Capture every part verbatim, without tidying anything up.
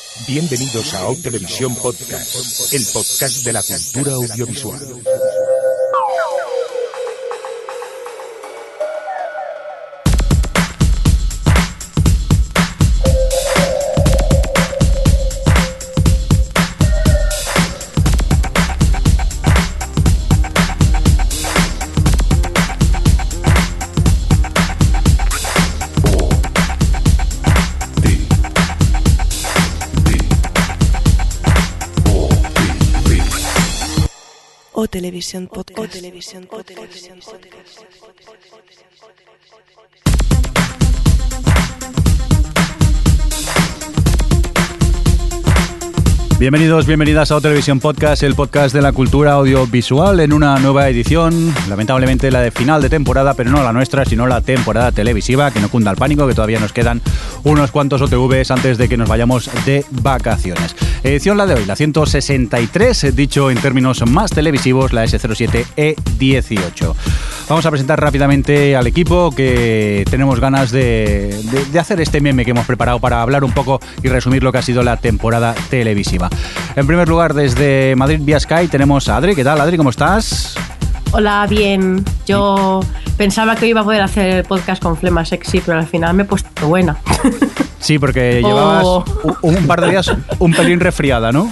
Bienvenidos a O Televisión Podcast, el podcast de la cultura audiovisual. O Televisión Podcast. O Televisión Podcast. Bienvenidos, bienvenidas a O Televisión Podcast, el podcast de la cultura audiovisual en una nueva edición, lamentablemente la de final de temporada, pero no la nuestra, sino la temporada televisiva, que no cunda el pánico, que todavía nos quedan unos cuantos O T Vs antes de que nos vayamos de vacaciones. Edición la de hoy, la ciento sesenta y tres, dicho en términos más televisivos, la ese cero siete E dieciocho. Vamos a presentar rápidamente al equipo, que tenemos ganas de, de, de hacer este meme que hemos preparado para hablar un poco y resumir lo que ha sido la temporada televisiva. En primer lugar, desde Madrid vía Sky tenemos a Adri. ¿Qué tal, Adri? ¿Cómo estás? Hola, bien. Yo pensaba que iba a poder hacer el podcast con flema sexy, pero al final me he puesto buena. Sí, porque llevabas oh. un, un par de días un pelín resfriada, ¿no?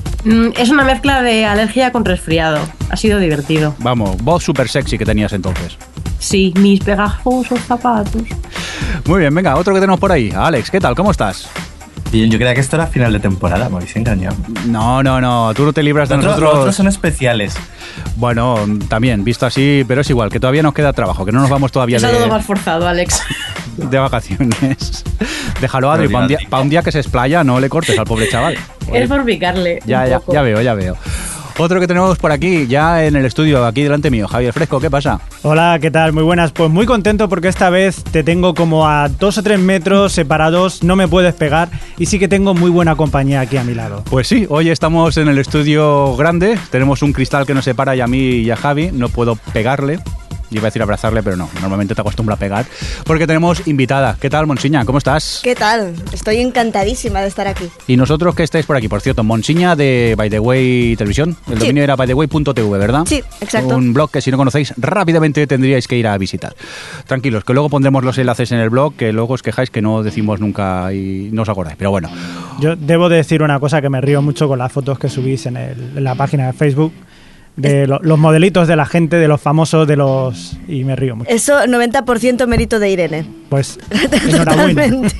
Es una mezcla de alergia con resfriado. Ha sido divertido. Vamos, voz súper sexy que tenías entonces. Sí, mis pegajosos zapatos. Muy bien, venga, otro que tenemos por ahí. Alex, ¿qué tal? ¿Cómo estás? Bien, yo creía que esto era final de temporada, me habéis engañado. No, no, no, tú no te libras de Otro, nosotros. Otros son especiales. Bueno, también, visto así, pero es igual, que todavía nos queda trabajo, que no nos vamos todavía de... Es algo más forzado, Alex. De vacaciones. Déjalo, Adri, para un, día, pa un día que se explaya, no le cortes al pobre chaval. Oye, es por picarle. Ya, ya, ya veo, ya veo. Otro que tenemos por aquí, ya en el estudio, aquí delante mío, Javier Fresco, ¿qué pasa? Hola, ¿qué tal? Muy buenas. Pues muy contento porque esta vez te tengo como a dos o tres metros separados, no me puedes pegar y sí que tengo muy buena compañía aquí a mi lado. Pues sí, hoy estamos en el estudio grande, tenemos un cristal que nos separa y a mí y a Javi, no puedo pegarle. Yo iba a decir abrazarle, pero no, normalmente te acostumbro a pegar. Porque tenemos invitada. ¿Qué tal, Monsiña? ¿Cómo estás? ¿Qué tal? Estoy encantadísima de estar aquí. Y nosotros que estáis por aquí, por cierto, Monsiña de By The Way Televisión. El sí. dominio era by the way punto t v, ¿verdad? Sí, exacto. Un blog que si no conocéis, rápidamente tendríais que ir a visitar. Tranquilos, que luego pondremos los enlaces en el blog, que luego os quejáis que no decimos nunca y no os acordáis. Pero bueno. Yo debo decir una cosa, que me río mucho con las fotos que subís en, el, en la página de Facebook. De lo, los modelitos de la gente, de los famosos, de los... y me río mucho. Eso, noventa por ciento mérito de Irene. Pues, enhorabuena.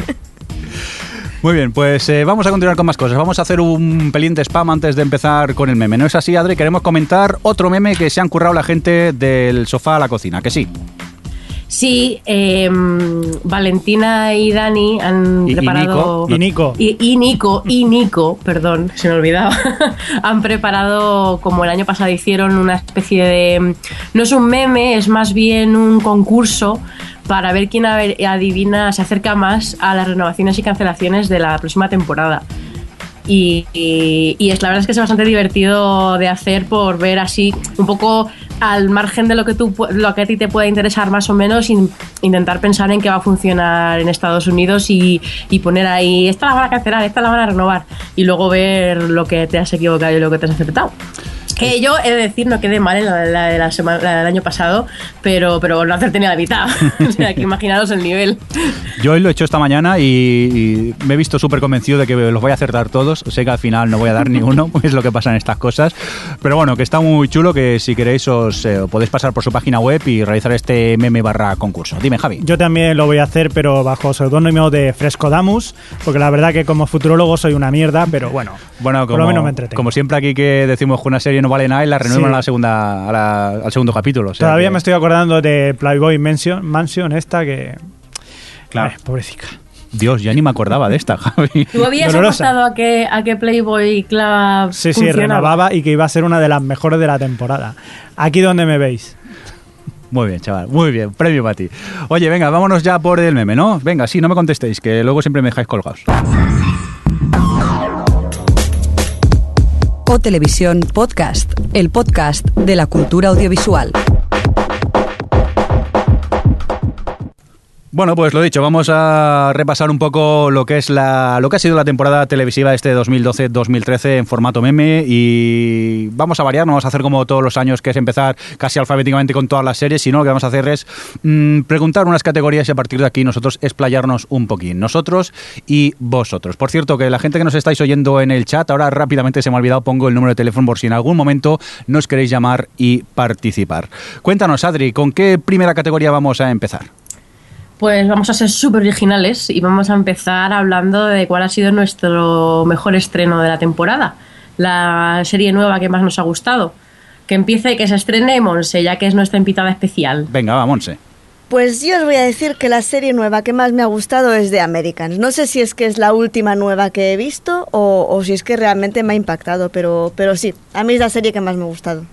Muy bien, pues eh, vamos a continuar con más cosas. Vamos a hacer un pelín de spam antes de empezar con el meme. ¿No es así, Adri? Queremos comentar otro meme que se han currado la gente del sofá a la cocina, ¿que sí? Sí, eh, Valentina y Dani han y, preparado... Y Nico. Y, y Nico, y Nico, perdón, se me olvidaba. Han preparado, como el año pasado hicieron, una especie de... No es un meme, es más bien un concurso para ver quién adivina, se acerca más a las renovaciones y cancelaciones de la próxima temporada. Y, y, y es la verdad es que es bastante divertido de hacer, por ver así un poco al margen de lo que tú lo que a ti te pueda interesar más o menos, in, intentar pensar en qué va a funcionar en Estados Unidos y, y poner ahí, esta la van a cancelar, esta la van a renovar, y luego ver lo que te has equivocado y lo que te has acertado. Que yo he de decir, no quedé mal en la, la, de la semana, la del año pasado, pero, pero no acerté ni la mitad. O sea, que imaginaros el nivel. Yo hoy lo he hecho esta mañana y, y me he visto súper convencido de que los voy a acertar todos. Sé que al final no voy a dar ni uno, es lo que pasa en estas cosas. Pero bueno, que está muy chulo, que si queréis os eh, podéis pasar por su página web y realizar este meme barra concurso. Dime, Javi. Yo también lo voy a hacer, pero bajo seudónimo de Frescodamus, porque la verdad que como futurólogo soy una mierda, pero bueno, bueno como, por lo menos me entretengo. Como siempre aquí que decimos que una serie no vale nada y la renuevan sí. a la segunda a la, al segundo capítulo. O sea Todavía que... me estoy acordando de Playboy Mansion, Mansion esta que... Claro. Ay, pobrecita. Dios, ya ni me acordaba de esta, Javi. ¿Tú habías apostado a que, a que Playboy Club Sí, funcionaba? sí, renovaba y que iba a ser una de las mejores de la temporada. Aquí donde me veis. Muy bien, chaval, muy bien, premio para ti. Oye, venga, vámonos ya por el meme, ¿no? Venga, sí, no me contestéis, que luego siempre me dejáis colgados. O Televisión Podcast, el podcast de la cultura audiovisual. Bueno, pues lo dicho, vamos a repasar un poco lo que es la, lo que ha sido la temporada televisiva este dos mil doce dos mil trece en formato meme y vamos a variar, no vamos a hacer como todos los años, que es empezar casi alfabéticamente con todas las series, sino lo que vamos a hacer es mmm, preguntar unas categorías y a partir de aquí nosotros explayarnos un poquín, nosotros y vosotros. Por cierto, que la gente que nos estáis oyendo en el chat, ahora rápidamente se me ha olvidado, pongo el número de teléfono por si en algún momento nos queréis llamar y participar. Cuéntanos, Adri, ¿con qué primera categoría vamos a empezar? Pues vamos a ser súper originales y vamos a empezar hablando de cuál ha sido nuestro mejor estreno de la temporada, la serie nueva que más nos ha gustado. Que empiece y que se estrene Monse, ya que es nuestra invitada especial. Venga, va, Monse. Pues yo os voy a decir que la serie nueva que más me ha gustado es The Americans. No sé si es que es la última nueva que he visto o, o si es que realmente me ha impactado, pero, pero sí, a mí es la serie que más me ha gustado.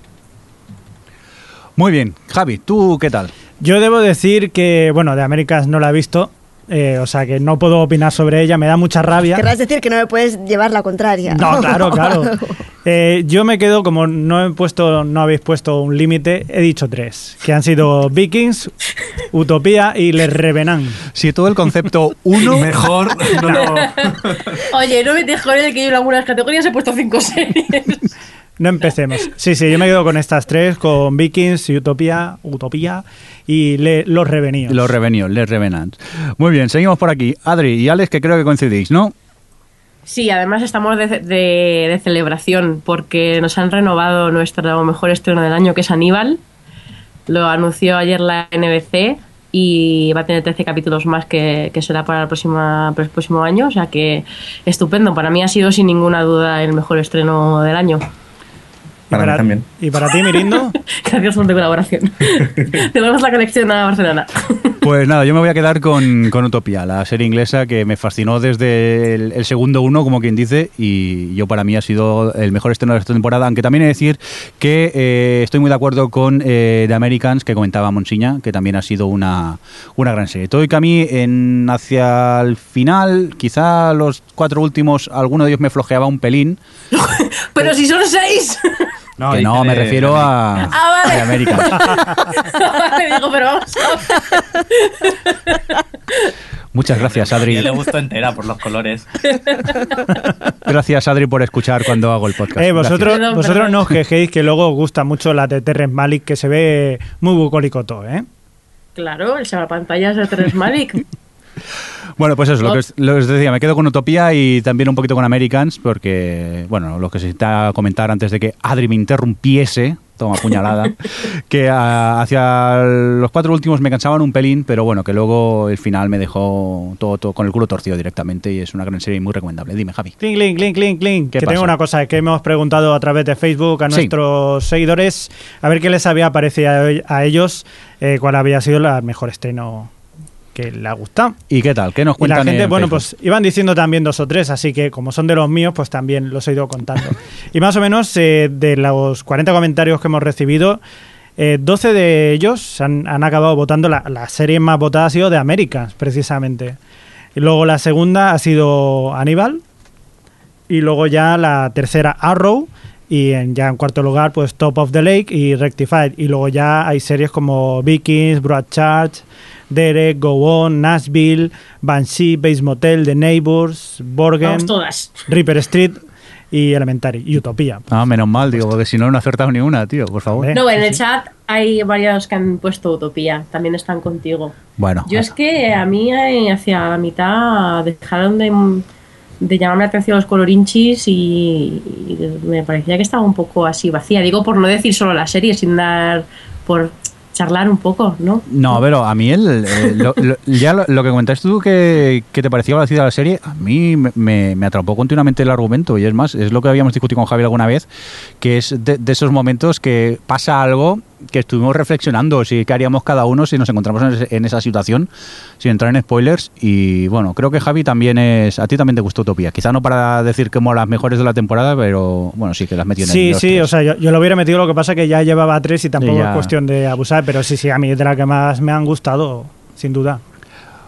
Muy bien. Javi, ¿tú qué tal? Yo debo decir que, bueno, The Americans no la he visto, eh, o sea que no puedo opinar sobre ella, me da mucha rabia. Querrás decir que no me puedes llevar la contraria. No, claro, claro. Eh, yo me quedo, como no he puesto, no habéis puesto un límite, he dicho tres, que han sido Vikings, Utopía y Les Revenant. Si todo el concepto uno... Mejor no. Oye, no me te joder que yo en algunas categorías he puesto cinco series. No empecemos. Sí, sí, yo me quedo con estas tres, con Vikings, Utopía, Utopía y le, Los Revenidos. Los Revenidos, Les Revenants. Muy bien, seguimos por aquí. Adri y Alex, que creo que coincidís, ¿no? Sí, además estamos de, de, de celebración porque nos han renovado nuestro mejor estreno del año, que es Aníbal. Lo anunció ayer la N B C y va a tener trece capítulos más que, que será para el próximo, para el próximo año. O sea que estupendo. Para mí ha sido sin ninguna duda el mejor estreno del año. Para, para mí también. ¿Y para ti, Mirindo? Gracias por tu colaboración. Tenemos la conexión a Barcelona. Pues nada, yo me voy a quedar con, con Utopía, la serie inglesa que me fascinó desde el, el segundo uno, como quien dice, y yo para mí ha sido el mejor estreno de esta temporada, aunque también he de decir que eh, estoy muy de acuerdo con eh, The Americans, que comentaba Monsiña, que también ha sido una, una gran serie. Todo y que a mí en, hacia el final, quizá los cuatro últimos, alguno de ellos me flojeaba un pelín. Pero si son seis... No, que no, me de, refiero de a, ah, vale. a América. Vale, digo, pero vamos a ver. Muchas gracias, Adri. A él le gustó entera por los colores. Gracias, Adri, por escuchar cuando hago el podcast. Eh, vosotros Perdón, vosotros perdón. no os quejéis que luego os gusta mucho la de Terrence Malick, que se ve muy bucólico todo, ¿eh? Claro, el salvapantallas de Terrence Malick. Bueno, pues eso, lo que, os, lo que os decía, me quedo con Utopía y también un poquito con Americans, porque, bueno, lo que se necesita comentar antes de que Adri me interrumpiese, toma puñalada, que a, hacia los cuatro últimos me cansaban un pelín, pero bueno, que luego el final me dejó todo, todo con el culo torcido directamente y es una gran serie muy recomendable. Dime, Javi. Clink, clink, clink, clink, clink. ¿Qué Que pasa? tengo una cosa que hemos preguntado a través de Facebook a Sí. nuestros seguidores, a ver qué les había parecido a, a ellos, eh, cuál había sido el mejor estreno que le ha gustado. ¿Y qué tal? ¿Qué nos Y cuentan la gente, en bueno, Facebook? pues iban diciendo también dos o tres, así que como son de los míos, pues también los he ido contando. Y más o menos eh, de los cuarenta comentarios que hemos recibido, eh, doce de ellos han, han acabado votando, la, la serie más votada ha sido de Americans, precisamente. Y luego la segunda ha sido Aníbal, y luego ya la tercera Arrow, y en, ya en cuarto lugar pues Top of the Lake y Rectified. Y luego ya hay series como Vikings, Broadchurch, Derek, Go On, Nashville, Banshee, Bates Motel, The Neighbors, Borgen, Vamos todas. Reaper Street y Elementary y Utopía. Ah, menos mal, digo, porque si no, no he acertado ni una, tío, por favor. Hombre. No, en Sí, el sí. chat hay varios que han puesto Utopía. También están contigo. Bueno, Yo es que a mí eh, hacia la mitad dejaron de, de llamarme la atención los colorinchis y, y me parecía que estaba un poco así vacía. Digo por no decir solo la serie, sin dar por charlar un poco, ¿no? no, pero a mí el, eh, lo, lo- ya lo, lo que comentaste tú que, que te parecía vacía la serie, a mí me, me, me atrapó continuamente el argumento y es más, es lo que habíamos discutido con Javier alguna vez, que es de, de esos momentos que pasa algo que estuvimos reflexionando, si qué haríamos cada uno si nos encontramos en, ese- en esa situación, sin entrar en spoilers. Y bueno, creo que Javi también es, a ti también te gustó Utopía, quizá no para decir como las mejores de la temporada, pero bueno, sí que las metió en Sí, el dos, sí, tres. o sea, yo, yo lo hubiera metido, lo que pasa que ya llevaba tres y tampoco Y ya- es cuestión de abusar, pero sí, sí, a mí es de la que más me han gustado, sin duda.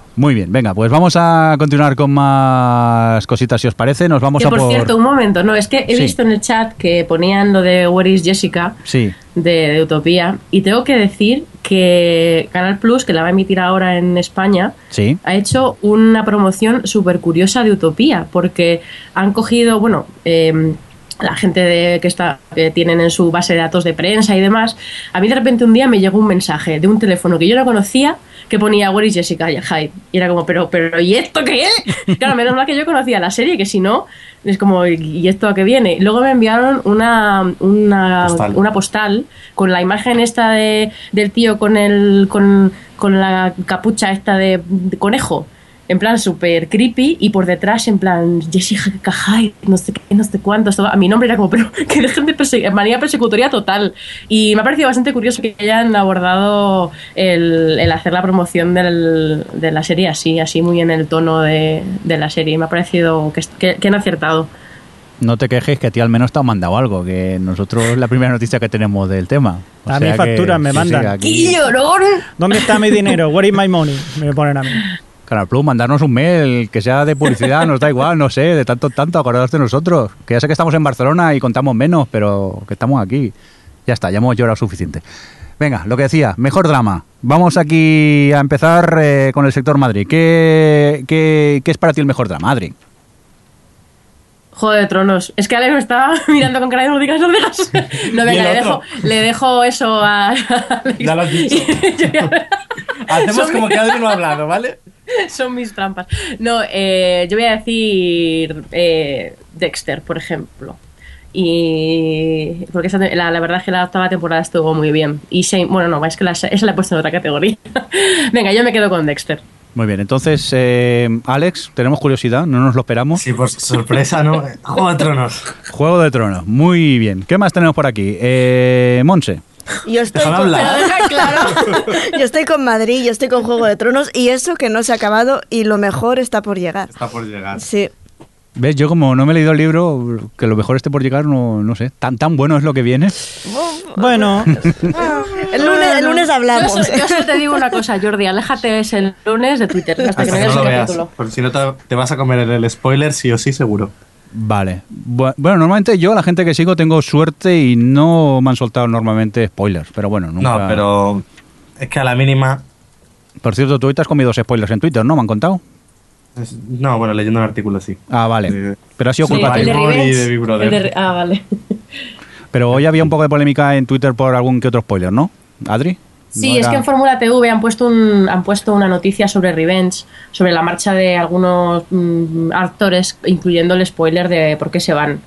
Muy bien, venga, pues vamos a continuar con más cositas, si os parece. Nos vamos Que a por, por... cierto, un momento, no, es que he Sí. visto en el chat que ponían lo de Where is Jessica Sí, de, de Utopía, y tengo que decir que Canal Plus, que la va a emitir ahora en España, sí. ha hecho una promoción súper curiosa de Utopía, porque han cogido, bueno, eh, la gente de, que está que tienen en su base de datos de prensa y demás. A mí de repente un día me llegó un mensaje de un teléfono que yo no conocía que ponía Where is Jessica Hyde, y era como, pero, pero ¿y esto qué es? Claro, menos mal que yo conocía la serie, que si no, es como, ¿y esto a qué viene? Luego me enviaron una una Postal. una postal con la imagen esta de, del tío con el con, con la capucha esta de, de conejo, en plan súper creepy, y por detrás en plan Jessica Hyde, no sé qué, no sé cuánto. Esto, a mi nombre era como, pero que dejen de perseguir, manía persecutoria total. Y me ha parecido bastante curioso que hayan abordado el, el hacer la promoción del, de la serie así, así muy en el tono de, de la serie. Me ha parecido que, que, que han acertado. No te quejes, que a ti al menos te han mandado algo, que nosotros es la primera noticia que tenemos del tema. O A sea mí que- facturas me sí, mandan. sí, aquí- ¡Qué llorón! ¿Dónde está mi dinero? Where is my money? Me ponen a mí. Canal Plus, mandarnos un mail, que sea de publicidad, nos da igual, no sé, de tanto en tanto, acordaos de nosotros. Que ya sé que estamos en Barcelona y contamos menos, pero que estamos aquí. Ya está, ya hemos llorado suficiente. Venga, lo que decía, mejor drama. Vamos aquí a empezar eh, con el sector Madrid. ¿Qué, qué, ¿Qué es para ti el mejor drama, Adri? Juego de Tronos. Es que Alex me estaba mirando con cara de no digas, no digas. No, Y venga, el le dejo, otro. le dejo eso a, a Alex. Ya lo has dicho. Yo ya- Hacemos Son como mis- que Adri no ha hablado, ¿vale? Son mis trampas. No, eh, yo voy a decir eh, Dexter, por ejemplo. Y porque esa, la, la verdad es que la octava temporada estuvo muy bien. Y Shane, bueno, no, es que la, esa la he puesto en otra categoría. Venga, yo me quedo con Dexter. Muy bien, entonces, eh, Alex, tenemos curiosidad, no nos lo esperamos. Sí, pues sorpresa, ¿no? Juego de Tronos. Juego de Tronos, muy bien. ¿Qué más tenemos por aquí? Eh, Monse. Yo estoy, Déjame con, hablar. pero deja claro. Yo estoy con Madrid, yo estoy con Juego de Tronos y eso que no se ha acabado y lo mejor está por llegar. Está por llegar. Sí. ¿Ves? Yo como no me he leído el libro, que lo mejor esté por llegar, no, no sé. ¿Tan, tan bueno es lo que viene? Bueno, El lunes, el lunes Yo, hablamos. so- yo solo te digo una cosa, Jordi, aléjate ese el lunes de Twitter hasta, Hasta que que no veas no el lo veas. capítulo. Porque si no te, te vas a comer el spoiler sí o sí seguro. Vale. Bu- Bueno, normalmente yo, la gente que sigo, tengo suerte y no me han soltado normalmente spoilers. Pero bueno, nunca... No, pero es que a la mínima... Por cierto, tú hoy te has comido dos spoilers en Twitter, ¿no? ¿Me han contado? es- No, bueno, leyendo el artículo sí. Ah, vale. Sí. Pero ha sido Sí, culpa el de tuya. Bible y Revenge. de Big Brother. El de Re- ah, vale. Pero hoy había un poco de polémica en Twitter por algún que otro spoiler, ¿no? ¿Adri? Sí, No es era- que en Fórmula T V han puesto un, han puesto una noticia sobre Revenge, sobre la marcha de algunos mm, actores, incluyendo el spoiler de por qué se van.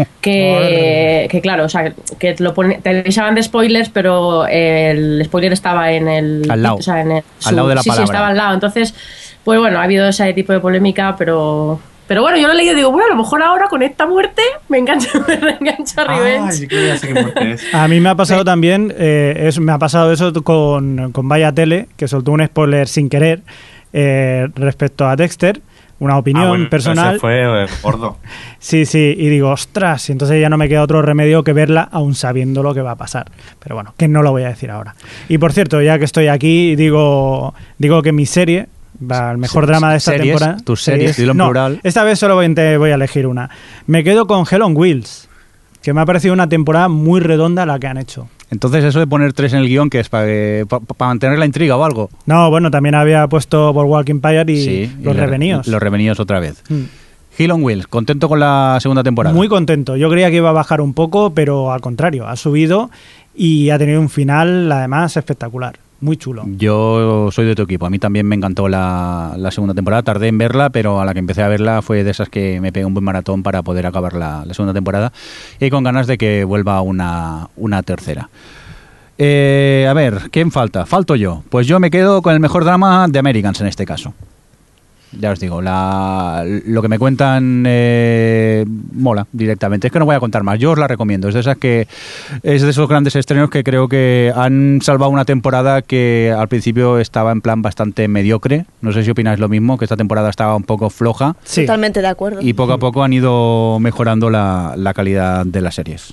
Que, que claro, o sea, que te lo pone, te avisaban de spoilers, pero el spoiler estaba en el... Al lado. o sea, en el- Al lado de la sí, palabra. Sí, estaba al lado. Entonces, pues bueno, ha habido ese tipo de polémica, pero... Pero bueno, yo lo he leído y digo, bueno, a lo mejor ahora con esta muerte me engancho, me reengancho a Revenge. Ay, yo creo que ya sé qué muerte es. a mí me ha pasado también, eh, es- me ha pasado eso con, con Vaya Tele, que soltó un spoiler sin querer eh, respecto a Dexter, una opinión Ah, bueno, personal. ese fue eh, gordo. Sí, sí, y digo, ostras, y entonces ya no me queda otro remedio que verla aún sabiendo lo que va a pasar. Pero bueno, que no lo voy a decir ahora. Y por cierto, ya que estoy aquí, digo, digo que mi serie, va, el mejor Se- drama de esta series, temporada... tus series, dilo en no, plural. esta vez solo voy, te voy a elegir una. Me quedo con Hell on Wheels, que me ha parecido una temporada muy redonda la que han hecho. Entonces eso de poner tres en el guión, que es para, que- pa- pa- para mantener la intriga o algo. No, bueno, también había puesto por Walking Empire y Sí, y Los la- Revenidos. Los revenidos otra vez. Mm. Hill on Wheels, contento con la segunda temporada. Muy contento. Yo creía que iba a bajar un poco, pero al contrario, ha subido y ha tenido un final, además, espectacular. Muy chulo. Yo soy de tu equipo. A mí también me encantó la, la segunda temporada. Tardé en verla, pero a la que empecé a verla fue de esas que me pegué un buen maratón para poder acabar la, la segunda temporada. Y con ganas de que vuelva una, una tercera. Eh, a ver, ¿quién falta? Falto yo. Pues yo me quedo con el mejor drama de Americans en este caso. Ya os digo, la, lo que me cuentan eh, mola directamente. Es que no voy a contar más. Yo os la recomiendo. Es de esas que es de esos grandes estrenos que creo que han salvado una temporada que al principio estaba en plan bastante mediocre. No sé si opináis lo mismo, que esta temporada estaba un poco floja Sí. Totalmente de acuerdo. y poco a poco han ido mejorando la, la calidad de las series.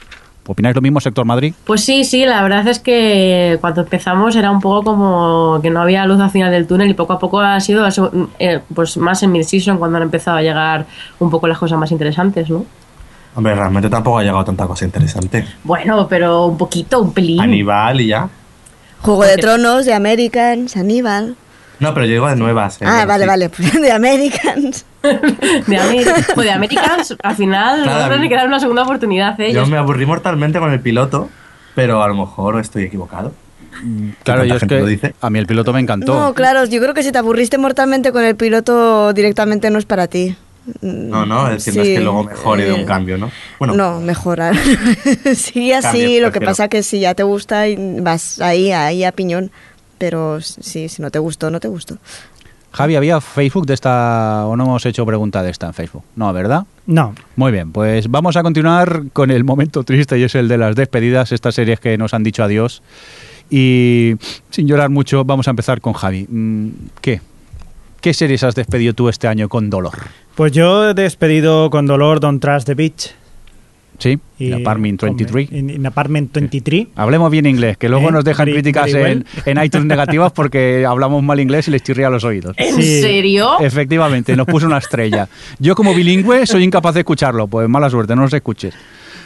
¿Opináis lo mismo, Sector Madrid? Pues sí, sí, la verdad es que cuando empezamos era un poco como que no había luz al final del túnel y poco a poco ha sido eh, pues más en mid-season cuando han empezado a llegar un poco las cosas más interesantes, ¿no? Hombre, realmente tampoco ha llegado tanta cosa interesante. Bueno, pero un poquito, un pelín. Aníbal y ya. Juego de Tronos, de Americans, Aníbal. No, pero yo digo de nuevas. Eh, Ah, bueno, vale, sí. vale, pues de Americans. de, Ameri- pues de Americans, al final Claro, no tienen que dar una segunda oportunidad. ¿eh? Yo Ellos- me aburrí mortalmente con el piloto, pero a lo mejor estoy equivocado. Claro, ¿Cuánta yo es gente que lo dice? a mí el piloto me encantó. No, claro, yo creo que si te aburriste mortalmente con el piloto, directamente no es para ti. No, no, es decir, no es Sí, que luego mejore de un eh, cambio, ¿no? Bueno, No, mejorar. Sí, así, Cambio, lo que prefiero. pasa que si ya te gusta, y vas ahí, ahí a piñón. Pero sí, si no te gustó, no te gustó. Javi, ¿había Facebook de esta o no hemos hecho pregunta de esta en Facebook? No, ¿verdad? No. Muy bien, pues vamos a continuar con el momento triste y es el de las despedidas, estas series que nos han dicho adiós. Y sin llorar mucho, vamos a empezar con Javi. Mm, ¿Qué? ¿Qué series has despedido tú este año con dolor? Pues yo he despedido con dolor Don't Trust the Beach. ¿Sí? Y Apartment veintitrés. In, in Apartment veintitrés. Hablemos bien inglés, que luego Eh, nos dejan very- críticas very en, en iTunes negativas porque hablamos mal inglés y les chirría los oídos. ¿En Sí. serio? Efectivamente, nos puso una estrella. Yo como bilingüe soy incapaz de escucharlo, pues mala suerte, no los escuches.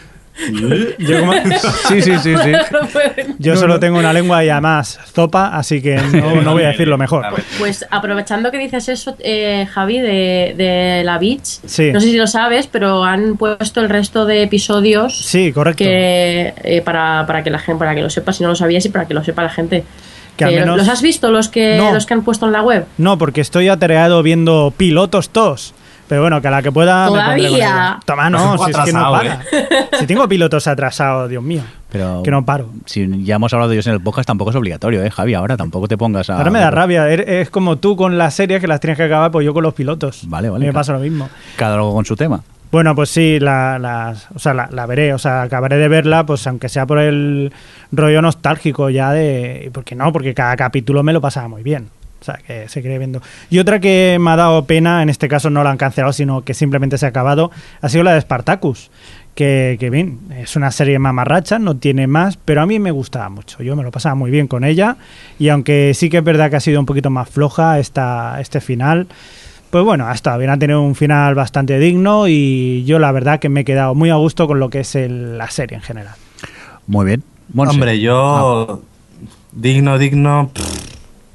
Yo, como- Sí, sí, sí, sí. No pueden. yo No, solo no. tengo una lengua y además zopa, así que no, no voy a decir lo mejor. A ver. Pues aprovechando que dices eso, eh, Javi, de, de la Beach, Sí. no sé si lo sabes, pero han puesto el resto de episodios Sí, correcto. que eh, para, para que la gente, para que lo sepa, si no lo sabías y para que lo sepa la gente. Que al Eh, menos- ¿Los has visto los que No. los que han puesto en la web? No, porque estoy atareado viendo pilotos todos. Pero bueno, que a la que pueda me pondré con ¿Todavía? ello. Toma, Pues no, un poco si es que no atrasado, para. Si tengo pilotos atrasados, Dios mío. Pero Que no paro. si ya hemos hablado de ellos en el podcast, tampoco es obligatorio, ¿eh, Javi? Ahora tampoco te pongas a... Ahora me da rabia. Er- Es como tú con las series que las tienes que acabar, pues yo con los pilotos. Vale, vale, Me claro. pasa lo mismo. Cada uno con su tema. Bueno, pues sí, la, las- o sea, la, la veré, o sea, acabaré de verla, pues aunque sea por el rollo nostálgico ya de... ¿Por qué no? Porque cada capítulo me lo pasaba muy bien. O sea, que seguiré viendo. Y otra que me ha dado pena, en este caso no la han cancelado, sino que simplemente se ha acabado, ha sido la de Spartacus. Que, que bien, es una serie mamarracha, no tiene más, pero a mí me gustaba mucho. Yo me lo pasaba muy bien con ella. Y aunque sí que es verdad que ha sido un poquito más floja esta, este final, pues bueno, ha estado bien, ha tenido un final bastante digno y yo la verdad que me he quedado muy a gusto con lo que es el- la serie en general. Muy bien. Monse. Hombre, yo... Digno, digno... pff,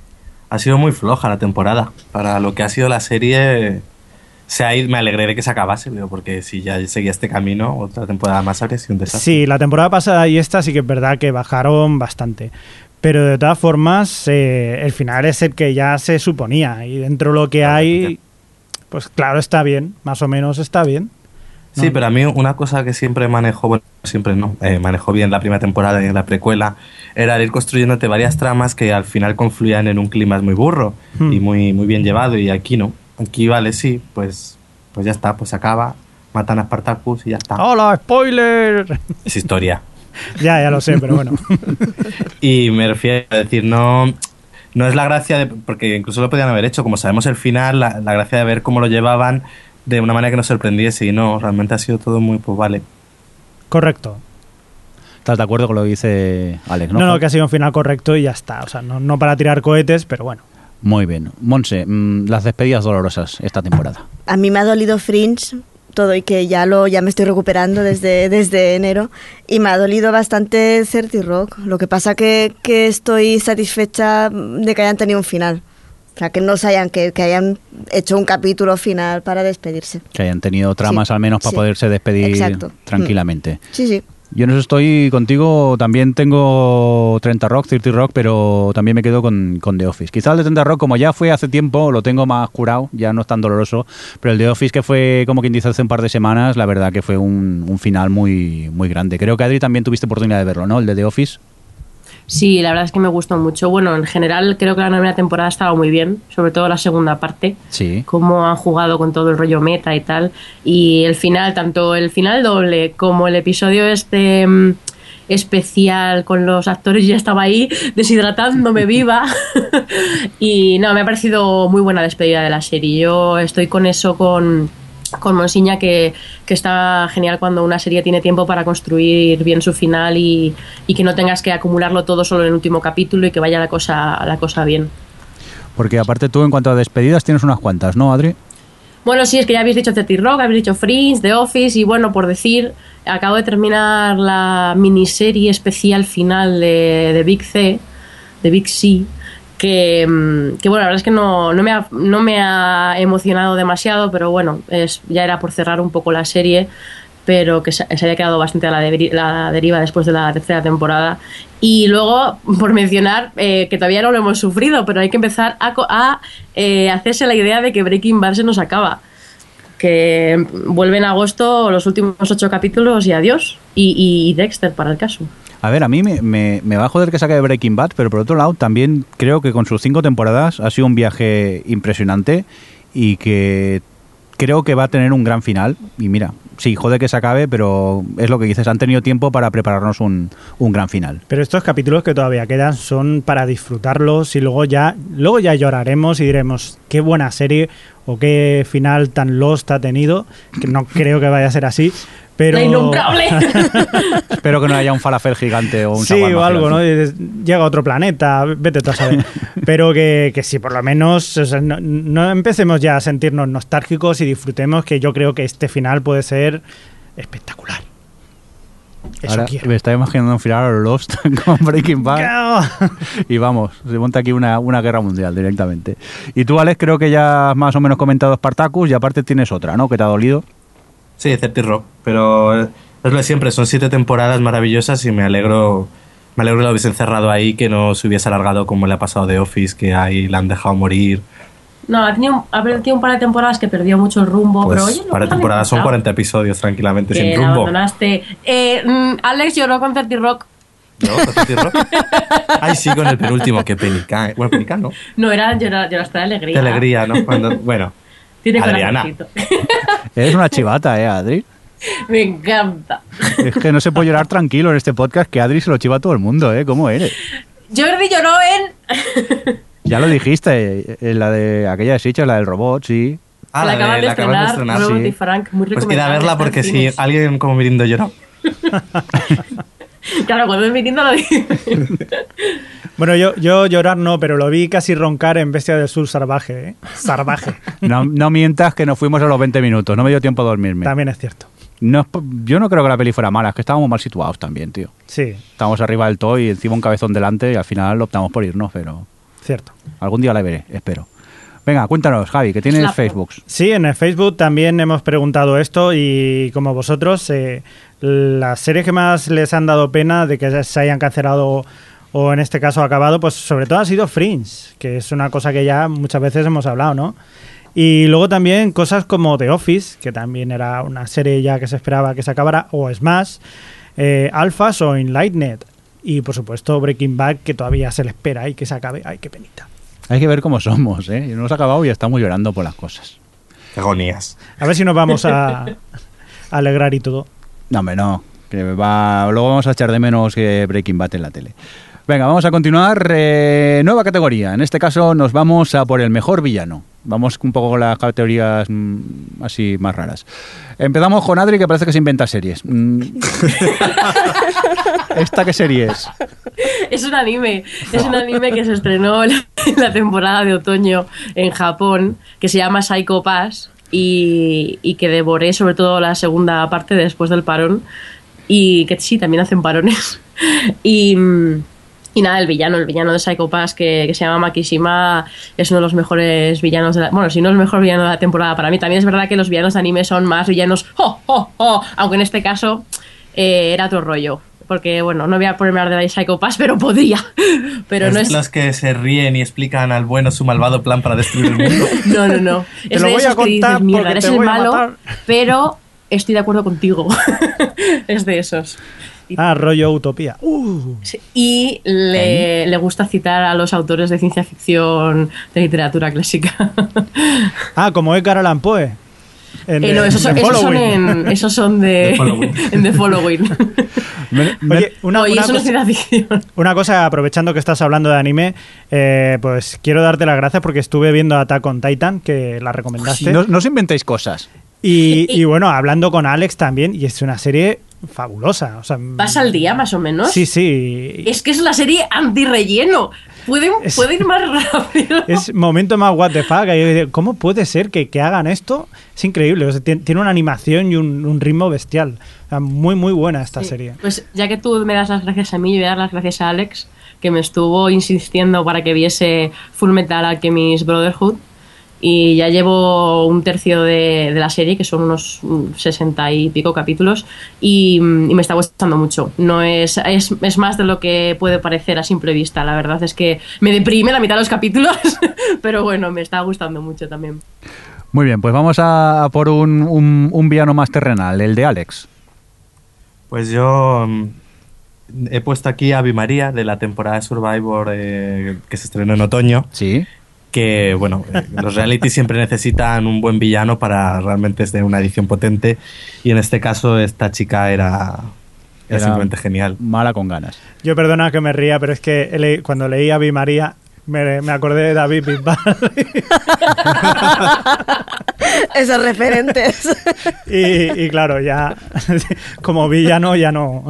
ha sido muy floja la temporada. Para lo que ha sido la serie... Se ha ido, me alegré de que se acabase, digo, porque si ya seguía este camino, otra temporada más habría sido un desastre. Sí, la temporada pasada y esta sí que es verdad que bajaron bastante. Pero de todas formas, eh, el final es el que ya se suponía. Y dentro de lo que Claro, hay, pues claro, está bien. Más o menos está bien. Sí, No. pero a mí una cosa que siempre manejó, bueno, siempre no, eh, manejó bien la primera temporada y en la precuela, era el ir construyéndote varias tramas que al final confluían en un clima muy burro Hmm. y muy, muy bien llevado, y aquí no. Aquí vale, sí, pues, pues ya está, pues se acaba, matan a Spartacus y ya está. ¡Hola, spoiler! Es historia. Ya, ya lo sé, pero bueno. Y me refiero a decir, no, no es la gracia de, porque incluso lo podían haber hecho, como sabemos el final, la, la gracia de ver cómo lo llevaban de una manera que nos sorprendiese, y no, realmente ha sido todo muy, pues vale. Correcto. ¿Estás de acuerdo con lo que dice Alex? No, no, que ha sido un final correcto y ya está. O sea, no, no para tirar cohetes, pero bueno. Muy bien. Monse, mm, las despedidas dolorosas esta temporada. A mí me ha dolido Fringe todo y que ya lo ya me estoy recuperando desde, desde enero y me ha dolido bastante thirty Rock. Lo que pasa que, que estoy satisfecha de que hayan tenido un final. O sea, que no se hayan, que, que hayan hecho un capítulo final para despedirse. Que hayan tenido tramas Sí, al menos para sí. poderse despedir Exacto. tranquilamente. Sí, sí. Yo en eso estoy contigo, también tengo treinta Rock, thirty Rock, pero también me quedo con, con The Office. Quizás el de treinta Rock, como ya fue hace tiempo, lo tengo más curado, ya no es tan doloroso, pero el de Office, que fue como quien dice hace un par de semanas, la verdad que fue un, un final muy, muy grande. Creo que Adri también tuviste oportunidad de verlo, ¿no? El de The Office. Sí, la verdad es que me gustó mucho. Bueno, en general creo que la novena temporada estaba muy bien, sobre todo la segunda parte. Sí. Cómo han jugado con todo el rollo meta y tal. Y el final, tanto el final doble como el episodio este mm, especial con los actores, ya estaba ahí deshidratándome viva. Y no, me ha parecido muy buena despedida de la serie. Yo estoy con eso, con, con Monsiña, que, que está genial cuando una serie tiene tiempo para construir bien su final y, y que no tengas que acumularlo todo solo en el último capítulo y que vaya la cosa, la cosa bien. Porque aparte tú, en cuanto a despedidas, tienes unas cuantas, ¿no, Adri? Bueno, sí, es que ya habéis dicho thirty Rock, habéis dicho Fringe, The Office, y bueno, por decir, acabo de terminar la miniserie especial final de, de Big C, de Big C, que, que bueno, la verdad es que no, no, me ha, no me ha emocionado demasiado, pero bueno, es, ya era por cerrar un poco la serie, pero que se, se había quedado bastante a la, de, la deriva después de la tercera temporada. Y luego, por mencionar, eh, que todavía no lo hemos sufrido, pero hay que empezar a, a eh, hacerse la idea de que Breaking Bad se nos acaba. Que vuelve en agosto los últimos ocho capítulos y adiós. Y, y Dexter, para el caso. A ver, a mí me, me, me va a joder que saque de Breaking Bad, pero por otro lado también creo que con sus cinco temporadas ha sido un viaje impresionante y que creo que va a tener un gran final. Y mira, sí, jode que se acabe, pero es lo que dices, han tenido tiempo para prepararnos un, un gran final. Pero estos capítulos que todavía quedan son para disfrutarlos y luego ya, luego ya lloraremos y diremos qué buena serie o qué final tan lost ha tenido, que no creo que vaya a ser así. Pero... La innombrable. Espero que no haya un falafel gigante o un sí, o algo, gigante. ¿no? Llega a otro planeta, vete tú a saber. Pero que, que sí, por lo menos, o sea, no, no empecemos ya a sentirnos nostálgicos y disfrutemos, que yo creo que este final puede ser espectacular. Eso Ahora quiero. me está imaginando un final a lo Lost con Breaking Bad. Y vamos, se monta aquí una, una guerra mundial directamente. Y tú, Alex, creo que ya has más o menos comentado Spartacus y aparte tienes otra, ¿no? Que te ha dolido. Sí, thirty Rock, pero es lo de siempre, son siete temporadas maravillosas y me alegro me alegro que lo hubiesen cerrado ahí, que no se hubiese alargado como le ha pasado de Office, que ahí la han dejado morir. No, ha tenido, ha tenido un par de temporadas que perdió mucho el rumbo, Pues pero oye, no par de temporadas son cuarenta episodios tranquilamente, que sin la rumbo. abandonaste. Eh, mm, Alex lloró con thirty Rock. ¿No? ¿thirty Rock? Ay, sí, con el penúltimo, que penica. Bueno, penica no. No, era llorar, lloraste de alegría. De alegría, ¿no? Cuando, bueno, Tiene Adriana. corazoncito. Eres una chivata, ¿eh, Adri? Me encanta. Es que no se puede llorar tranquilo en este podcast, que Adri se lo chiva a todo el mundo, ¿eh? ¿Cómo eres? Jordi lloró en... Ya lo dijiste, en la de aquella de Sitges, la del robot, sí. Ah, la la, acaban de, de la acaban de estrenar, estrenar, Robert sí. y Frank, muy Pues ir a recomendable, verla está porque en si cines. alguien como Mirindo lloró. Claro, cuando es metiendo lo digo. Bueno, yo, yo llorar no, pero lo vi casi roncar en Bestia del Sur salvaje, ¿eh? Salvaje. No, no mientas que nos fuimos a los veinte minutos, no me dio tiempo a dormirme. También es cierto. No es po- yo no creo que la peli fuera mala, es que estábamos mal situados también, tío. Sí, Estábamos arriba del todo y encima un cabezón delante y al final optamos por irnos, pero cierto. algún día la veré, espero. Venga, cuéntanos, Javi, que tienes Slapo. Facebook. Sí, en el Facebook también hemos preguntado esto y como vosotros, eh, las series que más les han dado pena de que se hayan cancelado o en este caso acabado, pues sobre todo ha sido Fringe, que es una cosa que ya muchas veces hemos hablado, ¿no? Y luego también cosas como The Office, que también era una serie ya que se esperaba que se acabara, o Smash, eh, Alphas o Enlightened. Y por supuesto Breaking Bad, que todavía se le espera y que se acabe. ¡Ay, qué penita! Hay que ver cómo somos, ¿eh? No hemos acabado y estamos llorando por las cosas. Qué agonías. A ver si nos vamos a, a alegrar y todo. No, hombre, no. Que va, luego vamos a echar de menos que Breaking Bad en la tele. Venga, vamos a continuar. Eh, nueva categoría. En este caso nos vamos a por el mejor villano. Vamos un poco con las categorías mm, así más raras. Empezamos con Adri, que parece que se inventa series. Mm. ¿Esta qué serie es? Es un anime, es un anime que se estrenó en la temporada de otoño en Japón, que se llama Psycho Pass, y, y que devoré sobre todo la segunda parte después del parón, y que sí, también hacen parones. Y, y nada, el villano, el villano de Psycho Pass, que, que se llama Makishima, es uno de los mejores villanos de la... Bueno, si no es el mejor villano de la temporada para mí. También es verdad que los villanos de anime son más villanos, ¡oh, oh, oh! Aunque en este caso eh, era otro rollo. Porque, bueno, no voy a ponerme a hablar de Psycho Pass, pero podría. Pero es no es... los que se ríen y explican al bueno su malvado plan para destruir el mundo. No, no, no. Te Es lo de voy esos a que dices, contar mierda, porque eres te el voy a malo, matar. pero estoy de acuerdo contigo. Es de esos. Y, Ah, rollo utopía. Uh. sí, y le, le gusta citar a los autores de ciencia ficción de literatura clásica. Ah, como Edgar Allan Poe. En, Eh, no, esos son, en esos son, Following. en, esos son de, The Following. en The Following. Me- me- Oye, una, Oye, una eso no es cosa, ciencia ficción. una cosa, aprovechando que estás hablando de anime, eh, pues quiero darte las gracias porque estuve viendo Attack on Titan, que la recomendaste. no, no os inventéis cosas. Y, y bueno, hablando con Alex también, y es una serie fabulosa. O sea, ¿vas al día, más o menos? Sí, sí. Es que es la serie anti-relleno. Pueden, Es- pueden ir más rápido. Es momento más what the fuck. y yo digo, ¿cómo puede ser que, que hagan esto? Es increíble. O sea, tiene, tiene una animación y un, un ritmo bestial. O sea, muy, muy buena esta Sí. serie. Pues ya que tú me das las gracias a mí, yo voy a dar las gracias a Alex, que me estuvo insistiendo para que viese Full Metal Alchemist Brotherhood. Y ya llevo un tercio de, de la serie, que son unos mm, sesenta y pico capítulos, y, mm, y me está gustando mucho. No es, es, es más de lo que puede parecer a simple vista. La verdad es que me deprime la mitad de los capítulos, pero bueno, me está gustando mucho también. Muy bien, pues vamos a, a por un, un, un villano más terrenal, el de Alex. Pues yo mm, he puesto aquí a Ave María de la temporada de Survivor eh, que se estrenó en otoño. Sí. Que, bueno, eh, los reality siempre necesitan un buen villano para realmente ser una edición potente. Y en este caso, esta chica era, era, Era simplemente genial. Mala con ganas. Yo perdona que me ría, pero es que he leí- cuando leí a Ave María me, me acordé de David Bisbal. Esos referentes. y, y claro, ya como villano ya no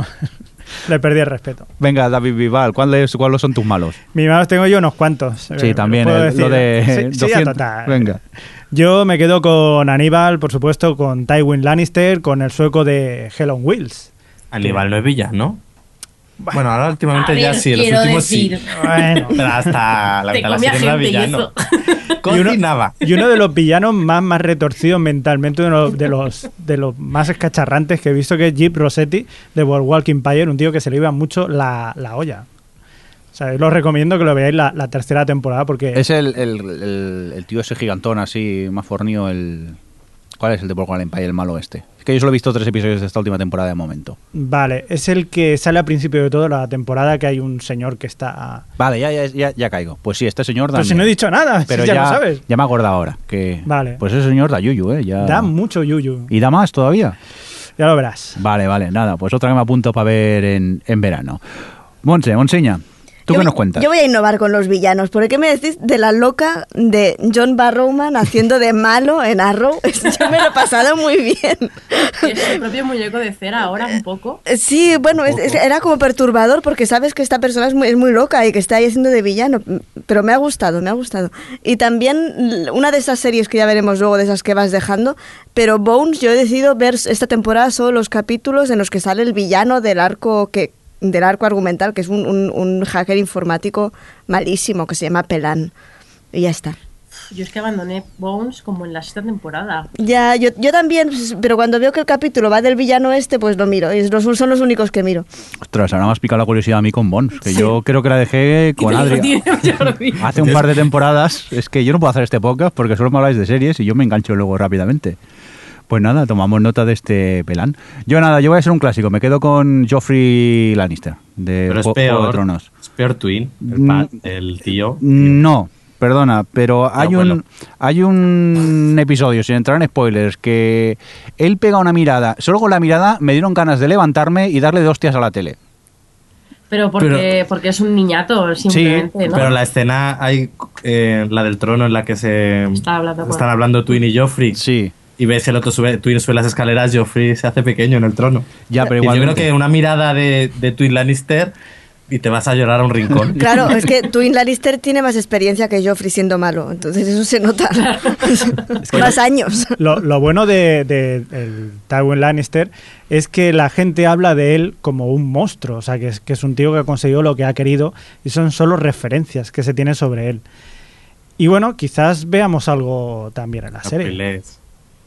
le perdí el respeto. Venga, David Bisbal, ¿cuáles, ¿cuáles son tus malos? Mis malos tengo yo unos cuantos. Sí, eh, también, puedo el- lo de Sí, sí, ya doscientos. total. Venga. Yo me quedo con Aníbal, por supuesto, con Tywin Lannister, con el sueco de Hell on Wheels. Aníbal no es villano. Bueno, ahora últimamente A ya ver, sí, en los quiero últimos decir. sí. Bueno. Pero hasta la Te mitad de la comía serie no era gente y villano. eso. Cocinaba. Y uno de los villanos más, más retorcidos mentalmente, uno de los, de los más escacharrantes que he visto, que es Jeep Rossetti de Boardwalk Empire, un tío que se le iba mucho la, la olla. O sea, os recomiendo que lo veáis la, la tercera temporada porque... Es el, el, el, el tío ese gigantón así, más fornido, el... ¿Cuál es el de Boardwalk Empire, el malo este? Es que yo solo he visto tres episodios de esta última temporada de momento. Vale, es el que sale al principio de toda la temporada, que hay un señor que está... Vale, ya, ya, ya, ya caigo. Pues sí, este señor da... Pero si no he dicho nada, Pero si ya, ya, lo sabes. ya me he acordado ahora. Que, Vale. Pues ese señor da yuyu, ¿eh? Ya... Da mucho yuyu. ¿Y da más todavía? Ya lo verás. Vale, vale, nada. Pues otra que me apunto para ver en, en verano. Monse, Monseña, ¿tú Yo qué voy- nos cuentas? Yo voy a innovar con los villanos. ¿Por qué me decís de la loca de John Barrowman haciendo de malo en Arrow? Eso yo me lo he pasado muy bien. Es el propio muñeco de cera ahora, un poco. Sí, bueno, es- es- era como perturbador porque sabes que esta persona es muy, es muy loca y que está ahí haciendo de villano. Pero me ha gustado, me ha gustado. Y también l- una de esas series que ya veremos luego, de esas que vas dejando, pero Bones, yo he decidido ver esta temporada solo los capítulos en los que sale el villano del arco que del arco argumental, que es un, un, un hacker informático malísimo que se llama Pelan. Y ya está. Yo es que abandoné Bones como en la sexta temporada. Ya, yo, yo también, pues, pero cuando veo que el capítulo va del villano este, pues lo miro. Y los, son los únicos que miro. Ostras, ahora me has picado la curiosidad a mí con Bones, que Sí. yo creo que la dejé con Adri Tiene- ya lo vi. hace un par de temporadas. Es que yo no puedo hacer este podcast porque solo me habláis de series y yo me engancho luego rápidamente. Pues nada, tomamos nota de este pelán. Yo nada, yo voy a ser un clásico. Me quedo con Joffrey Lannister, de Pero es Ju- Juego de peor. Tronos. Es peor Twin, el, Mm. pa- el tío. No, perdona, pero hay abuelo. un, hay un episodio, sin entrar en spoilers, que él pega una mirada. Solo con la mirada me dieron ganas de levantarme y darle de hostias a la tele. Pero porque, Pero- porque es un niñato, simplemente, ¿no? Pero la escena, hay eh, la del trono en la que se Está hablando con- están hablando Twin y Joffrey. Sí, Y ves el otro sube, Twin sube las escaleras, Joffrey se hace pequeño en el trono. ya, pero Y yo creo igualmente. que una mirada de, de Twin Lannister y te vas a llorar a un rincón. Claro, es que Twin Lannister tiene más experiencia que Joffrey siendo malo, entonces eso se nota. Más años. Lo, lo bueno de, de el Tywin Lannister es que la gente habla de él como un monstruo, o sea, que es, que es un tío que ha conseguido lo que ha querido y son solo referencias que se tienen sobre él. Y bueno, quizás veamos algo también en la serie. Pelees.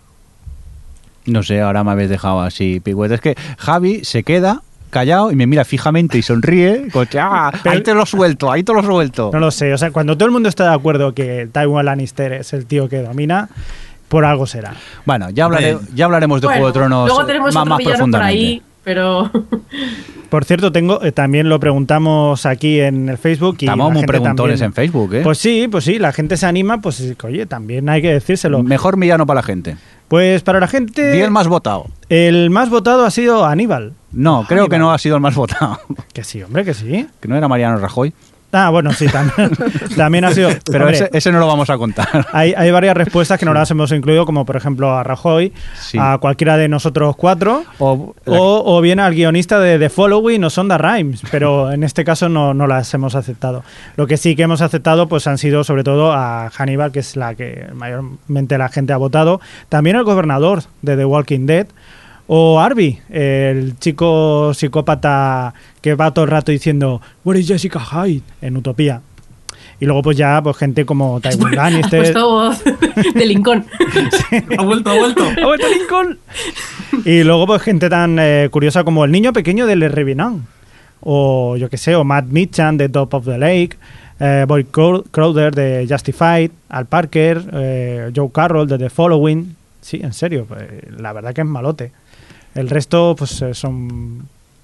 No sé, ahora me habéis dejado así, pigüete. Es que Javi se queda callado y me mira fijamente y sonríe. Como, "Ah, ahí te lo suelto, ahí te lo suelto. No lo sé, o sea, cuando todo el mundo está de acuerdo que Tywin Lannister es el tío que domina, por algo será. Bueno, ya, hablaré, ya hablaremos de Bueno, Juego de Tronos luego tenemos más, otro más villano por profundamente. ahí, pero... Por cierto, tengo eh, también lo preguntamos aquí en el Facebook. Y Estamos la muy gente preguntones también- en Facebook, ¿eh? Pues sí, pues sí, la gente se anima, pues oye, también hay que decírselo. Mejor villano para la gente. Pues para la gente, Di el más votado. el más votado ha sido Aníbal. No, creo Aníbal. que no ha sido el más votado. Que sí, hombre, que sí. Que no era Mariano Rajoy. Ah, bueno, sí, también, también ha sido... Pero hombre, ese, ese no lo vamos a contar. Hay, hay varias respuestas que no las hemos incluido, como por ejemplo a Rajoy, Sí. a cualquiera de nosotros cuatro, O, la- o, o bien al guionista de The Following o Sonda Rhimes, pero en este caso no, no las hemos aceptado. Lo que sí que hemos aceptado pues han sido sobre todo a Hannibal, que es la que mayormente la gente ha votado, también el gobernador de The Walking Dead, o Arby, el chico psicópata que va todo el rato diciendo "Where is Jessica Hyde?" en Utopía. Y luego pues ya pues gente como Tywin Has Lannister. puesto voz de Lincoln. Ha vuelto, ha vuelto. ¡Ha vuelto Lincoln! Y luego pues gente tan eh, curiosa como el niño pequeño de Le Revenant, o yo que sé, o Matt Mitcham de Top of the Lake, eh, Boyd Crow- Crowder de Justified, Al Parker, eh, Joe Carroll de The Following. Sí, en serio, pues, la verdad que es malote. El resto pues eh, son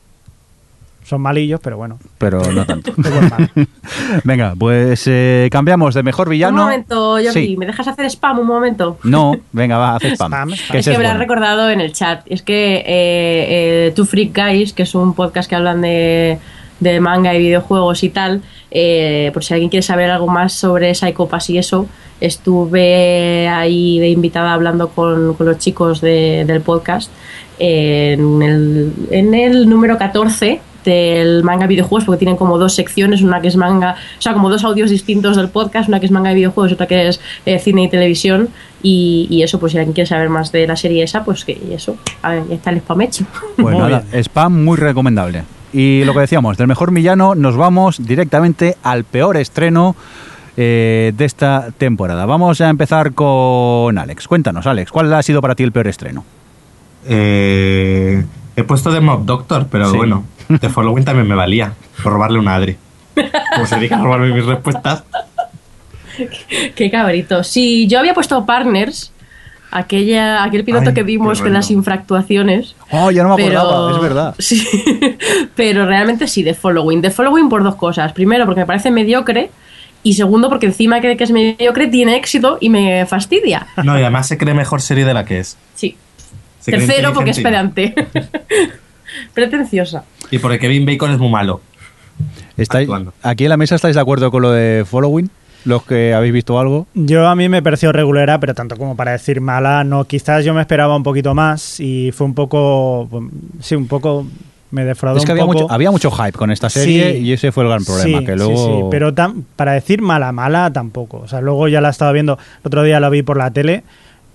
son malillos, pero bueno. pero no tanto. es buen mal. Venga, pues eh, cambiamos de mejor villano. Un momento, Jordi, Sí. ¿me dejas hacer spam un momento? No, venga, va, haz spam. Spam, que spam. ese Es que es me lo has bueno. recordado en el chat. Es que eh, eh, Two Freak Guys, que es un podcast que hablan de, de manga y videojuegos y tal, eh, por si alguien quiere saber algo más sobre Psycho Pass y eso, estuve ahí de invitada hablando con, con los chicos de- del podcast en el, en el número catorce del manga y videojuegos, porque tienen como dos secciones, una que es manga, o sea, como dos audios distintos del podcast, una que es manga y videojuegos y otra que es eh, cine y televisión, y, y eso, pues si alguien quiere saber más de la serie esa, pues que y eso, a ver, ya está el spam hecho. Pues Muy nada, spam muy recomendable. Y lo que decíamos, del mejor villano nos vamos directamente al peor estreno eh, de esta temporada. Vamos a empezar con Alex. Cuéntanos, Alex, ¿cuál ha sido para ti el peor estreno? Eh, he puesto The Mob Doctor, pero Sí. bueno, The Following también me valía por robarle una Adri. Como se dedica a robarme mis respuestas. Qué cabrito. Sí, yo había puesto Partners, aquella, aquel piloto Ay, que vimos qué con las bueno. infractuaciones. Oh, ya no me Pero, acordaba, es verdad. Sí, pero realmente sí, The Following. The Following por dos cosas. Primero, porque me parece mediocre. Y segundo, porque encima de que es mediocre, tiene éxito y me fastidia. No, y además se cree mejor serie de la que es. Sí. Se cree Tercero, porque es inteligente. pedante. Pretenciosa. Y porque Kevin Bacon es muy malo. ¿Estáis, Actuando. ¿Aquí en la mesa estáis de acuerdo con lo de Following? Los que habéis visto algo. Yo a mí me pareció regulera, pero tanto como para decir mala, no. Quizás yo me esperaba un poquito más y fue un poco, sí, un poco, me defraudó Es que un había poco. mucho, había mucho hype con esta serie Sí. y ese fue el gran problema. Sí, que luego... sí, sí, pero tam- para decir mala, mala tampoco. O sea, luego ya la estaba viendo, el otro día la vi por la tele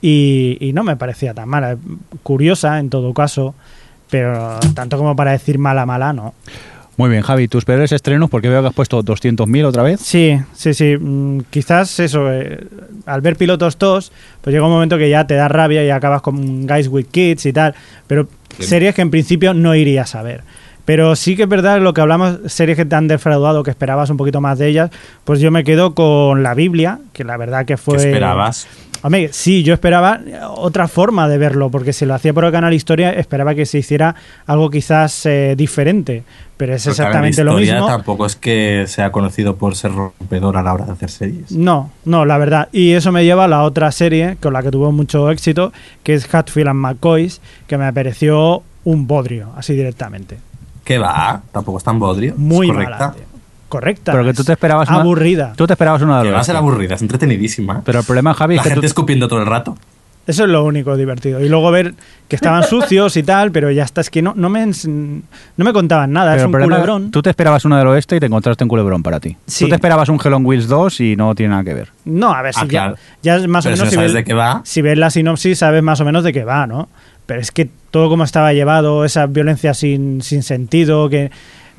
y, y no me parecía tan mala. Curiosa en todo caso, pero tanto como para decir mala, mala, no. Muy bien, Javi, tus peores estrenos, porque veo que has puesto doscientos mil otra vez. Sí, sí, sí. Mm, quizás eso, eh, al ver pilotos dos, pues llega un momento que ya te da rabia y acabas con Guys with Kids y tal. Pero series que en principio no irías a ver. Pero sí que es verdad lo que hablamos, series que te han defraudado, que esperabas un poquito más de ellas, pues yo me quedo con La Biblia, que la verdad que fue... ¿Qué esperabas? Hombre, sí, yo esperaba otra forma de verlo, porque si lo hacía por el canal Historia, esperaba que se hiciera algo quizás eh, diferente, pero es Porque exactamente la lo historia mismo. Tampoco es que sea conocido por ser rompedor a la hora de hacer series. No, no, la verdad. Y eso me lleva a la otra serie con la que tuvo mucho éxito, que es Hatfield and McCoys, que me pareció un bodrio, así directamente. ¿Qué va? Tampoco es tan bodrio. Muy es correcta. mala, tío. Correcta. Pero que tú te esperabas una... Aburrida. Tú te esperabas una de Que las va a ser aburrida, es entretenidísima. Pero el problema, Javi, La es que gente tú... escupiendo todo el rato. Eso es lo único divertido. Y luego ver que estaban sucios y tal, pero ya está, es que no, no, me, ens- no me contaban nada, Pero es el un problema, culebrón. tú te esperabas una del oeste y te encontraste un culebrón para ti. Sí. Tú te esperabas un Hell on Wheels dos y no tiene nada que ver. No, a ver, Ah, si claro. ya, ya más o Pero si menos no si sabes ves, de qué va. si ves la sinopsis sabes más o menos de qué va, ¿no? Pero es que todo como estaba llevado, esa violencia sin, sin sentido, que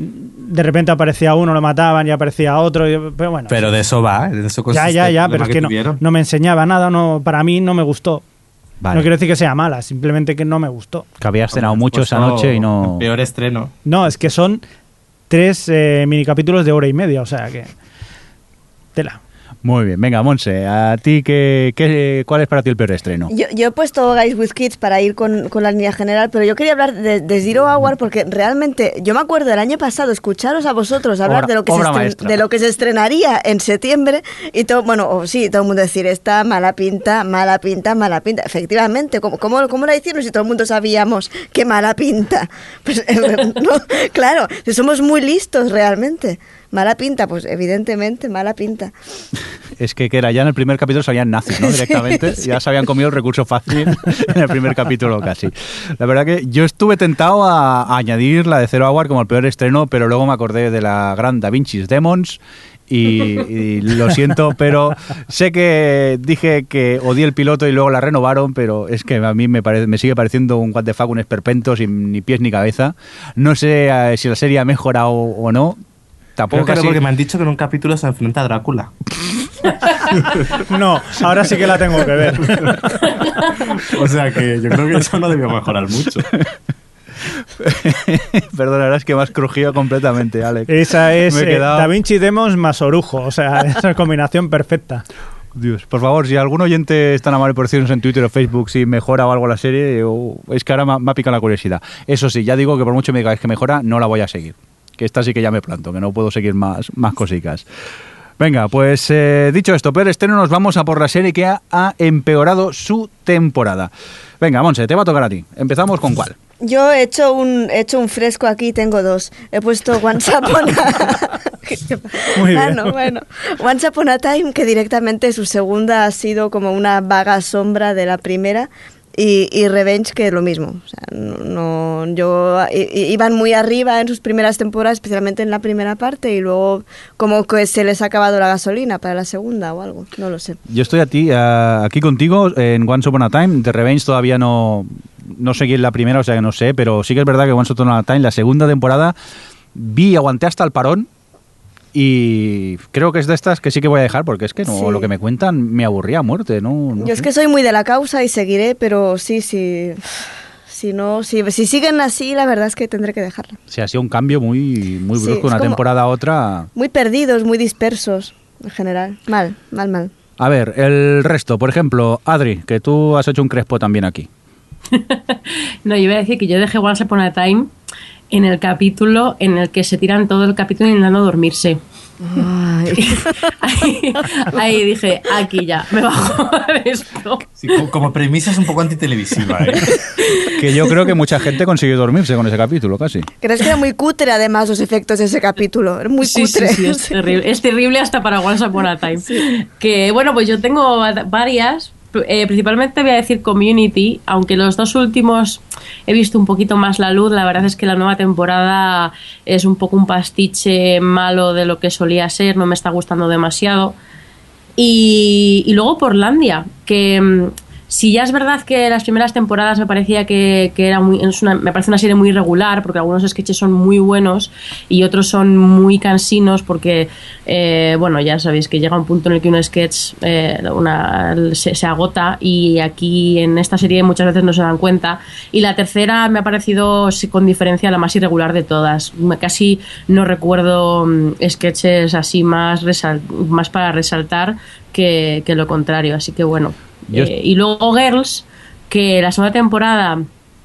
de repente aparecía uno, lo mataban y aparecía otro, y- pero bueno. Pero de eso va, ¿eh? De eso ya, consiste ya, ya, el pero problema es que no, tuvieron. no me enseñaba nada, no, para mí no me gustó. Vale. No quiero decir que sea mala, simplemente que no me gustó. Que habías cenado Hombre, mucho has esa puesto noche y no... el peor estreno. No, es que son tres eh, minicapítulos de hora y media, o sea que... Tela. Muy bien, venga, Monse, ¿a ti qué, qué, cuál es para ti el peor estreno? Yo, yo he puesto Guys with Kids para ir con, con la línea general, pero yo quería hablar de, de Zero Hour porque realmente yo me acuerdo el año pasado escucharos a vosotros hablar Obra- de, lo que se obra estren- maestra. de lo que se estrenaría en septiembre y todo, bueno, o sí, todo el mundo decir, esta mala pinta, mala pinta, mala pinta. Efectivamente, ¿cómo, cómo, cómo la hicieron si todo el mundo sabíamos qué mala pinta? Pues no, claro, somos muy listos realmente. Mala pinta, pues evidentemente, mala pinta. Es que, que era ya en el primer capítulo se habían nazis, ¿no? Directamente, sí, sí. Ya se habían comido el recurso fácil en el primer capítulo casi. La verdad que yo estuve tentado a, a añadir la de Zero Hour como el peor estreno, pero luego me acordé de la gran Da Vinci's Demons y, y lo siento, pero sé que dije que odié el piloto y luego la renovaron, pero es que a mí me, parece, me sigue pareciendo un what the fuck, un esperpento sin ni pies ni cabeza. No sé eh, si la serie ha mejorado o no. Tampoco Creo que casi... porque me han dicho que en un capítulo se enfrenta a Drácula. No, ahora sí que la tengo que ver. O sea que yo creo que eso no debió mejorar mucho. Perdón, la verdad es que me has crujido completamente, Alex. Esa es Me he eh, quedado... Da Vinci Demons más Orujo, o sea, esa combinación perfecta. Dios, por favor, si algún oyente es tan amable por decirnos en Twitter o Facebook si mejora o algo la serie, o... es que ahora me, me ha picado la curiosidad. Eso sí, ya digo que por mucho me digáis que mejora, no la voy a seguir. Que esta sí que ya me planto, que no puedo seguir más, más cositas. Venga, pues eh, dicho esto, peor estreno, nos vamos a por la serie que ha, ha empeorado su temporada. Venga, Monse, te va a tocar a ti. Empezamos con ¿cuál? Yo he hecho un he hecho un fresco aquí, tengo dos. He puesto Once Upon a... Muy bien. Bueno, bueno. Once Upon a Time, que directamente su segunda ha sido como una vaga sombra de la primera. Y, y Revenge, que lo mismo. O sea, no, no, yo i, iban muy arriba en sus primeras temporadas, especialmente en la primera parte, y luego como que se les ha acabado la gasolina para la segunda o algo. No lo sé. Yo estoy a ti, a, aquí contigo en Once Upon a Time. De Revenge todavía no, no seguí en la primera, o sea que no sé, pero sí que es verdad que Once Upon a Time, la segunda temporada, vi y aguanté hasta el parón. Y creo que es de estas que sí que voy a dejar, porque es que no, sí. Lo que me cuentan me aburría a muerte, ¿no? no Yo sé. Es que soy muy de la causa y seguiré, pero sí, sí. Si no, si, si siguen así, la verdad es que tendré que dejarla. Sí, ha sido un cambio muy, muy brusco, sí, una temporada a otra. Muy perdidos, muy dispersos, en general. Mal, mal, mal. A ver, el resto, por ejemplo, Adri, que tú has hecho un crespo también aquí. No, yo iba a decir que yo dejé Once Upon a Time en el capítulo en el que se tiran todo el capítulo intentando dormirse. Ahí, ahí dije, aquí ya, me bajo de esto. Sí, como, como premisa es un poco antitelevisiva, ¿eh? Que yo creo que mucha gente consiguió dormirse con ese capítulo, casi. ¿Crees que era muy cutre además los efectos de ese capítulo? Era muy sí, cutre. Sí, sí, es terrible. Es terrible hasta para Once Upon a Time. Sí. Que bueno, pues yo tengo varias. Eh, principalmente voy a decir Community, aunque los dos últimos he visto un poquito más la luz. La verdad es que la nueva temporada es un poco un pastiche malo de lo que solía ser, no me está gustando demasiado. Y, y luego Portlandia, que si ya es verdad que las primeras temporadas me parecía que, que era muy, es una, me parece una serie muy regular, porque algunos sketches son muy buenos y otros son muy cansinos, porque eh, bueno, ya sabéis que llega un punto en el que un sketch eh, una, se, se agota, y aquí en esta serie muchas veces no se dan cuenta. Y la tercera me ha parecido con diferencia la más irregular de todas. Casi no recuerdo sketches así más, resal, más para resaltar que, que lo contrario, así que bueno. Eh, y luego Girls, que la segunda temporada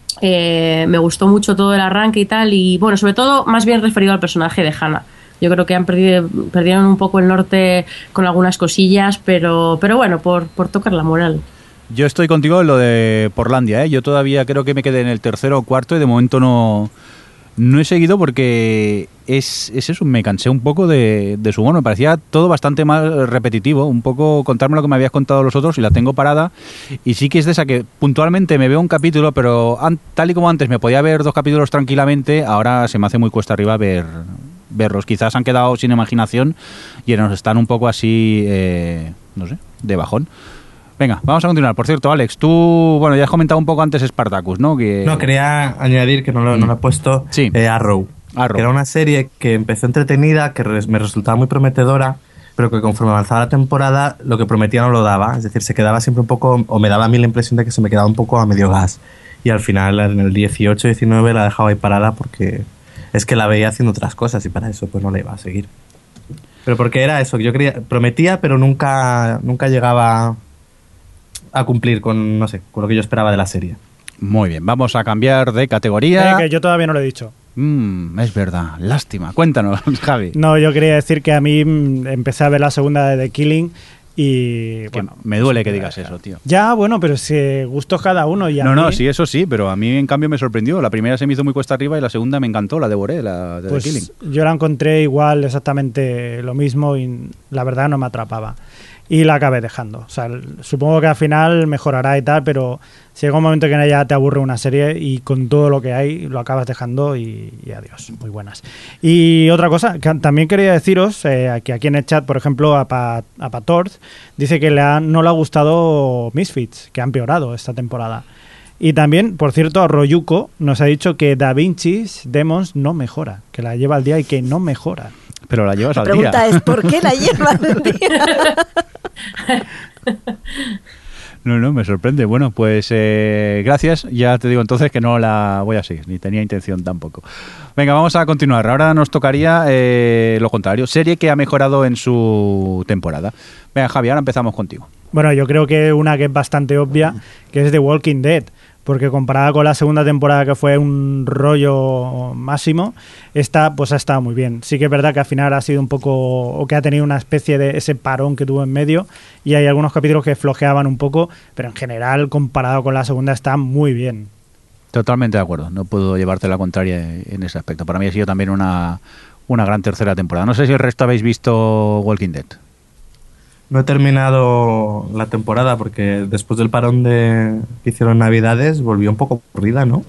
eh, me gustó mucho todo el arranque y tal, y bueno, sobre todo más bien referido al personaje de Hannah. Yo creo que han perdido, perdieron un poco el norte con algunas cosillas, pero, pero bueno, por, por tocar la moral. Yo estoy contigo en lo de Portlandia, ¿eh? Yo todavía creo que me quedé en el tercero o cuarto y de momento no... No he seguido porque es, es eso, me cansé un poco de, de su humor, me parecía todo bastante más repetitivo, un poco contarme lo que me habías contado los otros y la tengo parada, y sí que es de esa que puntualmente me veo un capítulo, pero an, tal y como antes me podía ver dos capítulos tranquilamente, ahora se me hace muy cuesta arriba ver verlos, quizás han quedado sin imaginación y nos están un poco así, eh, no sé, de bajón. Venga, vamos a continuar. Por cierto, Alex, tú, bueno, ya has comentado un poco antes Spartacus, ¿no? Que... No, quería añadir, que no lo, no lo he puesto, sí. eh, Arrow. Arrow. Que era una serie que empezó entretenida, que res, me resultaba muy prometedora, pero que conforme avanzaba la temporada, lo que prometía no lo daba. Es decir, se quedaba siempre un poco, o me daba a mí la impresión de que se me quedaba un poco a medio gas. Y al final, en el dieciocho diecinueve, la dejaba ahí parada porque es que la veía haciendo otras cosas y para eso pues no la iba a seguir. Pero porque era eso, que yo quería, prometía, pero nunca, nunca llegaba a cumplir con, no sé, con lo que yo esperaba de la serie. Muy bien, vamos a cambiar de categoría. Eh, que yo todavía no lo he dicho. Mm, es verdad, lástima. Cuéntanos, Javi. No, yo quería decir que a mí empecé a ver la segunda de The Killing Y Que bueno, me duele que digas eso, tío. ya, bueno, pero es que gustos cada uno. Y a No, mí, no, sí, eso sí, pero a mí en cambio me sorprendió. La primera se me hizo muy cuesta arriba y la segunda me encantó, la devoré, la de pues The Killing. yo la encontré igual, exactamente lo mismo y la verdad no me atrapaba. Y la acabé dejando. O sea, el- supongo que al final mejorará y tal, pero si llega un momento que ya te aburre una serie y con todo lo que hay lo acabas dejando y, y adiós. Muy buenas. Y otra cosa, que también quería deciros, eh, que aquí en el chat, por ejemplo, a, Pat, a Patorth dice que le ha- no le ha gustado Misfits, que ha empeorado esta temporada. Y también, por cierto, Royuko nos ha dicho que Da Vinci's Demons no mejora, que la lleva al día y que no mejora. Pero la llevas La al pregunta día. es, ¿por qué la llevan al día? No, no, me sorprende. Bueno, pues eh, gracias. Ya te digo entonces que no la voy a seguir, ni tenía intención tampoco. Venga, vamos a continuar. Ahora nos tocaría eh, lo contrario. Serie que ha mejorado en su temporada. Venga, Javi, ahora empezamos contigo. Bueno, yo creo que una que es bastante obvia, que es The Walking Dead, porque comparada con la segunda temporada, que fue un rollo máximo, esta pues ha estado muy bien. Sí que es verdad que al final ha sido un poco, o que ha tenido una especie de ese parón que tuvo en medio, y hay algunos capítulos que flojeaban un poco, pero en general, comparado con la segunda, está muy bien. Totalmente de acuerdo. No puedo llevarte la contraria en ese aspecto. Para mí ha sido también una, una gran tercera temporada. No sé si el resto habéis visto Walking Dead. No he terminado la temporada porque después del parón de que hicieron Navidades volvió un poco aburrida, ¿no?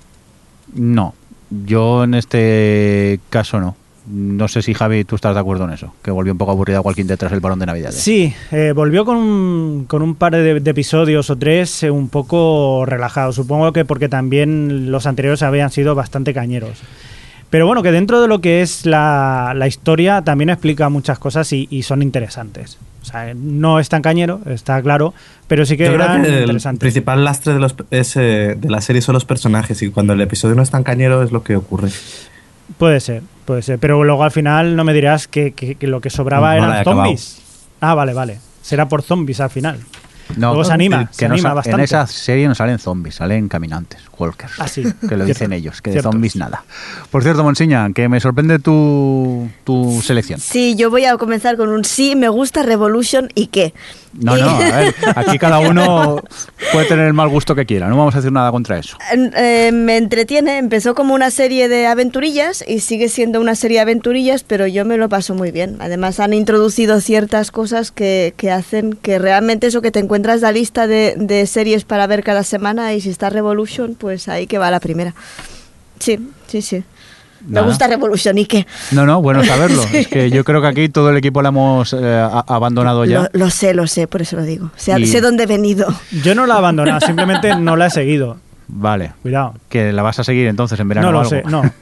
No, yo en este caso no. No sé si, Javi, tú estás de acuerdo en eso, que volvió un poco aburrida Walking Dead tras el parón de Navidades. Sí, eh, volvió con un, con un par de, de episodios o tres eh, un poco relajados. Supongo que porque también los anteriores habían sido bastante cañeros. Pero bueno, que dentro de lo que es la, la historia también explica muchas cosas y, y son interesantes. O sea, no es tan cañero, está claro, pero sí que Yo creo eran que el interesantes. principal lastre de, los, es, eh, de la serie son los personajes y cuando el episodio no es tan cañero es lo que ocurre. Puede ser, puede ser. Pero luego al final no me dirás que, que, que lo que sobraba No la he eran acabado. zombies. Ah, vale, vale. Será por zombies al final. No, Luego se anima, que se no anima sa- bastante. En esa serie no salen zombies, salen caminantes, walkers. Ah, sí. Que lo Cierto. dicen ellos, que de Ciertos. zombies nada. Por cierto, Monsiña, que me sorprende tu, tu selección. Sí, yo voy a comenzar con un sí, me gusta Revolution y qué. No, Y- no, a ver, aquí cada uno puede tener el mal gusto que quiera, no vamos a decir nada contra eso. Eh, me entretiene, empezó como una serie de aventurillas y sigue siendo una serie de aventurillas, pero yo me lo paso muy bien. Además han introducido ciertas cosas que, que hacen que realmente eso, que te encuentras la lista de, de series para ver cada semana y si está Revolution, pues ahí que va la primera. Sí, sí, sí. Me Nada. gusta Revolution y qué. No, no, bueno saberlo. Es que yo creo que aquí todo el equipo lo hemos eh, a- abandonado ya. Lo, lo sé, lo sé, por eso lo digo. Sé, Y- sé dónde he venido. Yo no la he abandonado, simplemente no la he seguido. Vale. Cuidado. Que la vas a seguir entonces en verano No o lo algo. sé, no.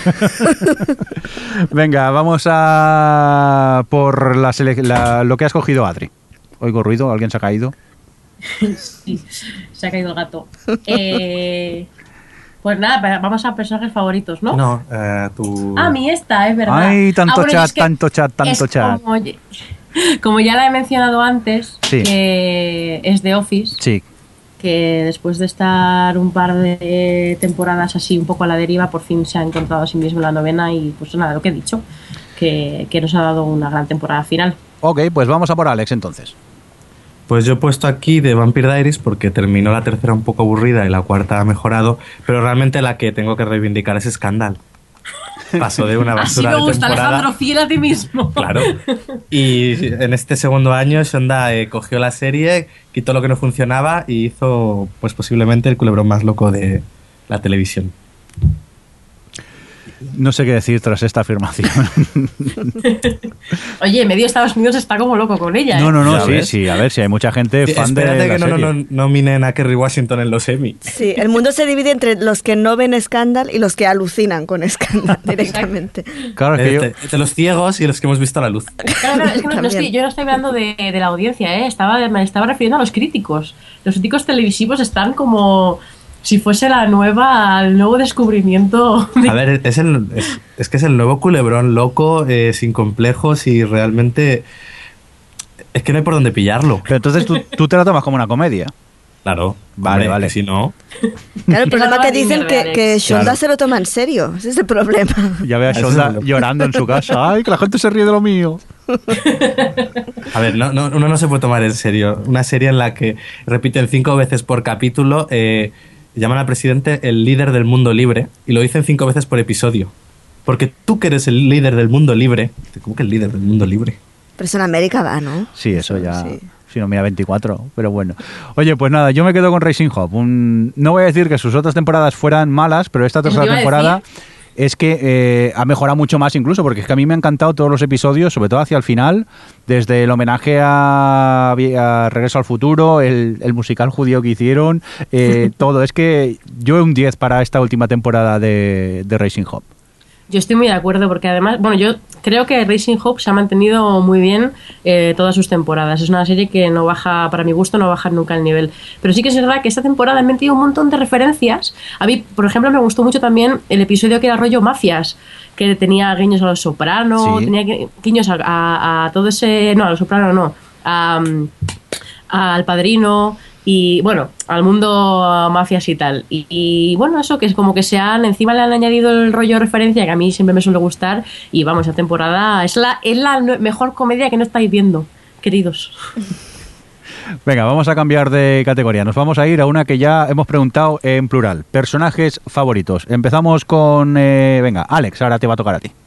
Venga, vamos a por la sele- la- lo que has cogido, Adri. Oigo ruido, ¿alguien se ha caído? Sí, se ha caído el gato. Eh, pues nada, pero vamos a personajes favoritos, ¿no? No, eh, tu... Ah, mi esta, es verdad. Ay, tanto Ah, bueno, chat, es que tanto chat, tanto es chat. Como, como ya la he mencionado antes, Sí. que es The Office, Sí. que después de estar un par de temporadas así un poco a la deriva, por fin se ha encontrado a sí mismo en la novena y pues nada, lo que he dicho, que, que nos ha dado una gran temporada final. Ok, pues vamos a por Alex entonces. Pues yo he puesto aquí de Vampire Diaries porque terminó la tercera un poco aburrida y la cuarta ha mejorado, pero realmente la que tengo que reivindicar es Scandal. Pasó de una Así basura me de gusta, temporada. Alejandro, fiel a ti mismo. Claro. Y en este segundo año Shonda eh, cogió la serie, quitó lo que no funcionaba y hizo pues posiblemente el culebrón más loco de la televisión. No sé qué decir tras esta afirmación. Oye, medio Estados Unidos está como loco con ella. ¿eh? No, no, no, Ya sí, ves. sí, a ver si hay mucha gente Sí, fan de espérate la que no, no, serie. no nominen a Kerry Washington en los Emmy. Sí, el mundo se divide entre los que no ven Scandal y los que alucinan con Scandal directamente. Claro, es que yo... Entre, entre los ciegos y los que hemos visto a la luz. Claro, claro, es que no- no También. estoy- yo no estoy hablando de, de la audiencia, ¿eh? estaba, me estaba refiriendo a los críticos. Los críticos televisivos están como si fuese la nueva, el nuevo descubrimiento. de- A ver, es, el, es, es que es el nuevo culebrón loco, eh, sin complejos y realmente es que no hay por dónde pillarlo. Pero entonces tú, tú te la tomas como una comedia. Claro, Vale, hombre, vale. Si no... Claro, el problema Esa que no dicen va a que, tener que Alex. Shonda Claro. se lo toma en serio. Ese es el problema. Ya ve a Eso Shonda es lo- llorando en su casa. Ay, que la gente se ríe de lo mío. A ver, no, no, uno no se puede tomar en serio. Una serie en la que repiten cinco veces por capítulo, eh, llaman al presidente el líder del mundo libre y lo dicen cinco veces por episodio. Porque tú que eres el líder del mundo libre... ¿Cómo que el líder del mundo libre? Pero eso en América va, ¿no? Sí, eso ya... Sí. Si no, mira, veinticuatro, pero bueno. Oye, pues nada, yo me quedo con Rising Hope. Un- no voy a decir que sus otras temporadas fueran malas, pero esta Eso te tercera iba a temporada decir. es que eh, ha mejorado mucho más incluso, porque es que a mí me han encantado todos los episodios, sobre todo hacia el final, desde el homenaje a, a Regreso al Futuro, el, el musical judío que hicieron, eh, todo. Es que yo un diez para esta última temporada de, de Rising Hope. Yo estoy muy de acuerdo porque además, bueno, yo creo que Rising Hope se ha mantenido muy bien eh, todas sus temporadas. Es una serie que no baja, para mi gusto, no baja nunca el nivel. Pero sí que es verdad que esta temporada han metido un montón de referencias. A mí, por ejemplo, me gustó mucho también el episodio que era rollo mafias, que tenía guiños a Los Soprano, Sí. tenía gui- guiños a, a- a todo ese... No, a Los Soprano no. A, mm, al Padrino y bueno, al mundo mafias y tal. Y, y, bueno, eso que es como que se han, encima le han añadido el rollo de referencia que a mí siempre me suele gustar. Y vamos, esa temporada es la, es la nue- mejor comedia que no estáis viendo, queridos. Venga, vamos a cambiar de categoría. Nos vamos a ir a una que ya hemos preguntado en plural. Personajes favoritos. Empezamos con... eh, venga, Alex, ahora te va a tocar a ti.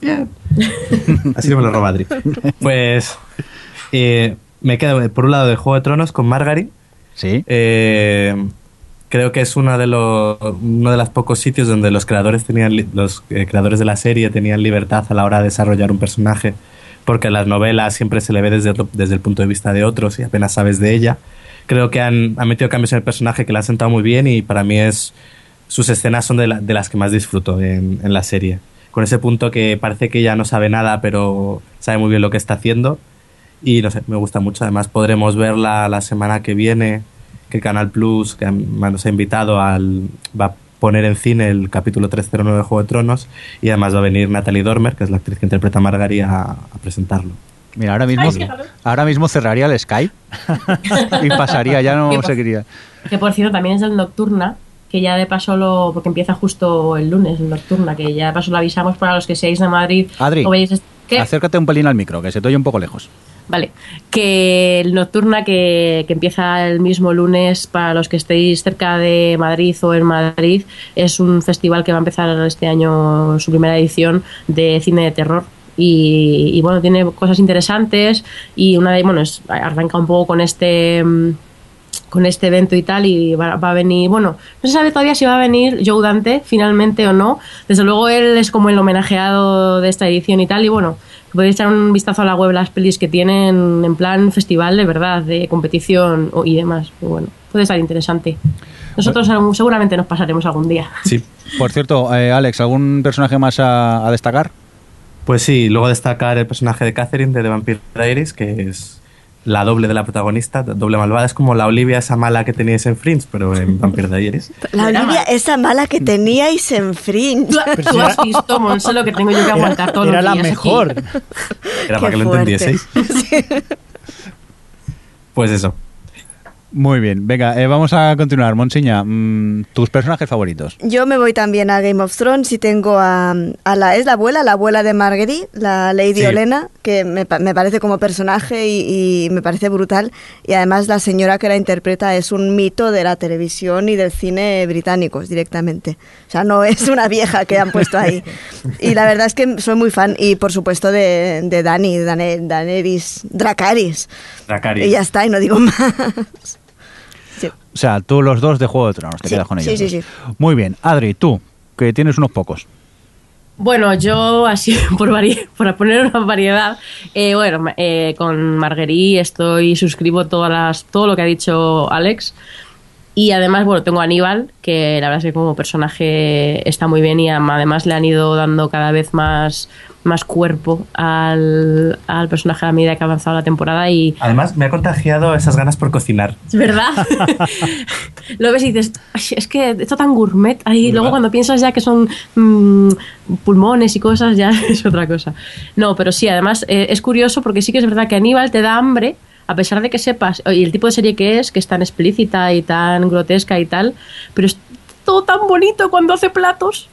Así no me lo roba Adri. Pues eh, me quedo por un lado de Juego de Tronos con Margaery. Sí. Eh, creo que es uno de los uno de los pocos sitios donde los creadores tenían li- los eh, creadores de la serie tenían libertad a la hora de desarrollar un personaje, porque en las novelas siempre se le ve desde otro- desde el punto de vista de otros y apenas sabes de ella. Creo que han, han metido cambios en el personaje que le han sentado muy bien y para mí es sus escenas son de, la- de las que más disfruto en, en la serie. Con ese punto que parece que ella no sabe nada, pero sabe muy bien lo que está haciendo. Y no sé, me gusta mucho. Además, podremos verla la semana que viene, que Canal Plus, que nos ha invitado, al, va a poner en cine el capítulo trescientos nueve de Juego de Tronos. Y además va a venir Natalie Dormer, que es la actriz que interpreta a Margaery, a, a presentarlo. Mira, ahora mismo, Ay, sí, claro. ahora mismo cerraría el Skype y pasaría, ya no ¿Qué pasa? seguiría. Que por cierto también es el Nocturna, que ya de paso lo... porque empieza justo el lunes, el Nocturna, que ya de paso lo avisamos para los que seáis de Madrid. Adri, o veáis est- ¿Qué? acércate un pelín al micro, que se te oye un poco lejos. Vale, que el Nocturna que, que empieza el mismo lunes para los que estéis cerca de Madrid o en Madrid es un festival que va a empezar este año su primera edición de cine de terror y, y bueno, tiene cosas interesantes y una de, bueno, es, arranca un poco con este mm, con este evento y tal y va, va a venir, bueno, no se sabe todavía si va a venir Joe Dante finalmente o no, desde luego él es como el homenajeado de esta edición y tal y bueno, podéis echar un vistazo a la web, las pelis que tienen en plan festival de verdad, de competición o- y demás, y bueno, puede estar interesante. Nosotros algún- seguramente nos pasaremos algún día. Sí. Por cierto, eh, Alex, ¿algún personaje más a, a destacar? Pues sí, luego destacar el personaje de Catherine de The Vampire Diaries, que es la doble de la protagonista, doble malvada. Es como la Olivia, esa mala que teníais en Fringe, pero en Vampire Diaries. La Era Olivia, mal. esa mala que teníais en Fringe. Tú, Pero tú si has era- visto, Monse, lo que tengo yo que aguantar todos Era los la días mejor. aquí. Era Qué para que lo fuerte. entendieseis. Pues eso. Muy bien, venga, eh, vamos a continuar. Monsiña, mm, tus personajes favoritos. Yo me voy también a Game of Thrones y tengo a, a la, es la abuela, la abuela de Margaery, la Lady Sí. Olenna, que me, pa- me parece como personaje y, y me parece brutal. Y además la señora que la interpreta es un mito de la televisión y del cine británicos directamente. O sea, no es una vieja que han puesto ahí. Y la verdad es que soy muy fan y por supuesto de, de Dani, Dane, Daenerys Dracarys. Dracarys. Y ya está, y no digo más. Sí. O sea, tú los dos de Juego de Tronos, te Sí, quedas con sí, ellos. sí, dos. sí. Muy bien, Adri, tú, que tienes unos pocos. Bueno, yo así por, vari- por poner una variedad, eh, bueno, ma- eh, con Marguerite estoy, suscribo todas las, todo lo que ha dicho Alex. Y además, bueno, tengo a Aníbal, que la verdad es que como personaje está muy bien y am- además le han ido dando cada vez más, más cuerpo al, al personaje a medida que ha avanzado la temporada y Además, me ha contagiado esas ganas por cocinar. es verdad. Lo ves y dices, "Ay, es que esto tan gourmet. Ahí ¿Verdad? luego cuando piensas ya que son mm, pulmones y cosas, ya es otra cosa. No, pero sí, además eh, es curioso porque sí que es verdad que Aníbal te da hambre a pesar de que sepas, y el tipo de serie que es, que es tan explícita y tan grotesca y tal, pero es todo tan bonito cuando hace platos.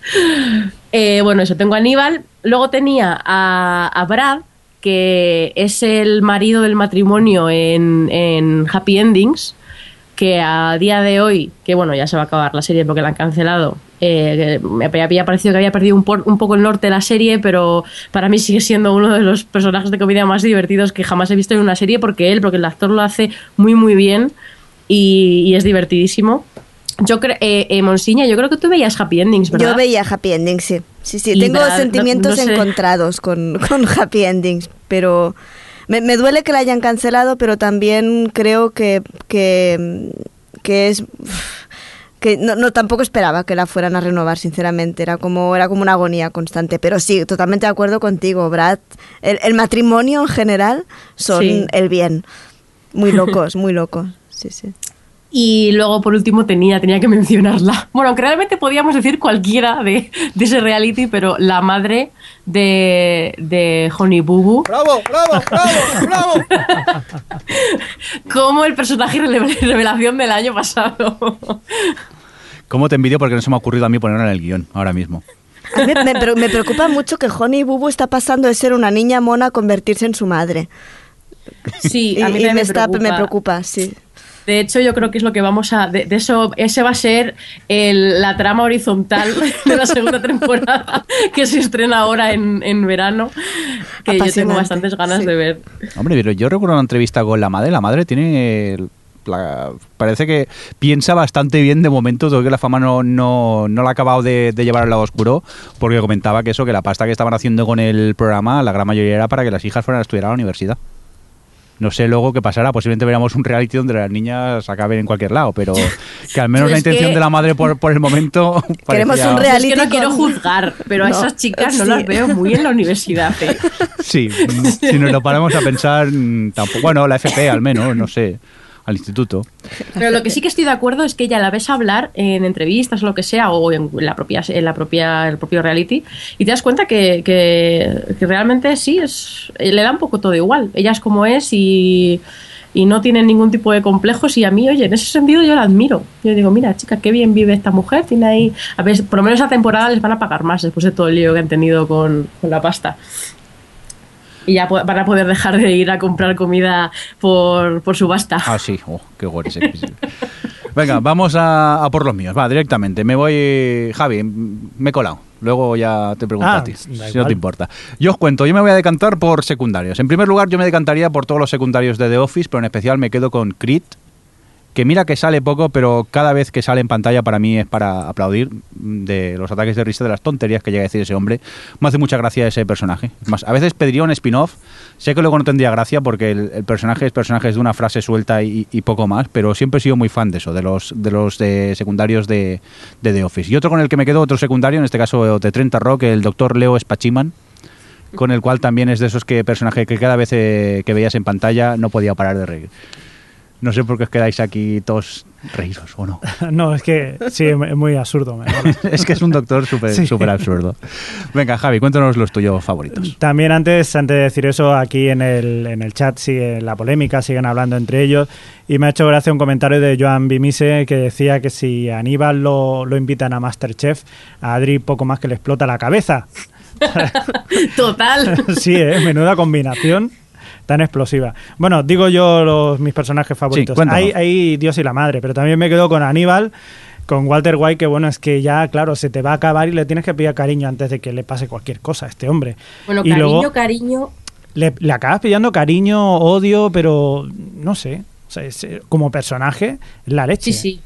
Eh, bueno, eso, tengo a Aníbal. Luego tenía a, a Brad, que es el marido del matrimonio en, en Happy Endings, que a día de hoy, que bueno, ya se va a acabar la serie porque la han cancelado, eh, me había parecido que había perdido un, por, un poco el norte de la serie, pero para mí sigue siendo uno de los personajes de comedia más divertidos que jamás he visto en una serie, porque él, porque el actor lo hace muy muy bien y, y es divertidísimo. Yo creo, eh, eh, Monsiña, yo creo que tú veías Happy Endings, ¿verdad? Yo veía Happy Endings, sí. Sí, sí, Y tengo Brad, sentimientos no- no sé. encontrados con, con Happy Endings, pero me, me duele que la hayan cancelado, pero también creo que, que, que es... que no, no tampoco esperaba que la fueran a renovar, sinceramente. Era como, era como una agonía constante. Pero sí, totalmente de acuerdo contigo, Brad. El, el matrimonio en general son Sí. el bien. Muy locos, muy locos. Sí, sí. Y luego, por último, tenía, tenía que mencionarla. Bueno, aunque realmente podíamos decir cualquiera de, de ese reality, pero la madre de, de Honey Boo Boo. ¡Bravo, bravo, bravo, bravo! Como el personaje rele- revelación del año pasado. ¿Cómo te envidio? Porque no se me ha ocurrido a mí ponerlo en el guión ahora mismo. A mí me, me, me preocupa mucho que Honey Boo Boo está pasando de ser una niña mona a convertirse en su madre. Sí, Y, a mí y también me, me está, preocupa. me preocupa, sí. De hecho, yo creo que es lo que vamos a... De, de eso, ese va a ser el- la trama horizontal de la segunda temporada que se estrena ahora en, en verano, que yo tengo Apasionante, bastantes ganas sí. de ver. Hombre, pero yo recuerdo una entrevista con la madre. La madre tiene... la- parece que piensa bastante bien de momento, todo que la fama no, no, no la ha acabado de, de llevar al lado oscuro, porque comentaba que eso, que la pasta que estaban haciendo con el programa, la gran mayoría era para que las hijas fueran a estudiar a la universidad. No sé luego qué pasará, posiblemente veremos un reality donde las niñas acaben en cualquier lado, pero que al menos Es la intención que- de la madre por, por el momento Queremos parecía- un Es reality que no con- quiero juzgar, pero a No, esas chicas no sí. las veo muy en la universidad. ¿eh? Sí, mm, si nos lo paramos a pensar, mm, tampoco, bueno, la F P al menos, no sé, al instituto. Pero lo que sí que estoy de acuerdo es que ya la ves hablar en entrevistas o lo que sea, o en la propia, en la propia, el propio reality, y te das cuenta que, que, que realmente sí, es, le da un poco todo igual. Ella es como es y, y no tiene ningún tipo de complejos, y a mí, oye, en ese sentido yo la admiro. Yo digo, mira, chica, qué bien vive esta mujer, tiene ahí... A ver, por lo menos esa temporada les van a pagar más después de todo el lío que han tenido con, con la pasta. Y ya po- van a poder dejar de ir a comprar comida por, por subasta. Ah, sí, oh, qué guay ese episodio. Venga, vamos a, a por los míos, va, directamente. Me voy, Javi, me he colado. Luego ya te pregunto Ah, a ti, da si no igual. te importa. Yo os cuento, yo me voy a decantar por secundarios. En primer lugar, yo me decantaría por todos los secundarios de The Office, pero en especial me quedo con Creed, que mira que sale poco, pero cada vez que sale en pantalla para mí es para aplaudir de los ataques de risa, de las tonterías que llega a decir ese hombre. Me hace mucha gracia ese personaje. Más, a veces pediría un spin-off. Sé que luego no tendría gracia porque el, el personaje es personaje de una frase suelta y, y poco más, pero siempre he sido muy fan de eso, de los de los de secundarios de, de The Office. Y otro con el que me quedo, otro secundario, en este caso de treinta Rock, el doctor Leo Spachiman, con el cual también es de esos que personaje que cada vez eh, que veías en pantalla no podía parar de reír. No sé por qué os quedáis aquí todos reíros, ¿o no? No, es que sí, es muy absurdo. me mola. Es que es un doctor súper Sí. súper absurdo. Venga, Javi, cuéntanos los tuyos favoritos. También antes, antes de decir eso, aquí en el, en el chat sigue la polémica, siguen hablando entre ellos, y me ha hecho gracia un comentario de Joan Bimise que decía que si a Aníbal lo, lo invitan a MasterChef, a Adri poco más que le explota la cabeza. Total. Sí, ¿eh? Menuda combinación tan explosiva. Bueno, digo yo los, mis personajes favoritos. cuéntanos. hay, hay Dios y la madre, pero también me quedo con Aníbal, con Walter White, que bueno, es que ya, claro, se te va a acabar y le tienes que pedir cariño antes de que le pase cualquier cosa a este hombre. Bueno, Y cariño, luego cariño. le, le acabas pidiendo cariño, odio, pero no sé. O sea, es, eh, como personaje, es la leche. Sí, sí.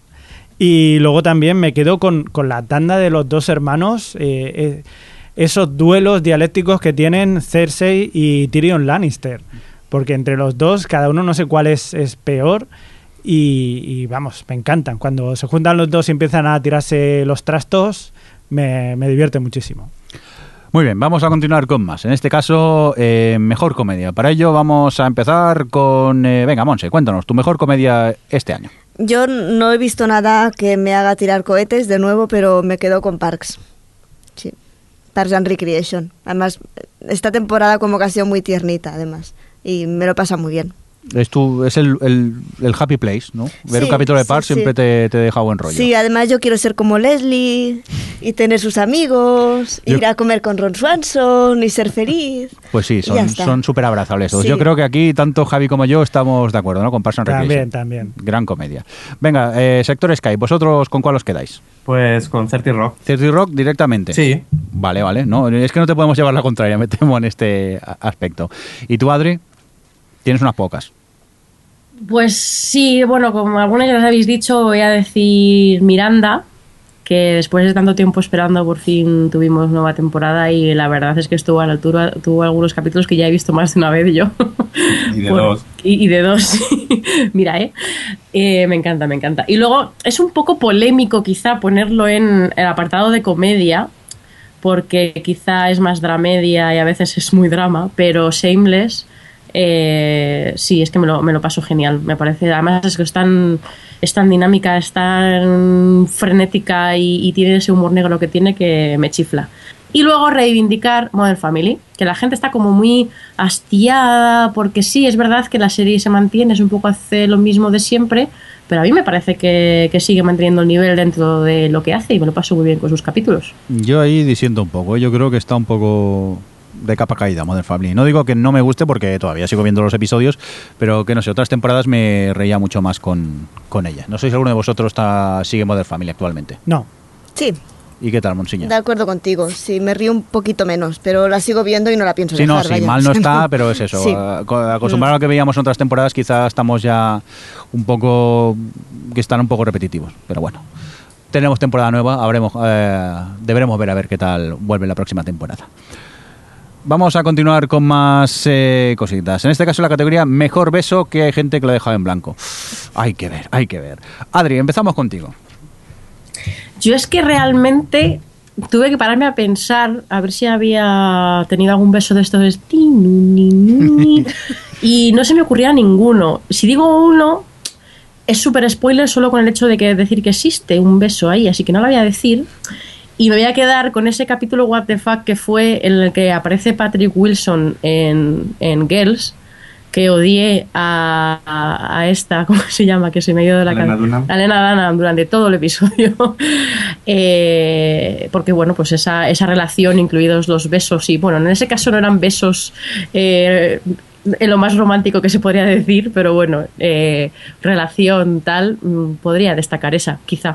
Y luego también me quedo con, con la tanda de los dos hermanos, eh, eh, esos duelos dialécticos que tienen Cersei y Tyrion Lannister. Porque entre los dos, cada uno no sé cuál es, es peor. Y, y vamos, me encantan. Cuando se juntan los dos y empiezan a tirarse los trastos, me, me divierte muchísimo. Muy bien, vamos a continuar con más. En este caso, eh, mejor comedia. Para ello vamos a empezar con... Eh, venga, Monse, cuéntanos, tu mejor comedia este año. Yo no he visto nada que me haga tirar cohetes de nuevo, pero me quedo con Parks. Sí, Parks and Recreation. Además, esta temporada como que ha sido muy tiernita, además. Y me lo pasa muy bien. Es, tu, es el, el, el happy place, ¿no? Ver Sí, un capítulo de sí, Parks sí. siempre te, te deja buen rollo. Sí, además yo quiero ser como Leslie y tener sus amigos, Yo- ir a comer con Ron Swanson y ser feliz. Pues sí, Y ya son está. son súper abrazables todos. Sí. Yo creo que aquí tanto Javi como yo estamos de acuerdo, ¿no? Con Parks and Recreation. También, también. Gran comedia. Venga, eh, sector Sky, ¿vosotros con cuál os quedáis? Pues con thirty Rock. ¿thirty Rock directamente? Sí. Vale, vale. No, es que no te podemos llevar la contraria, me temo, en este a- aspecto. ¿Y tú, Adri? Tienes unas pocas. Pues sí, bueno, como algunas ya les habéis dicho, voy a decir Miranda, que después de tanto tiempo esperando por fin tuvimos nueva temporada y la verdad es que estuvo a la altura, tuvo algunos capítulos que ya he visto más de una vez yo. Y de Bueno, dos. Y, y de dos, sí. Mira, ¿eh? Eh, Me encanta, me encanta. Y luego es un poco polémico quizá ponerlo en el apartado de comedia, porque quizá es más dramedia y a veces es muy drama, pero Shameless... Eh, sí, es que me lo, me lo paso genial. Me parece, además es que es tan, es tan dinámica, es tan frenética y, y tiene ese humor negro que tiene que me chifla. Y luego reivindicar Modern Family, que la gente está como muy hastiada, porque sí, es verdad que la serie se mantiene, es un poco hace lo mismo de siempre, pero a mí me parece que, que sigue manteniendo el nivel dentro de lo que hace y me lo paso muy bien con sus capítulos. Yo ahí disiento un poco. Yo creo que está un poco de capa caída Modern Family. No digo que no me guste porque todavía sigo viendo los episodios, pero que no sé, otras temporadas me reía mucho más con, con ella. No sé si alguno de vosotros está, sigue Modern Family actualmente. No. Sí, ¿Y qué tal, Monsiña? de acuerdo contigo. Sí, me río un poquito menos, pero la sigo viendo y no la pienso Sí, no, dejar. sí, vaya. mal no está, pero es eso. Sí. Ac- Acostumbrado a lo que veíamos en otras temporadas, quizás estamos ya un poco, que están un poco repetitivos, pero bueno. Tenemos temporada nueva, habremos, eh, deberemos ver a ver qué tal vuelve la próxima temporada. Vamos a continuar con más eh, cositas. En este caso la categoría Mejor Beso, que hay gente que lo ha dejado en blanco. Hay que ver, hay que ver. Adri, empezamos contigo. Yo es que realmente tuve que pararme a pensar a ver si había tenido algún beso de estos de ti, nu, ni, nu, ni, y no se me ocurría ninguno. Si digo uno, es súper spoiler solo con el hecho de que decir que existe un beso ahí, así que no lo voy a decir. Y me voy a quedar con ese capítulo What the Fuck que fue en el que aparece Patrick Wilson en, en Girls, que odié a, a, a esta, ¿cómo se llama? Que se me ha ido de la Lena cabeza. Dunham. A Lena Dunham durante todo el episodio. eh, porque, bueno, pues esa, esa relación, incluidos los besos, y bueno, en ese caso no eran besos eh, en lo más romántico que se podría decir, pero bueno, eh, relación tal, mm, podría destacar esa, quizá.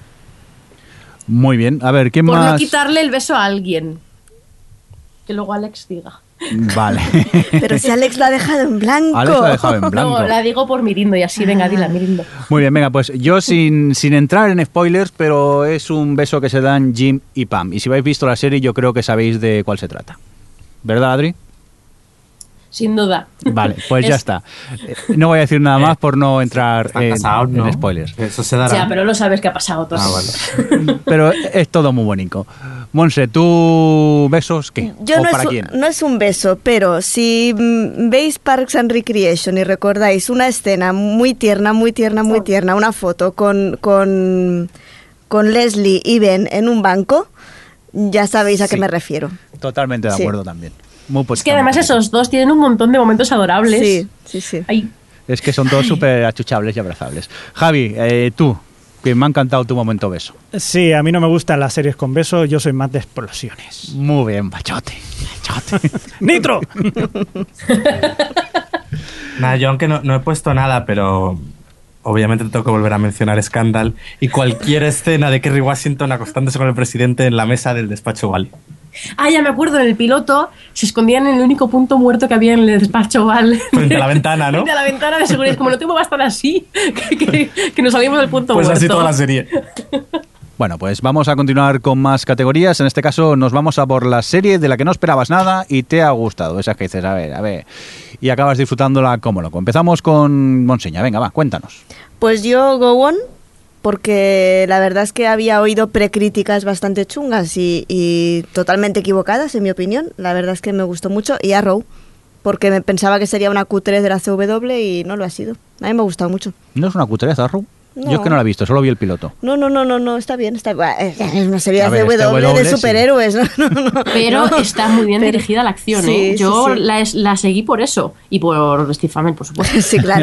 Muy bien. A ver, ¿quién Por más? no quitarle el beso a alguien. Que luego Alex diga. Vale. Pero si Alex lo ha dejado en blanco. Alex lo ha dejado en blanco. No, la digo por Mirindo y así, venga, dila, Mirindo. Muy bien, venga, pues yo sin, sin entrar en spoilers, pero es un beso que se dan Jim y Pam. Y si habéis visto la serie, yo creo que sabéis de cuál se trata. ¿Verdad, Adri? Sin duda. Vale, pues ya Es- está. Eh, No voy a decir nada más por no entrar Están en, casados, ¿no? en spoilers. Eso se dará. Ya, pero no sabes qué ha pasado. Tú. Ah, vale. Pero es todo muy bonito. Monse, ¿tú besos qué? Yo ¿O no para es, quién? un- no es un beso, pero si mm, veis Parks and Recreation y recordáis una escena muy tierna, muy tierna, muy tierna, una foto con, con, con Leslie y Ben en un banco, ya sabéis a qué Sí. me refiero. Totalmente de Sí. acuerdo también. Muy Es que además esos dos tienen un montón de momentos adorables. Sí, sí, sí. Ay, Es que son todos súper achuchables y abrazables. Javi, eh, tú, que me ha encantado tu momento beso. Sí, a mí no me gustan las series con besos, yo soy más de explosiones. Muy bien, bachote. bachote. ¡Nitro! Nada, yo aunque no, no he puesto nada, pero obviamente tengo que volver a mencionar Scandal y cualquier escena de Kerry Washington acostándose con el presidente en la mesa del despacho Oval. Ah, ya me acuerdo, en el piloto se escondían en el único punto muerto que había en el despacho Val. Frente a la ventana, ¿no? Frente a la ventana de seguridad. Como no te muevas tan así, que, que, que nos salimos del punto Pues muerto. así toda la serie. Bueno, pues vamos a continuar con más categorías. En este caso nos vamos a por la serie de la que no esperabas nada y te ha gustado. Esas que dices, a ver, a ver. Y acabas disfrutándola como loco. Empezamos con Monseña. Venga, va, cuéntanos. Pues yo Go On, porque la verdad es que había oído precríticas bastante chungas y, y totalmente equivocadas, en mi opinión. La verdad es que me gustó mucho. Y Arrow, porque me pensaba que sería una Q tres de la C W y no lo ha sido. A mí me ha gustado mucho. ¿No es una cutreza, Arrow? No. Yo es que no la he visto, solo vi el piloto. No, no, no, no, no, está bien, está bien. Es una serie A de ver, W, este W, de sí. superhéroes. No, no, no, Pero no. está muy bien Pero- dirigida la acción, Sí, ¿eh? sí, Yo sí. La, es- la seguí por eso. Y por Steve Amell, por supuesto. Sí, claro.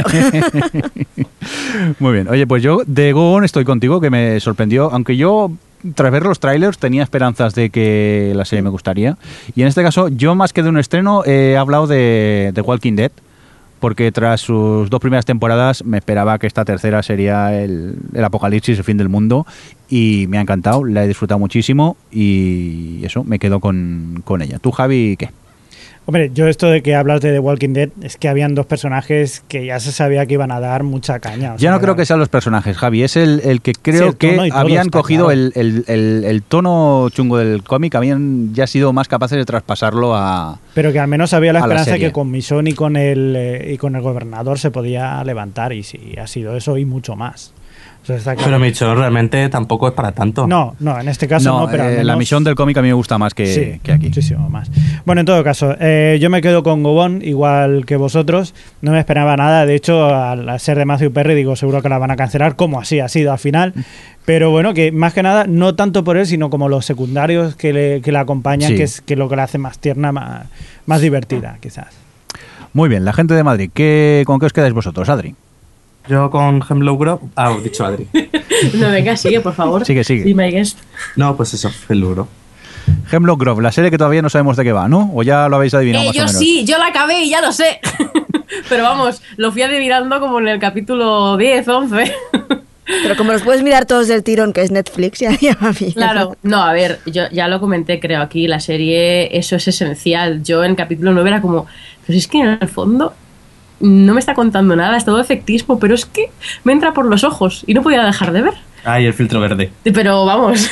Muy bien. Oye, pues yo de Go On estoy contigo, que me sorprendió, aunque yo tras ver los trailers tenía esperanzas de que la serie me gustaría. Y en este caso, yo más que de un estreno he hablado de, de Walking Dead, porque tras sus dos primeras temporadas me esperaba que esta tercera sería el, el apocalipsis, el fin del mundo, y me ha encantado, la he disfrutado muchísimo y eso, me quedo con, con ella. ¿Tú, Javi, qué? Hombre, yo esto de que hablas de The Walking Dead es que habían dos personajes que ya se sabía que iban a dar mucha caña. O Ya sea, no creo que sean los personajes, Javi, es el, el que Sí, creo el tono y que todo, habían está cogido claro. el, el- el- el tono chungo del cómic, habían ya sido más capaces de traspasarlo a... Pero que al menos había la a la esperanza serie. que con Michonne y con el eh, y con el gobernador se podía levantar, y sí, ha sido eso y mucho más. O sea, está claro. Pero Michonne realmente tampoco es para tanto. No, no, en este caso no, No, pero al eh, la menos- misión del cómic a mí me gusta más que, sí, que aquí. muchísimo más. Bueno, en todo caso, eh, yo me quedo con Go On, igual que vosotros. No me esperaba nada. De hecho, al al ser de Matthew Perry, digo, seguro que la van a cancelar, como así ha sido al final. Pero bueno, que más que nada, no tanto por él, sino como los secundarios que le, que la acompañan, Sí. que es que lo que la hace más tierna, más, más divertida, quizás. Muy bien, la gente de Madrid, ¿qué, ¿con qué os quedáis vosotros, Adri? Yo con Hemlock Grove... Ah, he dicho Adri. No, venga, sigue, por favor. Sigue, sigue. Be my guest. No, pues eso, Hemlock Grove. Hemlock Grove, la serie que todavía no sabemos de qué va, ¿no? ¿O ya lo habéis adivinado Eh, más o yo menos? sí, yo la acabé y ya lo sé. Pero vamos, lo fui adivinando como en el capítulo diez, once. Pero como los puedes mirar todos del tirón, que es Netflix, ya, ya va bien. Claro, no, a ver, yo ya lo comenté, creo, aquí, la serie, eso es esencial. Yo en capítulo nueve era como, pues es que en el fondo no me está contando nada, es todo efectismo, pero es que me entra por los ojos y no podía dejar de ver. Ah, y el filtro verde. Pero vamos.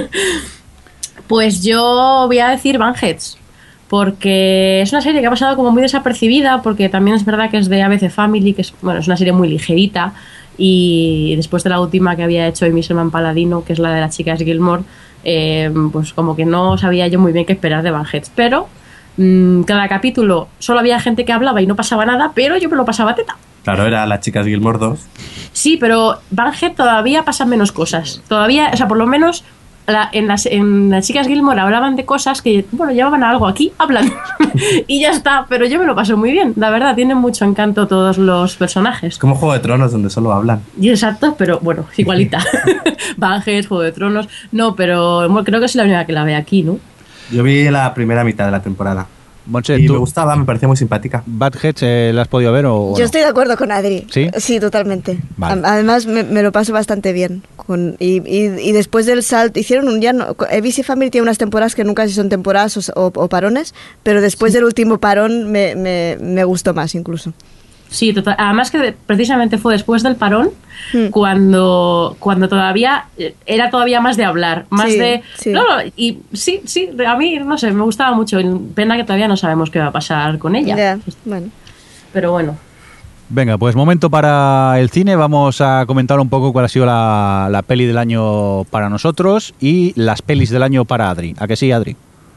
Pues yo voy a decir Banheads, porque es una serie que ha pasado como muy desapercibida, porque también es verdad que es de A B C Family, que es, bueno, es una serie muy ligerita, y después de la última que había hecho Amy Sherman Paladino, que es la de las chicas Gilmore, eh, pues como que no sabía yo muy bien qué esperar de Banheads, pero mmm, cada capítulo solo había gente que hablaba y no pasaba nada, pero yo me lo pasaba teta. Claro, era las chicas Gilmore dos. Sí, pero Banhead todavía pasan menos cosas. Todavía, o sea, por lo menos la- en, las, en las chicas Gilmore hablaban de cosas que, bueno, llevaban a algo aquí, hablan. Y ya está, pero yo me lo paso muy bien. La verdad, tienen mucho encanto todos los personajes. Es como Juego de Tronos, donde solo hablan. Y exacto, pero bueno, igualita. Banhead, Juego de Tronos. No, pero bueno, creo que soy la única que la ve aquí, ¿no? Yo vi la primera mitad de la temporada. Monse, Y ¿tú me gustaba, me parecía muy simpática. Badheads eh, la has podido ver o, o Yo no? estoy de acuerdo con Adri. ¿Sí? Sí, totalmente. Vale. A- Además, me, me lo paso bastante bien. Con, y, y, y después del salto, hicieron un ya. No, A B C Family tiene unas temporadas que nunca si son temporadas o, o- o parones, pero después del último parón me, me, me gustó más incluso. Sí, total. Además que de- precisamente fue después del parón Hmm. cuando, cuando todavía eh, era todavía más de hablar, más Sí, de... sí. No, no, y sí, sí, a mí, no sé, me gustaba mucho. Pena que todavía no sabemos qué va a pasar con ella. Ya, bueno. Pero bueno. Venga, pues momento para el cine. Vamos a comentar un poco cuál ha sido la, la peli del año para nosotros y las pelis del año para Adri. ¿A que sí, Adri?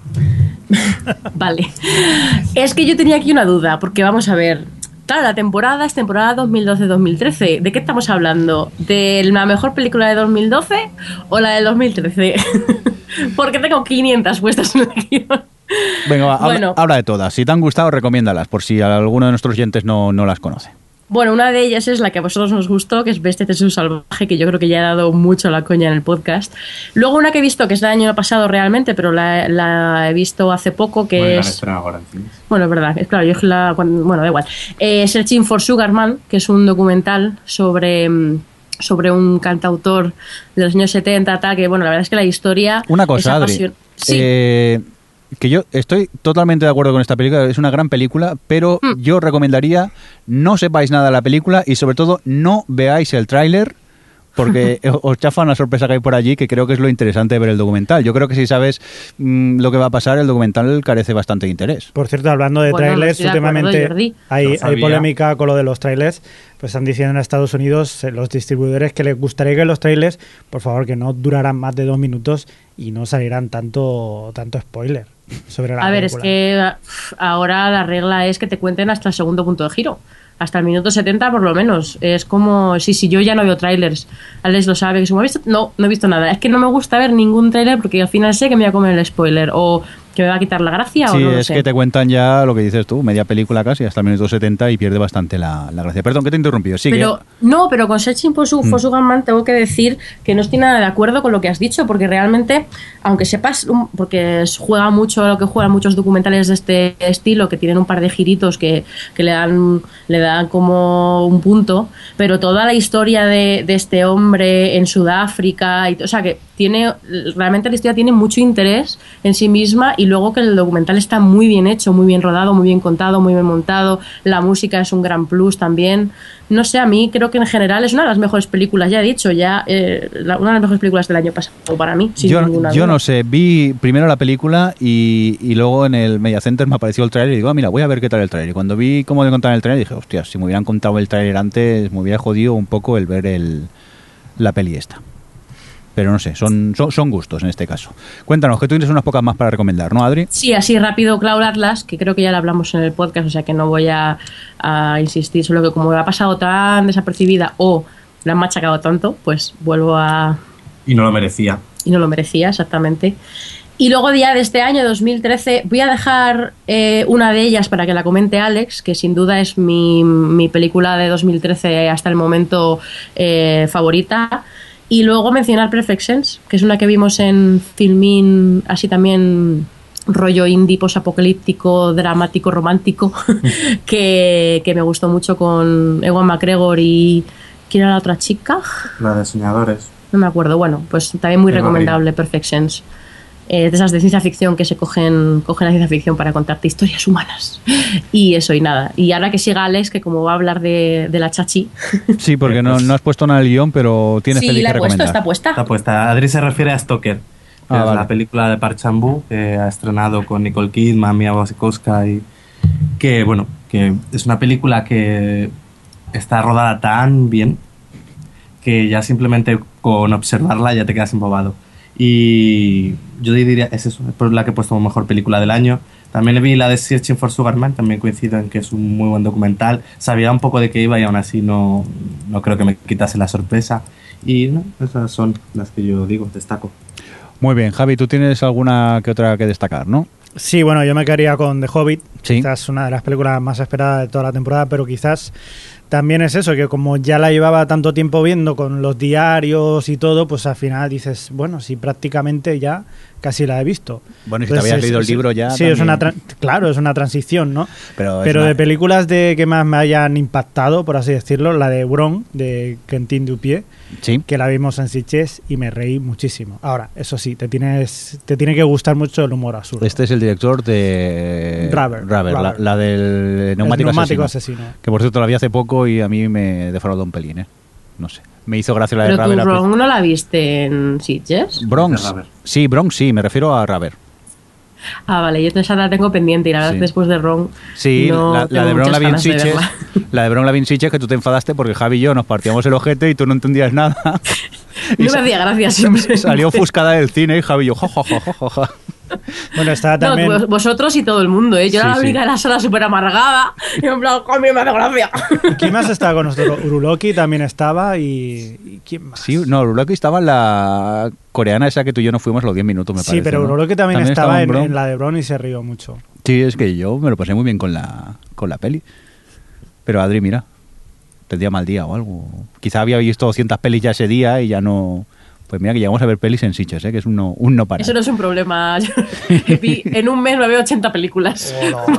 Vale. Es que yo tenía aquí una duda, porque vamos a ver. Claro, la temporada es temporada dos mil doce dos mil trece. ¿De qué estamos hablando? ¿De la mejor película de dos mil doce o la del dos mil trece? Porque tengo quinientas puestas en el guión. Venga, va, habla- Bueno. habla de todas. Si te han gustado, recomiéndalas, por si alguno de nuestros oyentes no, no las conoce. Bueno, una de ellas es la que a vosotros nos gustó, que es Bestia Jesús Salvaje, que yo creo que ya he dado mucho la coña en el podcast. Luego una que he visto, que es del año pasado realmente, pero la, la he visto hace poco, que Bueno, la han es... estrenado ahora en cines. Bueno, es verdad, es claro, yo la... cuando- bueno, da igual. Eh, Searching for Sugar Man, que es un documental sobre... mm, sobre un cantautor de los años setenta, tal, que bueno, la verdad es que la historia... Una cosa, es Adri. apasion- Sí. Eh, que yo estoy totalmente de acuerdo con esta película, es una gran película, pero Mm. yo recomendaría no sepáis nada de la película y sobre todo no veáis el tráiler porque os chafa una sorpresa que hay por allí, que creo que es lo interesante de ver el documental. Yo creo que si sabes mm, lo que va a pasar, el documental carece bastante de interés. Por cierto, hablando de Bueno, no trailers, estoy de acuerdo, últimamente Jordi. hay, No hay sabía. polémica con lo de los trailers. Pues están diciendo en Estados Unidos eh, los distribuidores que les gustaría que los trailers, por favor, que no duraran más de dos minutos y no salieran tanto, tanto spoiler sobre la A ver, es película. que uf, ahora la regla es que te cuenten hasta el segundo punto de giro. hasta el minuto setenta por lo menos. Es como, sí, sí, yo ya no veo trailers. Alex lo sabe, que si me ha visto, no, no he visto nada. Es que no me gusta ver ningún trailer porque al final sé que me voy a comer el spoiler o que me va a quitar la gracia sí, o no lo es sé. que te cuentan ya lo que dices tú, media película casi, hasta el minuto setenta y pierde bastante la, la gracia. Perdón, que te he interrumpido. Sigue. Pero, no, pero con Searching for, Su- for Mm. Sugar Man tengo que decir que no estoy nada de acuerdo con lo que has dicho, porque realmente, aunque sepas, um, porque es- juega mucho a lo que juegan muchos documentales de este estilo, que tienen un par de giritos que, que le dan le dan como un punto, pero toda la historia de, de este hombre en Sudáfrica, y, o sea, que tiene, realmente la historia tiene mucho interés en sí misma, y luego que el documental está muy bien hecho, muy bien rodado, muy bien contado, muy bien montado, la música es un gran plus también. No sé, a mí creo que en general es una de las mejores películas, ya he dicho, ya eh, la- una de las mejores películas del año pasado para mí, sin Yo, ninguna yo duda. no sé, vi primero la película y, y luego en el Media Center me apareció el trailer y digo, ah, mira, voy a ver qué tal el trailer. Y cuando vi cómo le contaban el trailer dije, hostia, si me hubieran contado el trailer antes me hubiera jodido un poco el ver el, la peli esta. Pero no sé, son, son, son gustos en este caso. Cuéntanos, que tú tienes unas pocas más para recomendar, ¿no, Adri? Sí, así rápido, Cloud Atlas, que creo que ya lo hablamos en el podcast, o sea que no voy a, a insistir, solo que como ha pasado tan desapercibida o la han machacado tanto, pues vuelvo a... Y no lo merecía. Y no lo merecía, exactamente. Y luego ya de este año, dos mil trece, voy a dejar eh, una de ellas para que la comente Alex, que sin duda es mi, mi película de dos mil trece hasta el momento eh, favorita. Y luego mencionar Perfect Sense, que es una que vimos en Filmin, así también rollo indie, posapocalíptico, dramático, romántico, que, que me gustó mucho con Ewan McGregor y... ¿Quién era la otra chica? La de Soñadores. No me acuerdo. Bueno, pues también muy Qué recomendable Perfect Sense. Eh, de esas de ciencia ficción que se cogen, cogen la ciencia ficción para contarte historias humanas. Y eso y nada. Y ahora que siga Alex, que como va a hablar de, de la chachi. Sí, porque no, no has puesto nada en el guión, pero tienes Sí, peli la que he puesto, recomendar. está puesta. Está puesta. Adri se refiere a Stoker, que Ah, es vale. la película de Park Chan-wook que ha estrenado con Nicole Kidman, Mia Wasikowska y que bueno, que es una película que está rodada tan bien que ya simplemente con observarla ya te quedas embobado. Y yo diría, es eso, es por la que he puesto como mejor película del año. También vi la de Searching for Sugar Man, también coincido en que es un muy buen documental. Sabía un poco de qué iba y aún así no, no creo que me quitase la sorpresa. Y no, esas son las que yo digo, destaco. Muy bien, Javi, tú tienes alguna que otra que destacar, ¿no? Sí, bueno, yo me quedaría con The Hobbit. Sí. Quizás una de las películas más esperadas de toda la temporada, pero quizás también es eso, que como ya la llevaba tanto tiempo viendo con los diarios y todo, pues al final dices, bueno, sí, prácticamente ya casi la he visto. Bueno, y si te Entonces, habías es- leído el es- libro ya Sí, es también. una tra- claro, es una transición, ¿no? Pero, es Pero una- de películas de que más me hayan impactado, por así decirlo, la de Bron, de Quentin Dupieux, Sí. que la vimos en Sitges y me reí muchísimo. Ahora, eso sí, te tienes te tiene que gustar mucho el humor absurdo. Este es el director de... Rubber, Rubber, La, Rubber. la del El neumático, neumático asesino. asesino. Que por cierto la vi hace poco y a mí me defraudó un pelín, ¿eh? No sé. Me hizo gracia la de Pero tú, Rubber. al Ron, ¿no la viste en Sitges? Bronx. De Rubber. Sí, Bronx, sí, me refiero a Rubber. Ah, vale, yo esa la tengo pendiente y la verdad Sí. después de Ron Sí, no la, la tengo de Bronx la muchas vi en ganas de Sitges. verla. La de Bronx la vi en Sitges, que tú te enfadaste porque Javi y yo nos partíamos el ojete y tú no entendías nada. Y No me sa- hacía gracia siempre. Salió ofuscada del cine y Javi y yo, jo, jo, jo, jo, jo, jo. Bueno, está No, también... vos- vosotros y todo el mundo, ¿eh? Yo Sí, era la sí. única de la sala súper amargada. Y en plan, ¡a mí me hace gracia! ¿Quién más estaba con nosotros? Uruloki también estaba y... ¿y quién más? Sí, no, Uruloki estaba en la coreana esa que tú y yo nos fuimos los diez minutos, me Sí, parece. pero ¿no? Uruloki también, estaba en, Bronx. en la de Bron y se rió mucho. Sí, es que yo me lo pasé muy bien con la, con la peli. Pero Adri, mira, tendría mal día o algo. Quizá había visto doscientas pelis ya ese día y ya no... Pues mira que llegamos a ver pelis en Sitges, ¿eh? Que es un no, un no parar. Eso no es un problema. Yo- vi- en un mes me veo ochenta películas.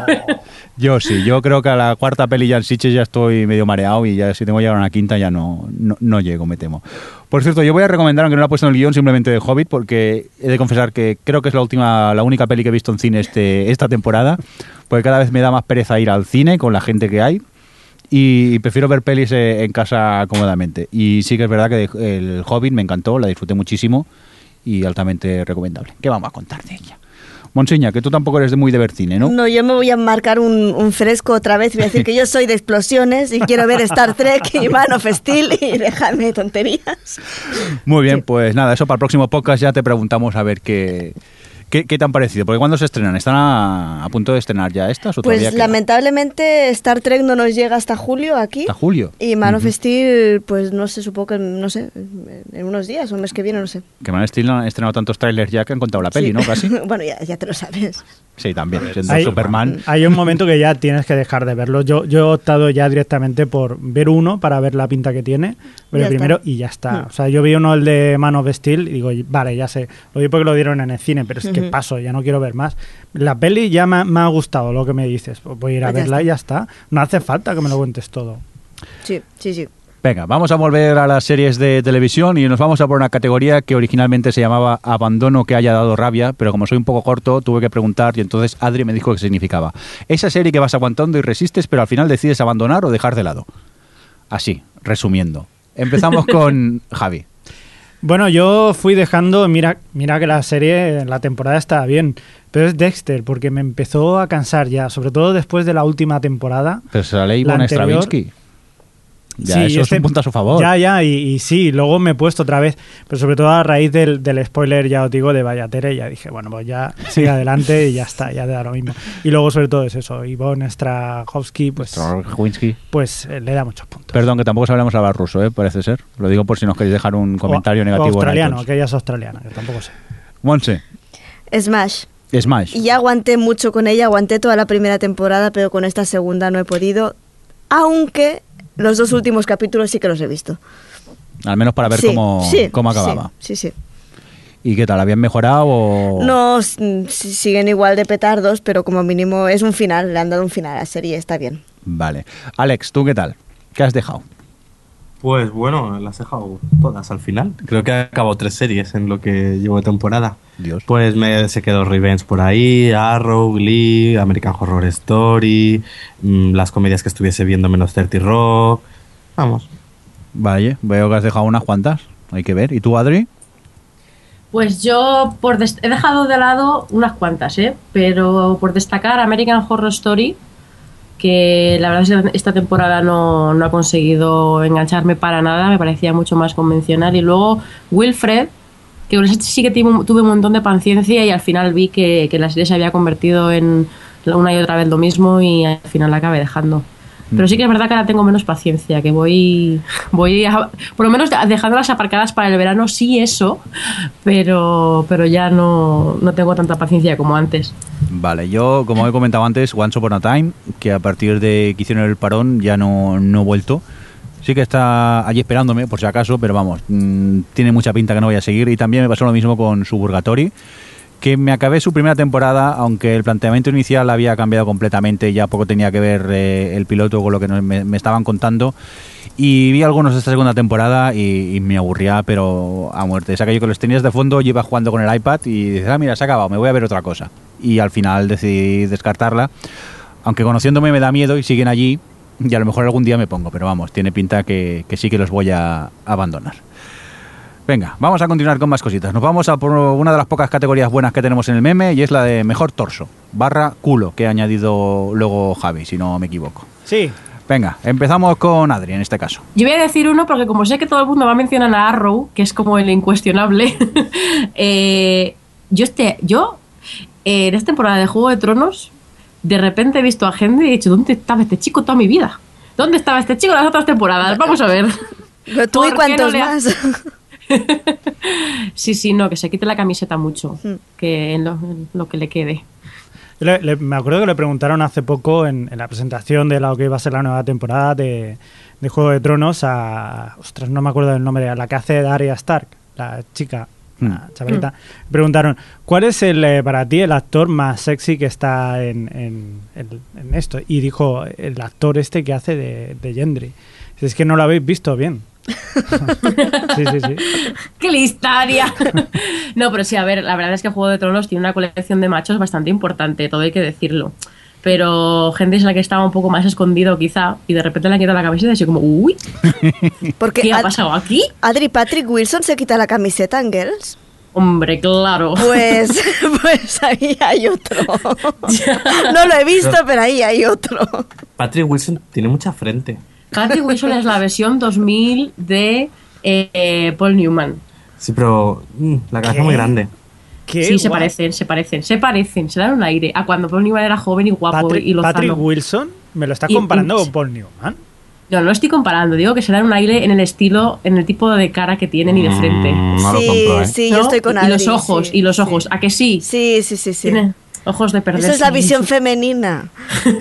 Yo sí, yo creo que a la cuarta peli ya en Sitges ya estoy medio mareado y ya si tengo que llegar a una quinta ya no, no, no llego, me temo. Por cierto, yo voy a recomendar, aunque no la he puesto en el guión, simplemente de Hobbit, porque he de confesar que creo que es la última, la única peli que he visto en cine este, esta temporada, porque cada vez me da más pereza ir al cine con la gente que hay y prefiero ver pelis eh, en casa cómodamente. Y sí que es verdad que de- el Hobbit me encantó, la disfruté muchísimo y altamente recomendable. ¿Qué vamos a contar de ella? Monseña, que tú tampoco eres de muy de ver cine, ¿no? No, yo me voy a marcar un, un fresco otra vez y voy a decir que yo soy de explosiones y quiero ver Star Trek y Man of Steel y dejarme de tonterías. Muy bien, Sí. pues nada, eso para el próximo podcast ya te preguntamos a ver qué, ¿Qué, ¿Qué te han parecido? Porque ¿cuándo se estrenan? ¿Están a, a punto de estrenar ya estas? ¿O Pues todavía queda? lamentablemente Star Trek no nos llega hasta julio aquí. ¿Hasta julio? Y Man of Ujú. Steel, pues no sé, supongo que, no sé, en unos días o el mes que viene, no sé. Que Man of Steel han estrenado tantos trailers ya que han contado la peli, Sí. ¿no? Casi. Bueno, ya, ya te lo sabes. Sí, también. Siendo Hay- Superman. Hay un momento que ya tienes que dejar de verlo. Yo, yo he optado ya directamente por ver uno para ver la pinta que tiene, ver Ya el primero está. y ya está. Mm. O sea, yo vi uno, el de Man of Steel, y digo, vale, ya sé. Lo vi porque lo dieron en el cine, pero es que Ujú. paso, ya no quiero ver más. La peli ya me, ha- me ha gustado lo que me dices. Pues voy a ir a Pues ya verla está. y ya está. No hace falta que me lo cuentes todo. Sí, sí, sí. Venga, vamos a volver a las series de televisión y nos vamos a por una categoría que originalmente se llamaba Abandono que haya dado rabia, pero como soy un poco corto tuve que preguntar y entonces Adri me dijo qué significaba. Esa serie que vas aguantando y resistes pero al final decides abandonar o dejar de lado. Así, resumiendo. Empezamos con Javi. Bueno, yo fui dejando, mira, mira que la serie, la temporada estaba bien, pero es Dexter, porque me empezó a cansar ya, sobre todo después de la última temporada. Pero se la ley La Ivonne anterior- Stravinsky. Ya, Sí, eso es este- un punto a su favor. Ya, ya, y, y sí, luego me he puesto otra vez, pero sobre todo a raíz del, del spoiler, ya os digo, de Vallatere, ya dije, bueno, pues ya sigue adelante y ya está, ya da lo mismo. Y luego sobre todo es eso, Ivonne Strahovski, pues, Stravinsky. pues eh, le da muchos puntos. Perdón, que tampoco sabemos hablar ruso, ¿eh? Parece ser. Lo digo por si nos queréis dejar un comentario O- negativo. o australiano, en iTunes. que ella es australiana, que tampoco sé. Monse, Smash. Smash. Y ya aguanté mucho con ella, aguanté toda la primera temporada, pero con esta segunda no he podido, aunque los dos últimos capítulos sí que los he visto. Al menos para ver Sí, cómo, sí, cómo acababa. Sí, sí. sí. ¿Y qué tal? ¿Habían mejorado o...? No, s- s- siguen igual de petardos, pero como mínimo es un final, le han dado un final a la serie, está bien. Vale. Alex, ¿tú qué tal? ¿Qué has dejado? Pues bueno, las he dejado todas al final. Creo que he acabado tres series en lo que llevo de temporada. Dios. Pues me se quedó Revenge por ahí, Arrow, Glee, American Horror Story, mm, las comedias que estuviese viendo menos thirty Rock. Vamos. Vale, veo que has dejado unas cuantas. Hay que ver. ¿Y tú, Adri? Pues yo por des- he dejado de lado unas cuantas, ¿eh? Pero por destacar American Horror Story, que la verdad es que esta temporada no, no ha conseguido engancharme para nada, me parecía mucho más convencional. Y luego Wilfred, que con ese sí que tuve, tuve un montón de paciencia y al final vi que, que la serie se había convertido en una y otra vez lo mismo y al final la acabé dejando. Pero sí que es verdad que ahora tengo menos paciencia, que voy, voy a- por lo menos dejándolas aparcadas para el verano, sí eso, pero, pero ya no, no tengo tanta paciencia como antes. Vale, yo, como he comentado antes, Once Upon a Time, que a partir de que hicieron el parón ya no, no he vuelto. Sí que está allí esperándome, por si acaso, pero vamos, mmm, tiene mucha pinta que no voy a seguir. Y también me pasó lo mismo con Suburgatory, que me acabé su primera temporada, aunque el planteamiento inicial había cambiado completamente, ya poco tenía que ver eh, el piloto con lo que nos- me, me estaban contando. Y vi algunos de esta segunda temporada y, y me aburría, pero a muerte. Es aquello que los tenías de fondo, yo iba jugando con el iPad y dices, ah, mira, se ha acabado, me voy a ver otra cosa. Y al final decidí descartarla, aunque conociéndome me da miedo y siguen allí, y a lo mejor algún día me pongo, pero vamos, tiene pinta que, que sí que los voy a abandonar. Venga, vamos a continuar con más cositas. Nos vamos a por una de las pocas categorías buenas que tenemos en el meme y es la de mejor torso, barra culo, que ha añadido luego Javi, si no me equivoco. Sí, Venga, empezamos con Adri en este caso. Yo voy a decir uno porque como sé que todo el mundo va a mencionar a Arrow, que es como el incuestionable, eh, yo, este, yo eh, en esta temporada de Juego de Tronos, de repente he visto a Henry y he dicho, ¿dónde estaba este chico toda mi vida? ¿Dónde estaba este chico en las otras temporadas? Vamos a ver. Pero tú y ¿Por qué no cuántos le ha- más. Sí, sí, no, que se quite la camiseta mucho, Mm. que en lo, en lo que le quede. Le- le- me acuerdo que le preguntaron hace poco en, en la presentación de lo que iba a ser la nueva temporada de, de Juego de Tronos a... Ostras, no me acuerdo del nombre, a la que hace de Arya Stark, la chica, la Hmm. chavalita. Le preguntaron, ¿cuál es el eh, para ti el actor más sexy que está en, en, en- en esto? Y dijo, el actor este que hace de, de Gendry. Es que no lo habéis visto bien. Sí, sí, sí. ¡Qué listaria! No, pero sí, a ver, la verdad es que Juego de Tronos tiene una colección de machos bastante importante, todo hay que decirlo. Pero Henry es la que estaba un poco más escondido quizá, y de repente le han quitado la camiseta y así como, uy, Porque ¿qué ha Ad- no aquí? Adri Patrick Wilson se quita la camiseta en Girls. Hombre, claro. Pues, pues ahí hay otro. No lo he visto, pero ahí hay otro. Patrick Wilson tiene mucha frente. Patrick Wilson es la versión dos mil de eh, Paul Newman. Sí, pero mm, la cabeza ¿Qué? muy grande. Qué Sí, se guay. parecen, se parecen, se parecen, se dan un aire a cuando Paul Newman era joven y guapo Patrick, y lozano. Patrick Wilson, me lo estás Y- comparando y- con Paul Newman. No, no lo estoy comparando, digo que se dan un aire en el estilo, en el tipo de cara que tienen y de frente. Mm, no lo sí, compro, ¿eh? sí, ¿No? yo estoy con Y Adri. los ojos, sí, y los sí. ojos, ¿a que sí? Sí, sí, sí, sí. Tiene ojos de perderse. Esa es la visión femenina.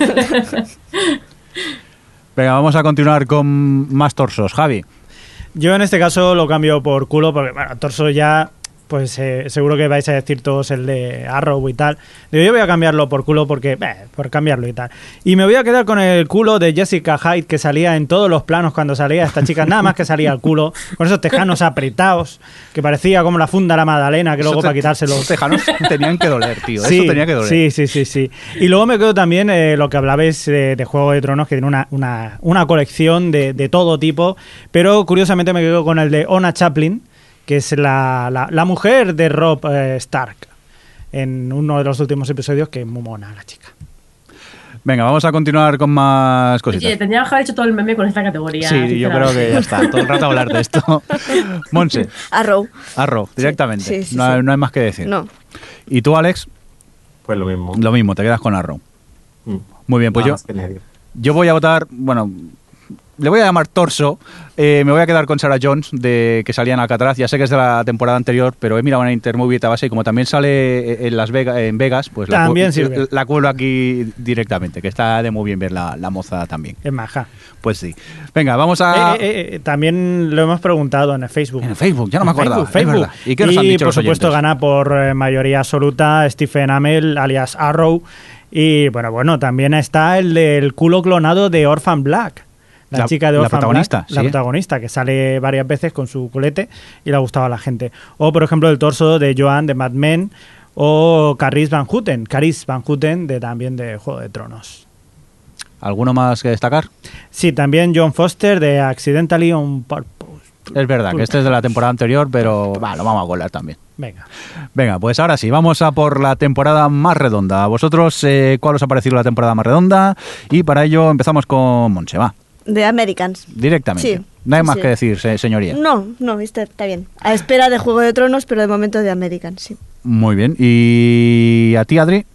Venga, vamos a continuar con más torsos. Javi. Yo en este caso lo cambio por culo porque, bueno, torso ya, pues eh, seguro que vais a decir todos el de Arrow y tal. Digo, yo voy a cambiarlo por culo porque, eh, por cambiarlo y tal. Y me voy a quedar con el culo de Jessica Hyde, que salía en todos los planos cuando salía esta chica, nada más que salía el culo, con esos tejanos apretados, que parecía como la funda de la Magdalena, que luego Eso te- para quitárselo... Los tejanos tenían que doler, tío. Sí, Eso tenía que doler. Sí, sí, sí, sí. Y luego me quedo también eh, lo que hablabais eh, de Juego de Tronos, que tiene una, una, una colección de, de todo tipo, pero curiosamente me quedo con el de Ona Chaplin, que es la, la, la mujer de Robb eh, Stark, en uno de los últimos episodios, que es muy mona la chica. Venga, vamos a continuar con más cositas. Oye, tendríamos que haber hecho todo el meme con esta categoría. Sí, yo creo que ya está. Todo el rato hablar de esto. Monse, Arrow. Arrow, directamente. Sí, sí, no, hay, sí. no hay más que decir. No. ¿Y tú, Alex? Pues lo mismo. Lo mismo, te quedas con Arrow. Mm. Muy bien, pues Nada yo, más que añadir. yo voy a votar, bueno, le voy a llamar torso. Eh, me voy a quedar con Sarah Jones, de que salía en Alcatraz. Ya sé que es de la temporada anterior, pero he mirado una Intermovie base y como también sale en Las Vegas, en Vegas, pues la, También cu- sirve. la cuelo aquí directamente, que está de muy bien ver la, la moza también. Es maja. Pues sí. Venga, vamos a... Eh, eh, eh, también lo hemos preguntado en el Facebook. En el Facebook, ya no me acordaba. Facebook, Facebook. es verdad. ¿Y qué nos han dicho por los supuesto oyentes? gana por eh, mayoría absoluta Stephen Amell, alias Arrow. Y bueno, bueno, también está el del culo clonado de Orphan Black. La, La- chica de la Orphan protagonista, Black, la sí. protagonista, que sale varias veces con su culete y le ha gustado a la gente. O, por ejemplo, el torso de Joan de Mad Men o Caris Van Houten, Caris Van Houten de, también de Juego de Tronos. ¿Alguno más que destacar? Sí, también John Foster de Accidentally on Purpose. Es verdad que este es de la temporada anterior, pero va, lo vamos a colar también. Venga. Venga, pues ahora sí, vamos a por la temporada más redonda. ¿A vosotros eh, cuál os ha parecido la temporada más redonda? Y para ello empezamos con Monse, va, De Americans. directamente. Sí, No hay sí, más sí. que decir, se- señoría. No, no, está, está bien. A espera de Juego de Tronos, pero de momento de Americans, sí. Muy bien. ¿Y a ti, Adri?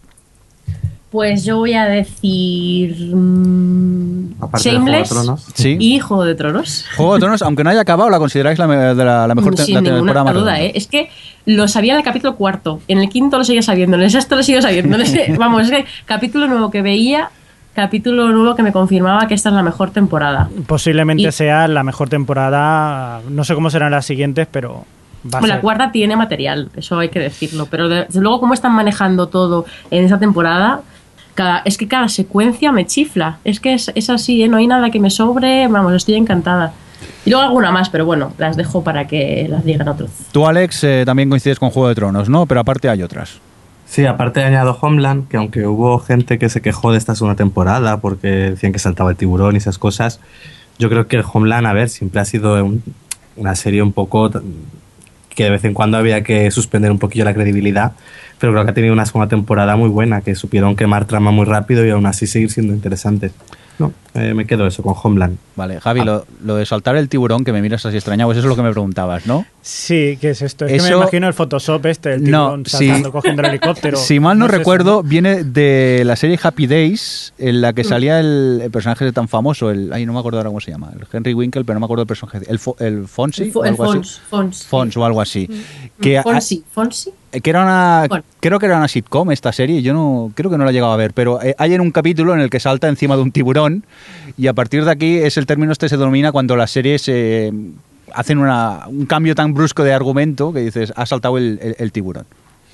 Pues yo voy a decir. mm, Aparte de Juego de Shameless Tronos. Sí. y Juego de Tronos. Juego de Tronos, aunque no haya acabado, ¿la consideráis la, me- de la, la mejor te- Sin la ninguna temporada más duda, redonda? ¿eh? Es que lo sabía en el capítulo cuarto, en el quinto lo seguía sabiendo, en el sexto lo sigo sabiendo. en ese- vamos, es que capítulo nuevo que veía, capítulo nuevo que me confirmaba que esta es la mejor temporada. Posiblemente Y- sea la mejor temporada. No sé cómo serán las siguientes, pero va a Bueno, la ser. cuarta tiene material, eso hay que decirlo, pero de- desde luego cómo están manejando todo en esa temporada, cada, es que cada secuencia me chifla, es que es, es así, ¿eh? No hay nada que me sobre, vamos, estoy encantada. Y luego alguna más, pero bueno, las dejo para que las digan otros. Tú, Alex, eh, también coincides con Juego de Tronos, ¿no? Pero aparte hay otras. Sí, aparte añado Homeland, que aunque hubo gente que se quejó de esta segunda temporada porque decían que saltaba el tiburón y esas cosas, yo creo que Homeland, a ver, siempre ha sido un- una serie un poco t- que de vez en cuando había que suspender un poquillo la credibilidad, pero creo que ha tenido una segunda temporada muy buena, que supieron quemar trama muy rápido y aún así seguir siendo interesantes. No, eh, me quedo eso con Homeland. Vale, Javi, Ah. lo, lo de saltar el tiburón, que me miras así extrañado, pues eso es lo que me preguntabas, ¿no? Sí, ¿qué es esto? Es que Eso- me imagino el Photoshop este, el No, tiburón sí. saltando, cogiendo el helicóptero. Si mal no, es eso, recuerdo, ¿no? viene de la serie Happy Days, en la Mm. que salía el, el personaje tan famoso, el, ay, no me acuerdo ahora cómo se llama, el Henry Winkle, pero no me acuerdo el personaje, el, Fo- el Fonsi, El, Fo- o el algo así. Fons, Fons. Fons o algo así. Que a- Fonsi, Fonsi. que era una, Bueno. creo que era una sitcom esta serie, yo no creo que no la he llegado a ver, pero eh, hay en un capítulo en el que salta encima de un tiburón y a partir de aquí es el término este se denomina cuando las series eh, hacen una, un cambio tan brusco de argumento que dices, ha saltado el, el- el tiburón.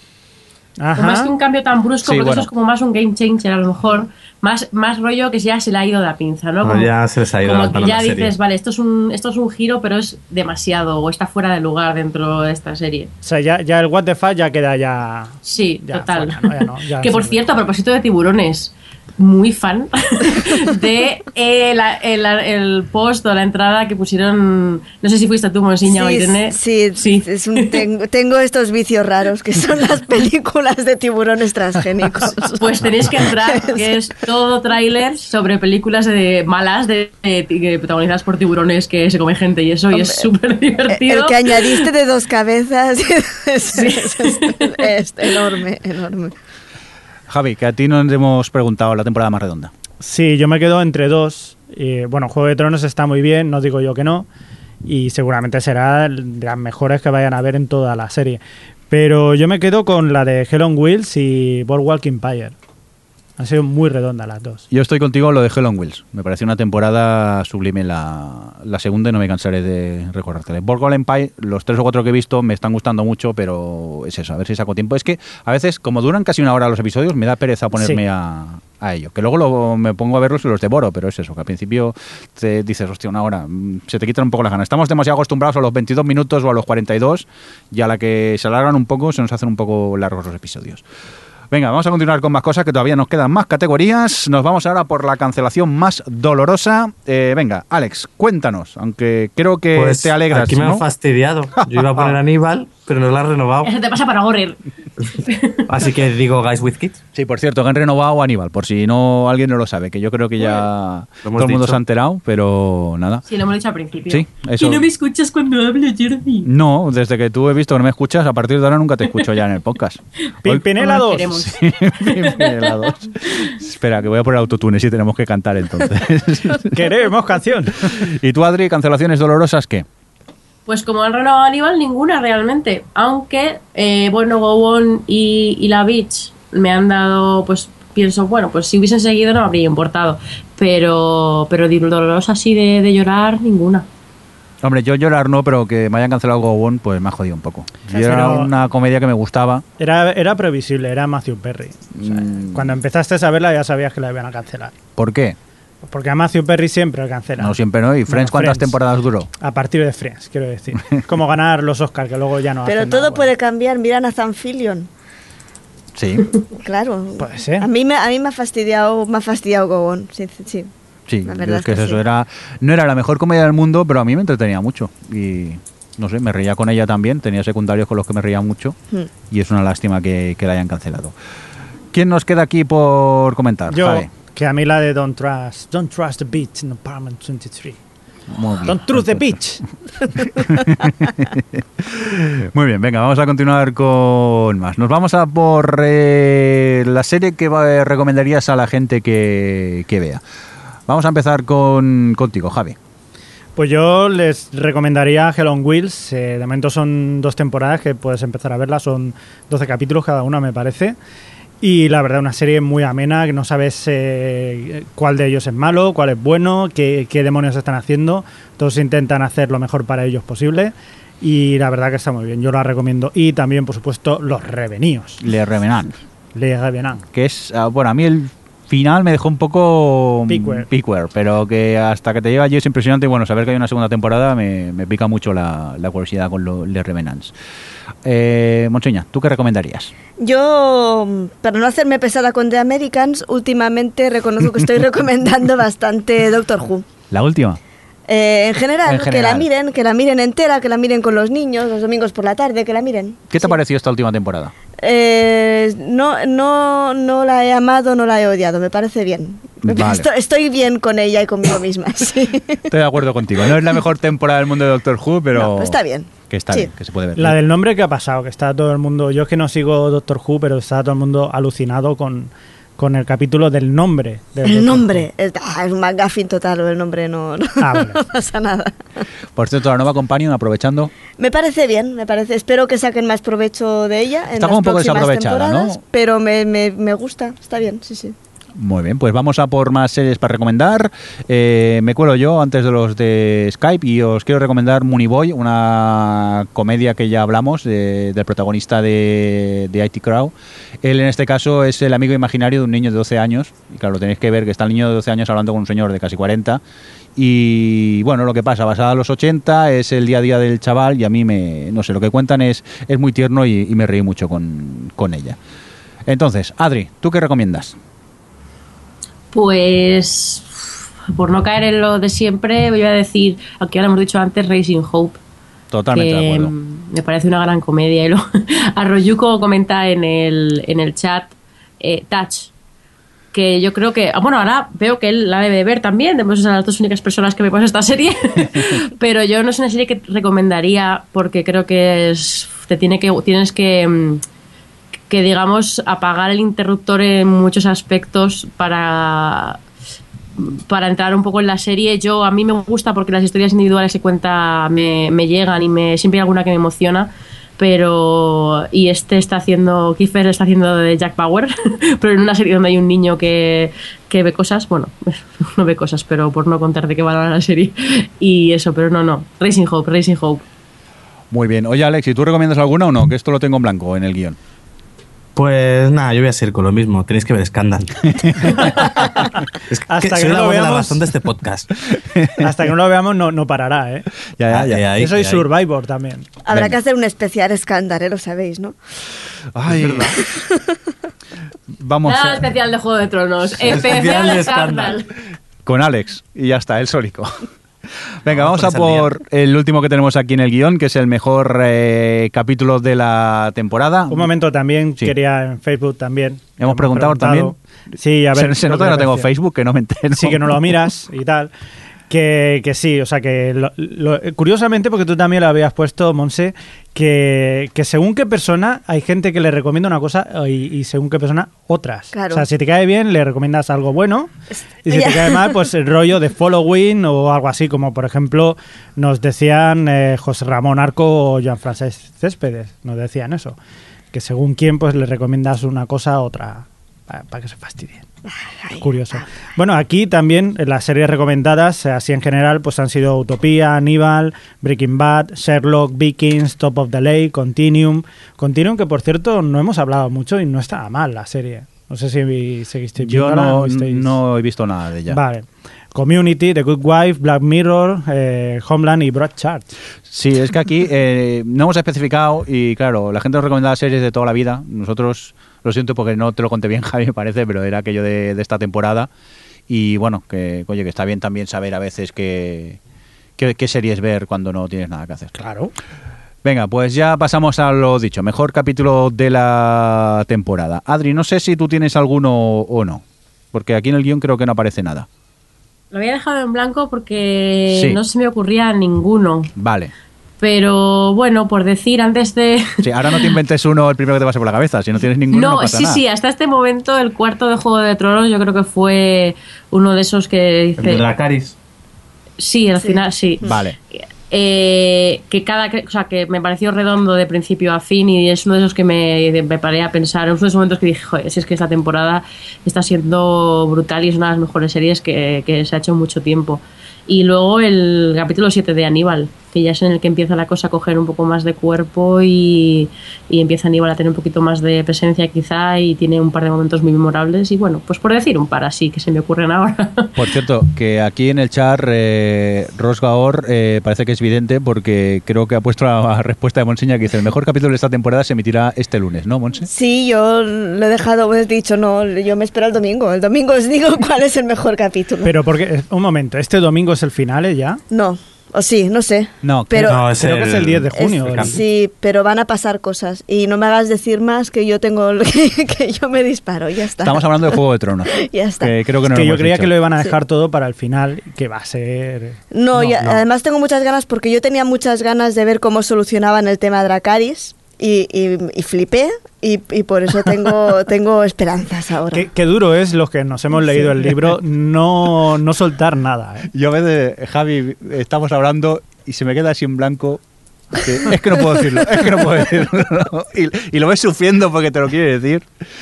O más Ajá. que un cambio tan brusco, Sí, porque bueno. eso es como más un game changer a lo mejor, más, más rollo que ya se le ha ido la pinza, ¿no? No, Como, ya se les ha ido como las que manos ya la serie. dices, vale, esto es, un, esto es un giro, pero es demasiado, o está fuera de lugar dentro de esta serie. O sea, ya, ya el what the fuck ya queda ya... Sí, Ya, total. fuera, ¿no? Ya no, ya que por sirve. cierto, a propósito de tiburones, muy fan de eh, la- el, el post o la entrada que pusieron, no sé si fuiste tú, Monsiña o Irene. sí, Sí. es un- tengo, tengo estos vicios raros que son las películas de tiburones transgénicos. Pues tenéis que entrar, que es todo tráiler sobre películas de malas de, de- de protagonizadas por tiburones que se comen gente y eso, y es súper divertido. El que añadiste de dos cabezas es, es- es- es enorme, enorme. Javi, que a ti nos hemos preguntado la temporada más redonda. Sí, yo me quedo entre dos. Y, bueno, Juego de Tronos está muy bien, no digo yo que no. Y seguramente será de las mejores que vayan a ver en toda la serie. Pero yo me quedo con la de Hell on Wheels y Boardwalk Empire. Han sido muy redondas las dos. Yo estoy contigo en lo de Hell on Wheels. Me pareció una temporada sublime la, la segunda y no me cansaré de recordártela. Boardwalk Empire, los tres o cuatro que he visto me están gustando mucho, pero es eso, a ver si saco tiempo. Es que a veces, como duran casi una hora los episodios, me da pereza ponerme Sí. a, a ello. Que luego lo, me pongo a verlos y los devoro, pero es eso, que al principio te dices, hostia, una hora, mm, se te quitan un poco las ganas. Estamos demasiado acostumbrados a los veintidós minutos o a los cuarenta y dos y a la que se alargan un poco se nos hacen un poco largos los episodios. Venga, vamos a continuar con más cosas, que todavía nos quedan más categorías. Nos vamos ahora por la cancelación más dolorosa. Eh, venga, Alex, cuéntanos, aunque creo que Pues te alegras, aquí me ¿no? han fastidiado. Yo iba a poner Aníbal, pero no la han renovado. Eso te pasa para correr. Así que digo Guys with Kids. Sí, por cierto, que han renovado a Aníbal, por si no alguien no lo sabe, que yo creo que ya Lo hemos todo el mundo dicho. se ha enterado, pero nada. Sí, lo hemos dicho al principio. Sí, eso. Y no me escuchas cuando hablo, Jordi. No, desde que tú he visto que no me escuchas, a partir de ahora nunca te escucho ya en el podcast. Pimpinela Como dos. queremos. Pimpinela dos. Espera, que voy a poner autotune si tenemos que cantar entonces. Queremos canción. ¿Y tú, Adri, cancelaciones dolorosas qué? Pues como han renovado a Aníbal, ninguna realmente. Aunque, eh, bueno, Go On y, y La Beach me han dado, pues pienso, bueno, pues si hubiesen seguido no me habría importado. Pero, pero de dolorosa así de, de llorar, ninguna. Hombre, yo llorar no, pero que me hayan cancelado Go On, pues me ha jodido un poco. Y era Pero- una comedia que me gustaba. Era, era previsible, era Matthew Perry. O sea, Mm. Cuando empezaste a verla ya sabías que la iban a cancelar. ¿Por qué? Porque a Matthew Perry siempre lo cancelan. No siempre, ¿no? ¿Y Friends Bueno, cuántas Friends. temporadas duró? A partir de Friends, quiero decir. Como ganar los Oscars, que luego ya no Pero hacen todo nada puede bueno. cambiar. Mira a Nathan Fillion. Sí, Claro. Puede ser. A mí me, a mí me ha fastidiado, me ha fastidiado Go On. Sí, sí. sí. La yo verdad es que es es que eso. sí. Era, no era la mejor comedia del mundo, pero a mí me entretenía mucho. Y no sé, me reía con ella también. Tenía secundarios con los que me reía mucho. Hmm. Y es una lástima que, que la hayan cancelado. ¿Quién nos queda aquí por comentar? Yo, Javi. que a mí la de Don't Trust, Don't Trust the Beach in Apartment veintitrés. Muy bien. Don't Trust the Beach. Muy bien, venga, vamos a continuar con más. Nos vamos a por eh, la serie que va- recomendarías a la gente que, que vea. Vamos a empezar con contigo, Javi. Pues yo les recomendaría Hell on Wheels. Eh, de momento son dos temporadas que puedes empezar a verlas. Son doce capítulos cada una, me parece. Y la verdad, una serie muy amena, que no sabes eh, cuál de ellos es malo, cuál es bueno, qué, qué demonios están haciendo. Todos intentan hacer lo mejor para ellos posible. Y la verdad que está muy bien, yo la recomiendo. Y también, por supuesto, Los Reveníos. Le Revenant, Les Revenants. que es, ah, bueno, a mí el final me dejó un poco mm, Pickwer. pickwer, pero que hasta que te llega allí es impresionante. Y bueno, saber que hay una segunda temporada me, me pica mucho la, la curiosidad con los Le Revenants. Eh, Monseña, ¿tú qué recomendarías? Yo, para no hacerme pesada con The Americans, últimamente reconozco que estoy recomendando bastante Doctor Who. ¿La última? Eh, en, general, En que general. la miren, que la miren entera, que la miren con los niños, los domingos por la tarde, que la miren. ¿Qué te ha Sí. parecido esta última temporada? Eh, no, no, no la he amado, no la he odiado, me parece bien. Vale. Estoy, estoy bien con ella y conmigo misma, sí. Estoy de acuerdo contigo. No es la mejor temporada del mundo de Doctor Who, pero... No, pero está bien. Que está Sí. bien, que se puede ver. La del nombre que ha pasado, que está todo el mundo... Yo es que no sigo Doctor Who, pero está todo el mundo alucinado con, con el capítulo del nombre. del El Doctor nombre, es, ah, es un McGuffin total, el nombre no, no, Ah, vale. no pasa nada. Por cierto, la nueva Companion, aprovechando... Me parece bien, me parece. Espero que saquen más provecho de ella en Está las como un poco próximas desaprovechada, temporadas, ¿no? pero me, me, me gusta, está bien, sí, sí. Muy bien, pues vamos a por más series para recomendar. Eh, me cuelo yo antes de los de Skype y os quiero recomendar Mooney Boy, una comedia que ya hablamos de- del protagonista de, de I T Crowd. Él en este caso es el amigo imaginario de un niño de doce años. Y claro, tenéis que ver que está el niño de doce años hablando con un señor de casi cuarenta. Y bueno, lo que pasa, basada en los ochenta, es el día a día del chaval y a mí me, no sé, lo que cuentan es, es muy tierno y, y me reí mucho con, con ella. Entonces, Adri, ¿tú qué recomiendas? Pues, por no caer en lo de siempre, voy a decir, aunque ya lo hemos dicho antes, Raising Hope. Totalmente que de acuerdo. Me parece una gran comedia. Y lo, Arroyuco comenta en el, en el chat eh, Touch, que yo creo que, bueno, ahora veo que él la debe ver también, debemos ser las dos únicas personas que vemos esta serie, pero yo no es una serie que recomendaría porque creo que es, te tiene que, tienes que, que digamos, apagar el interruptor en muchos aspectos para... para entrar un poco en la serie. Yo, a mí me gusta porque las historias individuales que cuenta me, me llegan y me siempre hay alguna que me emociona, pero y este está haciendo, Kiefer está haciendo de Jack Bauer, pero en una serie donde hay un niño que, que ve cosas, bueno, no ve cosas, pero por no contar de qué va la serie y eso, pero no, no, Raising Hope, Raising Hope. Muy bien. Oye, Alex, ¿y tú recomiendas alguna o no? Que esto lo tengo en blanco en el guión. Pues nada, yo voy a seguir con lo mismo. Tenéis que ver Scandal. Es que Hasta que soy no la lo voz de la veamos- razón de este podcast. Hasta que no lo veamos no, no parará, ¿eh? Ya, ya, Ah, ya. eh, ahí, Yo soy ahí. Survivor también. Habrá Venga. que hacer un especial escándalo, ¿eh? Lo sabéis, ¿no? Ay, vamos Nada a- especial de Juego de Tronos, Especial especial de de Scandal. Scandal. con Alex y ya está, el sólico. Venga, vamos, Vamos a con esa por el último que tenemos aquí en el guión, que es el mejor eh, capítulo de la temporada. Un momento también, Sí. quería en Facebook también. ¿Hemos preguntado también? Sí, a ver. se, se lo nota que no tengo referencia. Facebook, que no me entero. Sí, que no lo miras y tal. Que, que sí, o sea que lo- lo- curiosamente, porque tú también lo habías puesto, Monse, que, que según qué persona hay gente que le recomienda una cosa y, y según qué persona otras. Claro. O sea, si te cae bien, le recomiendas algo bueno y si Ya. te cae mal, pues el rollo de following o algo así, como por ejemplo nos decían eh, José Ramón Arco o Joan Francesc Céspedes, nos decían eso, que según quién pues le recomiendas una cosa a otra para, para que se fastidien. Curioso. Bueno, aquí también en las series recomendadas, eh, así en general, pues han sido Utopía, Aníbal, Breaking Bad, Sherlock, Vikings, Top of the Lake, Continuum. Continuum, que por cierto no hemos hablado mucho y no estaba mal la serie. No sé si vi- seguisteis Yo viéndola, no, visteis. no he visto nada de ella. Vale. Community, The Good Wife, Black Mirror, eh, Homeland y Broadchurch. Sí, es que aquí eh, no hemos especificado y claro, la gente nos recomienda series de toda la vida. Nosotros, lo siento porque no te lo conté bien, Javi, me parece, pero era aquello de, de esta temporada. Y bueno, que oye, que está bien también saber a veces qué, qué, qué series ver cuando no tienes nada que hacer. Claro. Venga, pues ya pasamos a lo dicho, mejor capítulo de la temporada. Adri, no sé si tú tienes alguno o no, porque aquí en el guión creo que no aparece nada. Lo había dejado en blanco porque Sí. no se me ocurría ninguno. Vale. Pero bueno, por decir, antes de... Sí, ahora no te inventes uno el primero que te pase por la cabeza, si no tienes ninguno no, No, pasa sí, nada. sí, hasta este momento el cuarto de Juego de Tronos yo creo que fue uno de esos que El de dice... Dracarys. Sí, al Sí. final sí. Vale. Eh, que cada o sea que me pareció redondo de principio a fin y es uno de esos que me, me paré a pensar, en uno de esos momentos que dije, joder, si es que esta temporada está siendo brutal y es una de las mejores series que, que se ha hecho en mucho tiempo. Y luego el capítulo siete de Aníbal, que ya es en el que empieza la cosa a coger un poco más de cuerpo y, y empieza Aníbal a tener un poquito más de presencia quizá y tiene un par de momentos muy memorables y bueno, pues por decir un par así que se me ocurren ahora. Por cierto, que aquí en el chat eh, Ros Gaor eh, parece que es vidente porque creo que ha puesto la respuesta de Monseña que dice el mejor capítulo de esta temporada se emitirá este lunes, ¿no, Monse? Sí, yo lo he dejado, he dicho, no, yo me espero el domingo. El domingo os digo cuál es el mejor capítulo. Pero porque, un momento, ¿este domingo es el final eh, ya? No, o sí, no sé. No, pero No, es Creo que es el diez de junio. es- el- sí, pero van a pasar cosas. Y no me hagas decir más que yo tengo, que, que yo me disparo, ya está. estamos hablando de Juego de Tronos. Ya está. Que creo que no Es lo que yo hemos creía dicho. que lo iban a dejar todo para el final, que va a ser... No, y a- no. además tengo muchas ganas porque yo tenía muchas ganas de ver cómo solucionaban el tema de Dracarys y, y, y flipé y, y por eso tengo, tengo esperanzas ahora. Qué, qué duro es los que nos hemos leído el libro no, no soltar nada. ¿eh? Yo a veces, Javi, estamos hablando y se me queda así en blanco. que- es que no puedo decirlo, es que no puedo decirlo. Y, y lo ves sufriendo porque te lo quiere decir.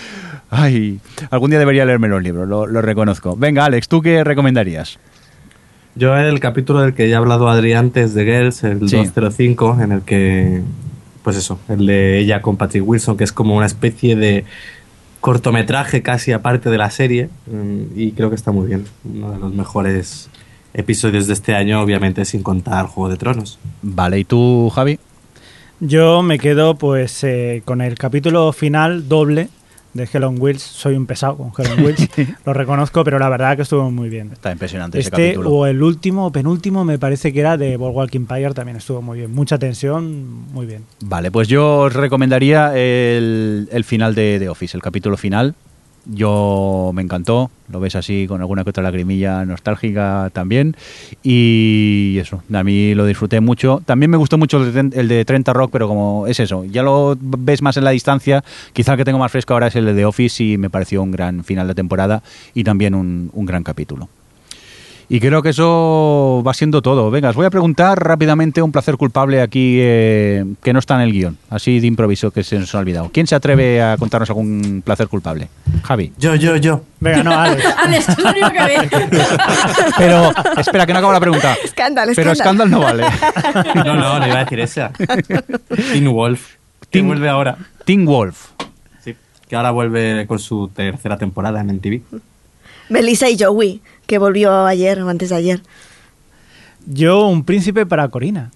Ay, algún día debería leerme los libros, lo, lo reconozco. Venga, Alex, ¿tú qué recomendarías? Yo el capítulo del que ya ha hablado Adri antes de Girls, el Sí. doscientos cinco, en el que, pues eso, el de ella con Patrick Wilson, que es como una especie de cortometraje casi aparte de la serie, mm, y creo que está muy bien. Uno de los mejores episodios de este año, obviamente sin contar Juego de Tronos. Vale, ¿y tú, Javi? Yo me quedo pues eh, con el capítulo final doble de Hell on Wheels. Soy un pesado con Hell on Wheels, lo reconozco, pero la verdad que estuvo muy bien. Está impresionante este, ese capítulo. O el último o penúltimo, me parece que era de Boardwalk Empire, también estuvo muy bien. Mucha tensión, muy bien. Vale, pues yo os recomendaría el, el final de The Office, el capítulo final. Yo me encantó, lo ves así con alguna que otra lagrimilla nostálgica también, y eso, a mí lo disfruté mucho. También me gustó mucho el de, el de treinta Rock, pero como es eso, ya lo ves más en la distancia, quizá el que tengo más fresco ahora es el de The Office y me pareció un gran final de temporada y también un, un gran capítulo. Y creo que eso va siendo todo. Venga, os voy a preguntar rápidamente un placer culpable aquí eh, que no está en el guión, así de improviso que se nos ha olvidado. ¿Quién se atreve a contarnos algún placer culpable? Javi. Yo, yo, yo. Venga, no, Alex. Alex, es lo único que ve. Pero, espera, que no acabo la pregunta. Escándalo, Pero escándalo. escándalo no vale. No, no, no iba a decir esa. Teen Wolf. Que Teen- vuelve ahora. Teen Wolf. Sí, que ahora vuelve con su tercera temporada en M T V. Melissa y Joey, que volvió ayer o antes de ayer. Yo, un príncipe para Corina.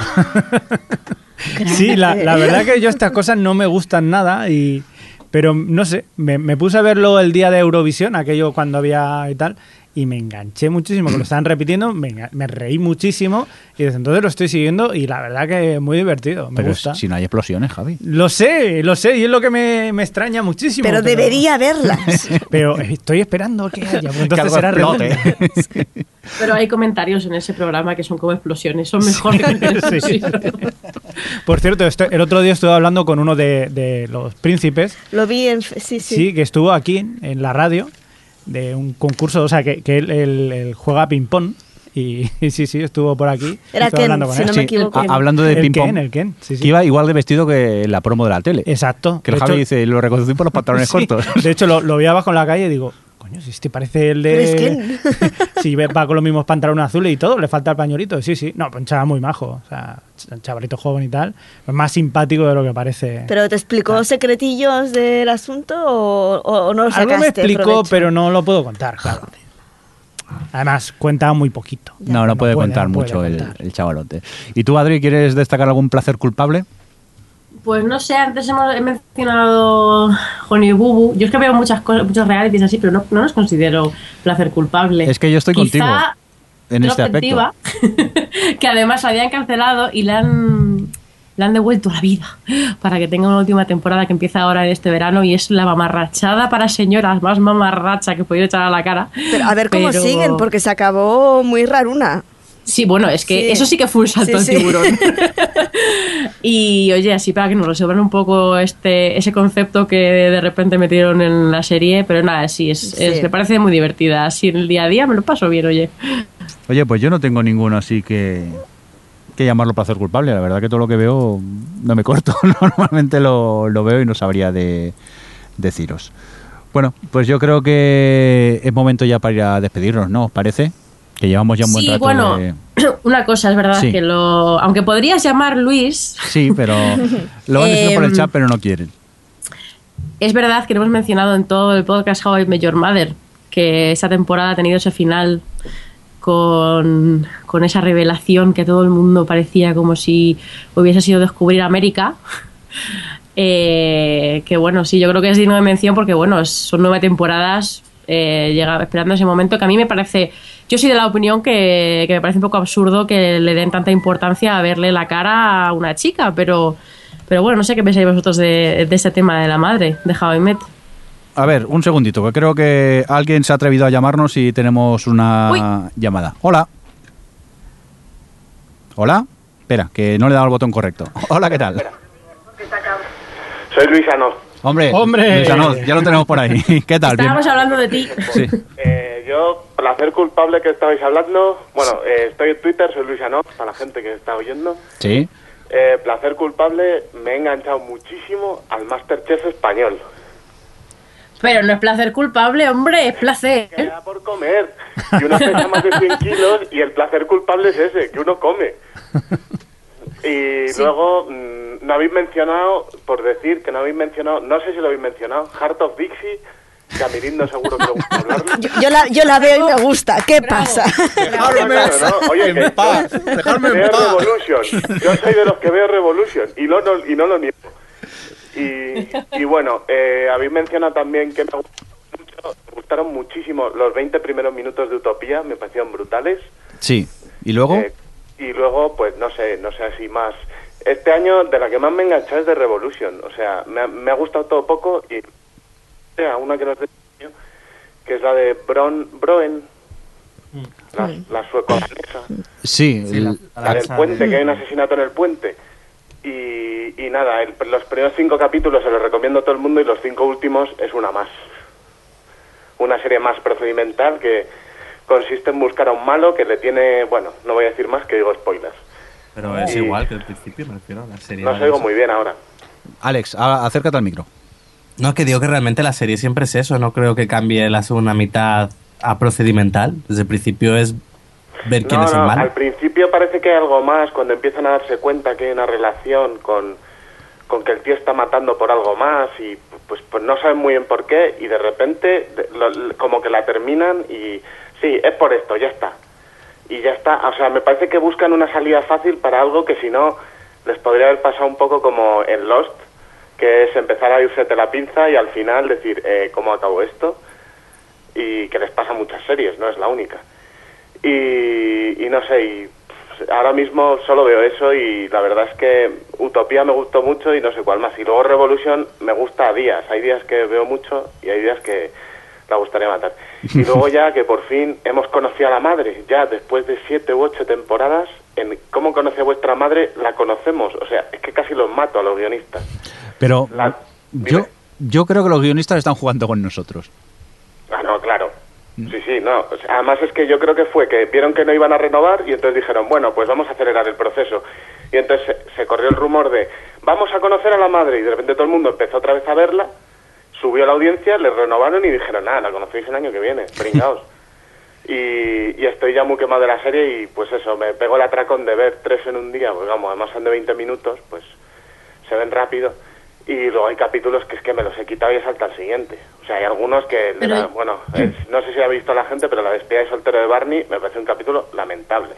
Sí, la, la verdad que yo estas cosas no me gustan nada, y pero no sé, me, me puse a verlo el día de Eurovisión, aquello cuando había y tal, y me enganché muchísimo, que lo estaban repitiendo, me, enga- me reí muchísimo, y desde entonces lo estoy siguiendo, y la verdad que es muy divertido, me Pero gusta. si no hay explosiones, Javi. Lo sé, lo sé, y es lo que me, me extraña muchísimo. Pero debería verlas. Pero estoy esperando que haya, porque Que entonces algo será explote. redonda. Pero hay comentarios en ese programa que son como explosiones, son mejores que el Sí. sí. Por cierto, esto- el otro día estuve hablando con uno de, de los príncipes, Lo vi en... Sí, sí. sí, que estuvo aquí en la radio, de un concurso, o sea, que, que él, él- él juega ping-pong, y, y sí, sí, estuvo por aquí. Era Estuve Ken, hablando con si él. no me Sí, equivoco. a- hablando de El ping-pong, Ken, el Ken, sí, sí. que iba igual de vestido que la promo de la tele. Exacto. Que el De Javi hecho- dice, lo reconocí por los pantalones Sí, cortos. De hecho, lo, lo vi abajo en la calle y digo, coño, si este parece el de... Pero es Ken. Si ve- va con los mismos pantalones azules y todo, le falta el pañuelito. Sí, sí. No, pues un chaval muy majo. O sea, ch- chavalito joven y tal. Es más simpático de lo que parece. ¿Pero te explicó secretillos del asunto o, o- o no lo sacaste? Algo me explicó, provecho? pero no lo puedo contar, claro. Además, cuenta muy poquito. No, no puede contar no puede mucho el, contar. el chavalote. ¿Y tú, Adri, quieres destacar algún placer culpable? Pues no sé, antes hemos he mencionado Honey Boo Boo. Yo es que veo muchas cosas, muchos realities así, pero no, no los considero placer culpable. Es que yo estoy Quizá contigo en este aspecto. Trospectiva, que además la habían cancelado y la han, la han devuelto a la vida para que tenga una última temporada que empieza ahora en este verano, y es la mamarrachada para señoras más mamarracha que he podido echar a la cara. Pero a ver cómo Pero- siguen, porque se acabó muy raruna. Sí, bueno, es que Sí. eso sí que fue un salto Sí, al sí. tiburón. Y oye, así para que nos resuelvan un poco este ese concepto que de repente metieron en la serie, pero nada, sí, es, Sí. es- me parece muy divertida. Así en el día a día me lo paso bien, oye. Oye, pues yo no tengo ninguno así que, que llamarlo placer culpable. La verdad que todo lo que veo no me corto. Normalmente lo, lo veo y no sabría de deciros. Bueno, pues yo creo que es momento ya para ir a despedirnos, ¿no? ¿Os parece? Que llevamos ya un buen Sí, rato bueno, de... una cosa es verdad Sí. que lo... Aunque podrías llamar Luis, Sí, pero lo van diciendo por el Em, chat, pero no quieren. es verdad que lo hemos mencionado en todo el podcast How I Met Your Mother, que esa temporada ha tenido ese final con, con esa revelación que a todo el mundo parecía como si hubiese sido descubrir América. Eh, que bueno, sí, yo creo que es digno de mención porque bueno, es- son nueve temporadas eh, llega, esperando ese momento, que a mí me parece, yo soy de la opinión que, que me parece un poco absurdo que le den tanta importancia a verle la cara a una chica, pero, pero bueno, no sé qué pensáis vosotros de, de este tema de la madre, de How I Met. A ver, un segundito, que creo que alguien se ha atrevido a llamarnos y tenemos una Uy. llamada. Hola. Hola. Espera, que no le he dado el botón correcto. Hola, ¿qué tal? Soy Luis Anó. Hombre, ¡Hombre! Luis Anod, ya lo tenemos por ahí. ¿Qué tal? Bien- Estábamos hablando de ti. Sí. Eh, yo, placer culpable que estabais hablando. Bueno, eh, estoy en Twitter, soy Luis Anó, para la gente que está oyendo. Sí. Eh, placer culpable, me he enganchado muchísimo al Masterchef español. Pero no es placer culpable, hombre, es placer. Que me da por comer. Y uno pesa más de cien kilos y el placer culpable es ese, que uno come. Y luego, mmm, no habéis mencionado, por decir que no habéis mencionado, no sé si lo habéis mencionado, Heart of Dixie, que a Mirindo seguro que le gusta hablarlo. Yo, yo la, yo la veo y me gusta. ¿Qué pasa? Claro, ¿no? Oye, que paz, yo dejarme en veo paz. Revolution. Yo soy de los que veo Revolution y no, no, y no lo niego. Y, y bueno, eh, habéis mencionado también que me gustaron, mucho, me gustaron muchísimo los veinte primeros minutos de Utopía, me parecieron brutales. Sí, ¿y luego? Eh, y luego, pues no sé, no sé así más. Este año de la que más me enganchó es de Revolution, o sea, me ha, me ha gustado todo poco y o sea, una que no es de que es la de Bron, Broen, la, la sueco-danesa. Sí, Sí, el- la- La del Esa puente, de- que hay un asesinato en el puente. Y, y nada, el- los primeros cinco capítulos se los recomiendo a todo el mundo y los cinco últimos es una más. Una serie más procedimental que consiste en buscar a un malo que le tiene... Bueno, no voy a decir más que digo spoilers. Pero es Y- igual que el principio, me refiero. La serie No os oigo muy bien ahora. Alex, a- acércate al micro. No, que digo que realmente la serie siempre es eso. No creo que cambie la segunda mitad a procedimental. Desde el principio es ver quién No, es el no, malo. al principio parece que hay algo más cuando empiezan a darse cuenta que hay una relación con, con que el tío está matando por algo más y pues, pues no saben muy bien por qué y de repente de- lo- como que la terminan y sí, es por esto, ya está. Y ya está, o sea, me parece que buscan una salida fácil para algo que si no les podría haber pasado un poco como en Lost, que es empezar a irse de la pinza y al final decir, eh, ¿cómo acabó esto? Y que les pasa a muchas series, no es la única. Y, y no sé, y pff, ahora mismo solo veo eso y la verdad es que Utopía me gustó mucho y no sé cuál más. Y luego Revolution me gusta a días, hay días que veo mucho y hay días que la gustaría matar. Y luego ya que por fin hemos conocido a la madre, ya después de siete u ocho temporadas, en ¿Cómo conoce a vuestra madre? La conocemos, o sea, es que casi los mato a los guionistas. Pero La- yo, dime. yo creo que los guionistas están jugando con nosotros. Ah, no, claro. Sí, sí, no. O sea, además es que yo creo que fue que vieron que no iban a renovar y entonces dijeron, bueno, pues vamos a acelerar el proceso. Y entonces se, se corrió el rumor de, vamos a conocer a la madre. Y de repente todo el mundo empezó otra vez a verla, subió la audiencia, le renovaron y dijeron, nada, la conocéis el año que viene, pringaos. y, y estoy ya muy quemado de la serie y pues eso, me pego el atracón de ver tres en un día, pues vamos, además son de veinte minutos, pues se ven rápido. Y luego hay capítulos que es que me los he quitado y he saltado al siguiente. O sea, hay algunos que, Pero- la- bueno, es- no sé si ha visto la gente, pero la despedida de soltero de Barney me parece un capítulo lamentable.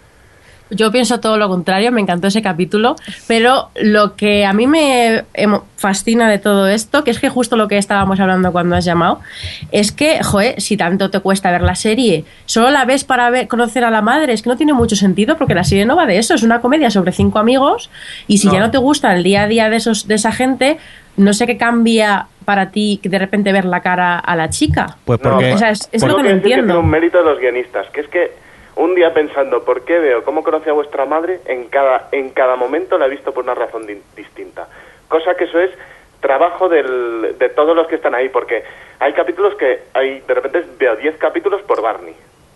Yo pienso todo lo contrario, me encantó ese capítulo, pero lo que a mí me emo- fascina de todo esto, que es que justo lo que estábamos hablando cuando has llamado, es que, joder, si tanto te cuesta ver la serie, solo la ves para ver, conocer a la madre, es que no tiene mucho sentido porque la serie no va de eso, es una comedia sobre cinco amigos y si No. ya no te gusta el día a día de, esos, de esa gente, no sé qué cambia para ti de repente ver la cara a la chica. Pues No, porque... O sea, es, es Tengo lo que no decir que entiendo. tiene un mérito de los guionistas, que es que un día pensando, ¿por qué veo cómo conoce a vuestra madre? En cada, en cada momento la he visto por una razón di- distinta. Cosa que eso es trabajo del, de todos los que están ahí, porque hay capítulos que hay, de repente veo diez capítulos por Barney,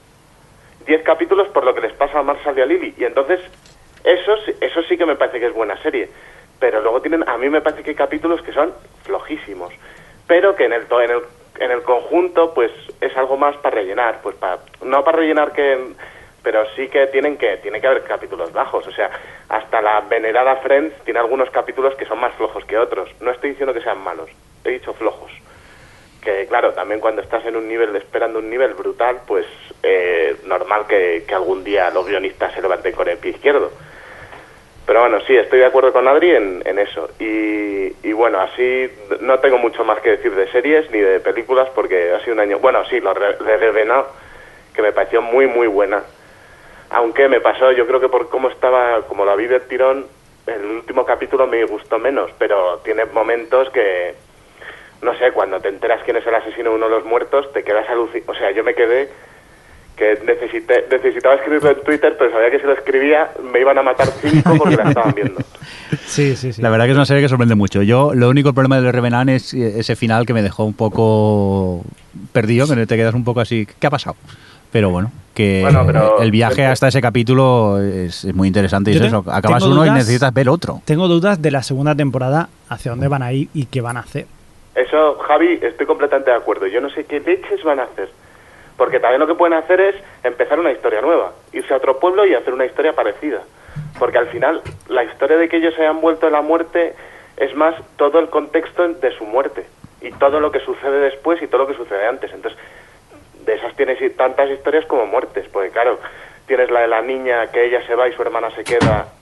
diez capítulos por lo que les pasa a Marshall y a Lily, y entonces eso, sí- eso sí que me parece que es buena serie. Pero luego tienen, a mí me parece que hay capítulos que son flojísimos, pero que en el, to- en el, en el conjunto pues es algo más para rellenar, pues para, no para rellenar que, pero sí que tienen que, tiene que haber capítulos bajos, o sea, hasta la venerada Friends tiene algunos capítulos que son más flojos que otros, no estoy diciendo que sean malos, he dicho flojos, que claro, también cuando estás en un nivel, esperando un nivel brutal, pues eh, normal que, que algún día los guionistas se levanten con el pie izquierdo. Pero bueno, sí, estoy de acuerdo con Adri en, en eso. Y, y bueno, así no tengo mucho más que decir de series ni de películas porque ha sido un año... Bueno, sí, lo de Revenant, que me pareció muy, muy buena. Aunque me pasó, yo creo que por cómo estaba, como la vi del tirón, el último capítulo me gustó menos, pero tiene momentos que, no sé, cuando te enteras quién es el asesino de uno de los muertos, te quedas alucinado. O sea, yo me quedé... que necesité, necesitaba escribirlo en Twitter, pero sabía que si lo escribía me iban a matar cinco porque la estaban viendo. Sí, sí, sí. La verdad que es una serie que sorprende mucho. Yo, lo único problema de Revenant es ese final que me dejó un poco perdido, que te quedas un poco así, ¿qué ha pasado? Pero bueno, que Bueno, pero- el viaje hasta ese capítulo es, es muy interesante y Yo es te- eso, acabas tengo uno y dudas- necesitas ver otro. Tengo dudas de la segunda temporada, hacia dónde van a ir y qué van a hacer. Eso, Javi, estoy completamente de acuerdo. Yo no sé qué leches van a hacer. Porque también lo que pueden hacer es empezar una historia nueva, irse a otro pueblo y hacer una historia parecida. Porque al final, la historia de que ellos se hayan vuelto a la muerte es más todo el contexto de su muerte. Y todo lo que sucede después y todo lo que sucede antes. Entonces, de esas tienes tantas historias como muertes. Porque claro, tienes la de la niña que ella se va y su hermana se queda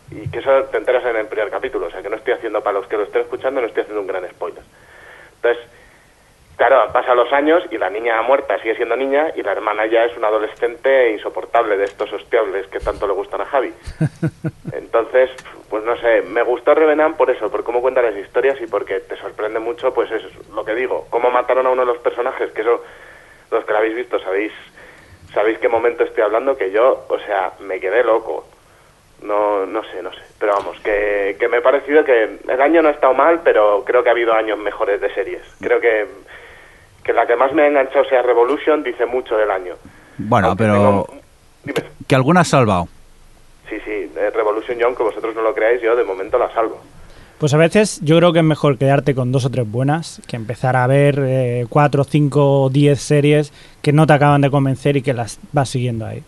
y que eso te enteras en el primer capítulo, o sea que no estoy haciendo, para los que lo estén escuchando, no estoy haciendo un gran spoiler. Entonces, claro, pasan los años y la niña muerta sigue siendo niña y la hermana ya es una adolescente insoportable de estos hostiables que tanto le gustan a Javi. Entonces, pues no sé, me gustó Revenant por eso, por cómo cuenta las historias y porque te sorprende mucho, pues es lo que digo, cómo mataron a uno de los personajes, que eso, los que lo habéis visto sabéis, sabéis qué momento estoy hablando, que yo, o sea, me quedé loco. No, no sé, no sé, pero vamos, que, que me ha parecido que el año no ha estado mal, pero creo que ha habido años mejores de series. Creo que, que la que más me ha enganchado sea Revolution, dice mucho del año. Bueno, Aunque pero tengo- Dime. que alguna has salvado. Sí, sí, eh, Revolution, yo, aunque vosotros no lo creáis, yo de momento la salvo. Pues a veces yo creo que es mejor quedarte con dos o tres buenas que empezar a ver eh, cuatro, cinco, diez series que no te acaban de convencer y que las vas siguiendo ahí.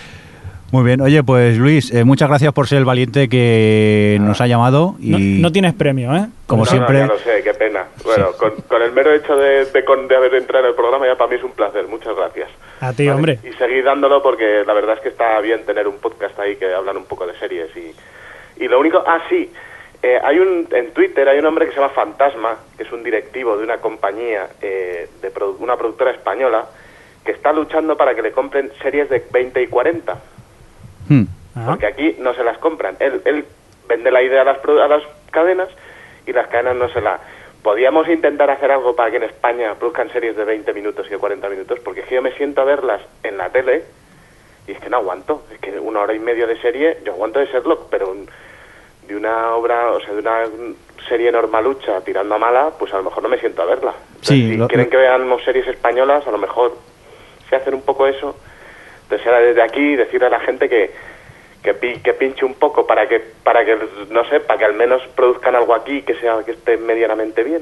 Muy bien, oye, pues Luis, eh, muchas gracias por ser el valiente que nos ha llamado y No, no tienes premio, ¿eh? como No, siempre... No, ya lo sé, qué pena. Bueno, con, con el mero hecho de, de, con- de haber entrado en el programa ya para mí es un placer, muchas gracias. A ti, Vale, hombre. Y seguir dándolo porque la verdad es que está bien tener un podcast ahí que hablan un poco de series y, y lo único... Ah, sí, eh, hay un en Twitter hay un hombre que se llama Fantasma, que es un directivo de una compañía, eh, de produ- una productora española, que está luchando para que le compren series de veinte y cuarenta. Hmm. Ah. Porque aquí no se las compran. Él, él vende la idea a las, produ- a las cadenas y las cadenas no se la... Podríamos intentar hacer algo para que en España produzcan series de veinte minutos y de cuarenta minutos, porque es que yo me siento a verlas en la tele y es que no aguanto. Es que una hora y media de serie, yo aguanto de Sherlock, pero un- de una obra, o sea, de una serie normalucha tirando a mala, pues a lo mejor no me siento a verla. Entonces, Sí, si lo- quieren lo- que veamos series españolas, a lo mejor se hacen un poco eso. Entonces era desde aquí decirle a la gente que que, pi- que pinche un poco para que para que no sé, para que al menos produzcan algo aquí que sea que esté medianamente bien.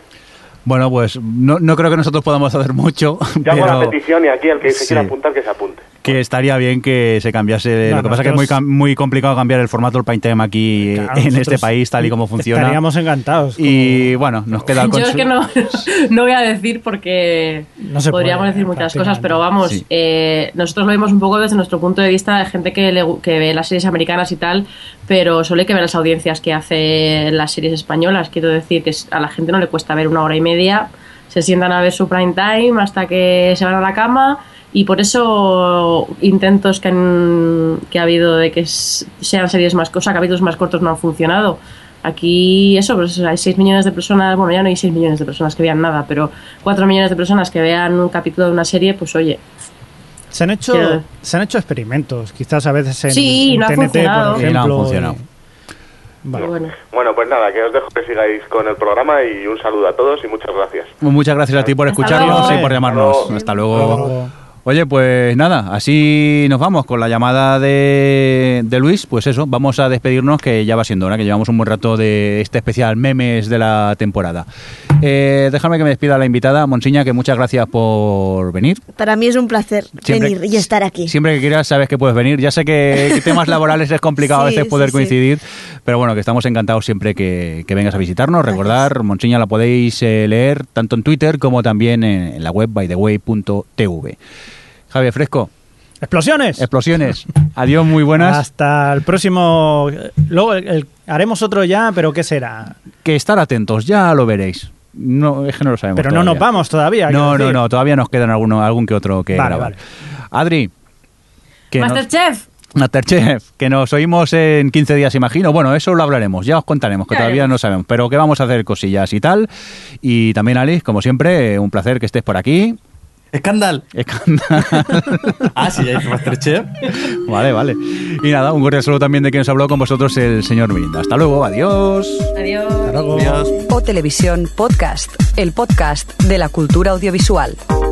Bueno, pues no, no creo que nosotros podamos hacer mucho, Yo hago la pero petición y aquí el que se Sí. quiera apuntar que se apunte. que estaría bien que se cambiase. No, Lo que pasa es que es muy, nosotros- cam- muy complicado cambiar el formato del prime time aquí Claro, en este nosotros país, tal y como funciona. Estaríamos encantados. Y bueno, nos queda el Yo es consu- que no, no voy a decir porque No se podríamos puede, decir muchas prácticamente. cosas, pero vamos, Sí. eh, nosotros lo vemos un poco desde nuestro punto de vista de gente que, le gu- que ve las series americanas y tal, pero solo hay que ver las audiencias que hace las series españolas. Quiero decir que a la gente no le cuesta ver una hora y media, se sientan a ver su prime time hasta que se van a la cama. Y por eso intentos que, han, que ha habido de que s- sean series más, o sea, capítulos más cortos no han funcionado. Aquí eso, pues hay seis millones de personas, bueno, ya no hay seis millones de personas que vean nada, pero cuatro millones de personas que vean un capítulo de una serie, pues oye, Se han hecho, Quiero- se han hecho experimentos, quizás a veces en, Sí, en no ha T N T, funcionado. por Sí, no han ejemplo. funcionado. y- Vale. bueno. Bueno, pues nada, que os dejo que sigáis con el programa y un saludo a todos y muchas gracias. Muchas gracias a ti por Hasta escucharnos luego. y por llamarnos. Hasta Hasta luego. luego. Oye, pues nada, así nos vamos con la llamada de, de Luis. Pues eso, vamos a despedirnos, que ya va siendo hora, que llevamos un buen rato de este especial memes de la temporada. Eh, déjame que me despida la invitada, Monsiña, que muchas gracias por venir. Para mí es un placer Siempre- venir y estar aquí. Siempre que quieras sabes que puedes venir. Ya sé que temas laborales es complicado a Sí, veces poder sí, sí. coincidir, pero bueno, que estamos encantados siempre que, que vengas a visitarnos. Gracias. Recordar, Monsiña la podéis eh, leer tanto en Twitter como también en, en la web by the way punto t v. Javier Fresco, ¡Explosiones! explosiones. Adiós, muy buenas. Hasta el próximo... Luego el- el- haremos otro ya, pero ¿qué será? Que estar atentos, ya lo veréis. No, es que no lo sabemos. Pero no todavía. nos vamos todavía. quiero No, no, decir. no, todavía nos quedan alguno, algún que otro que Vale, grabar. vale. Adri, que nos- Masterchef. Masterchef, que nos oímos en quince días, imagino. Bueno, eso lo hablaremos, ya os contaremos, que Ya todavía veremos. no sabemos, pero que vamos a hacer cosillas y tal. Y también, Alice, como siempre, un placer que estés por aquí. ¡Escándalo! Escándalo. Ah, sí, ya hizo Masterchef. Vale, vale. Y nada, un cordial saludo también de quien os habló con vosotros, el señor Mirinda. Hasta luego, adiós. Adiós. Hasta luego. Adiós. O Televisión Podcast, el podcast de la cultura audiovisual.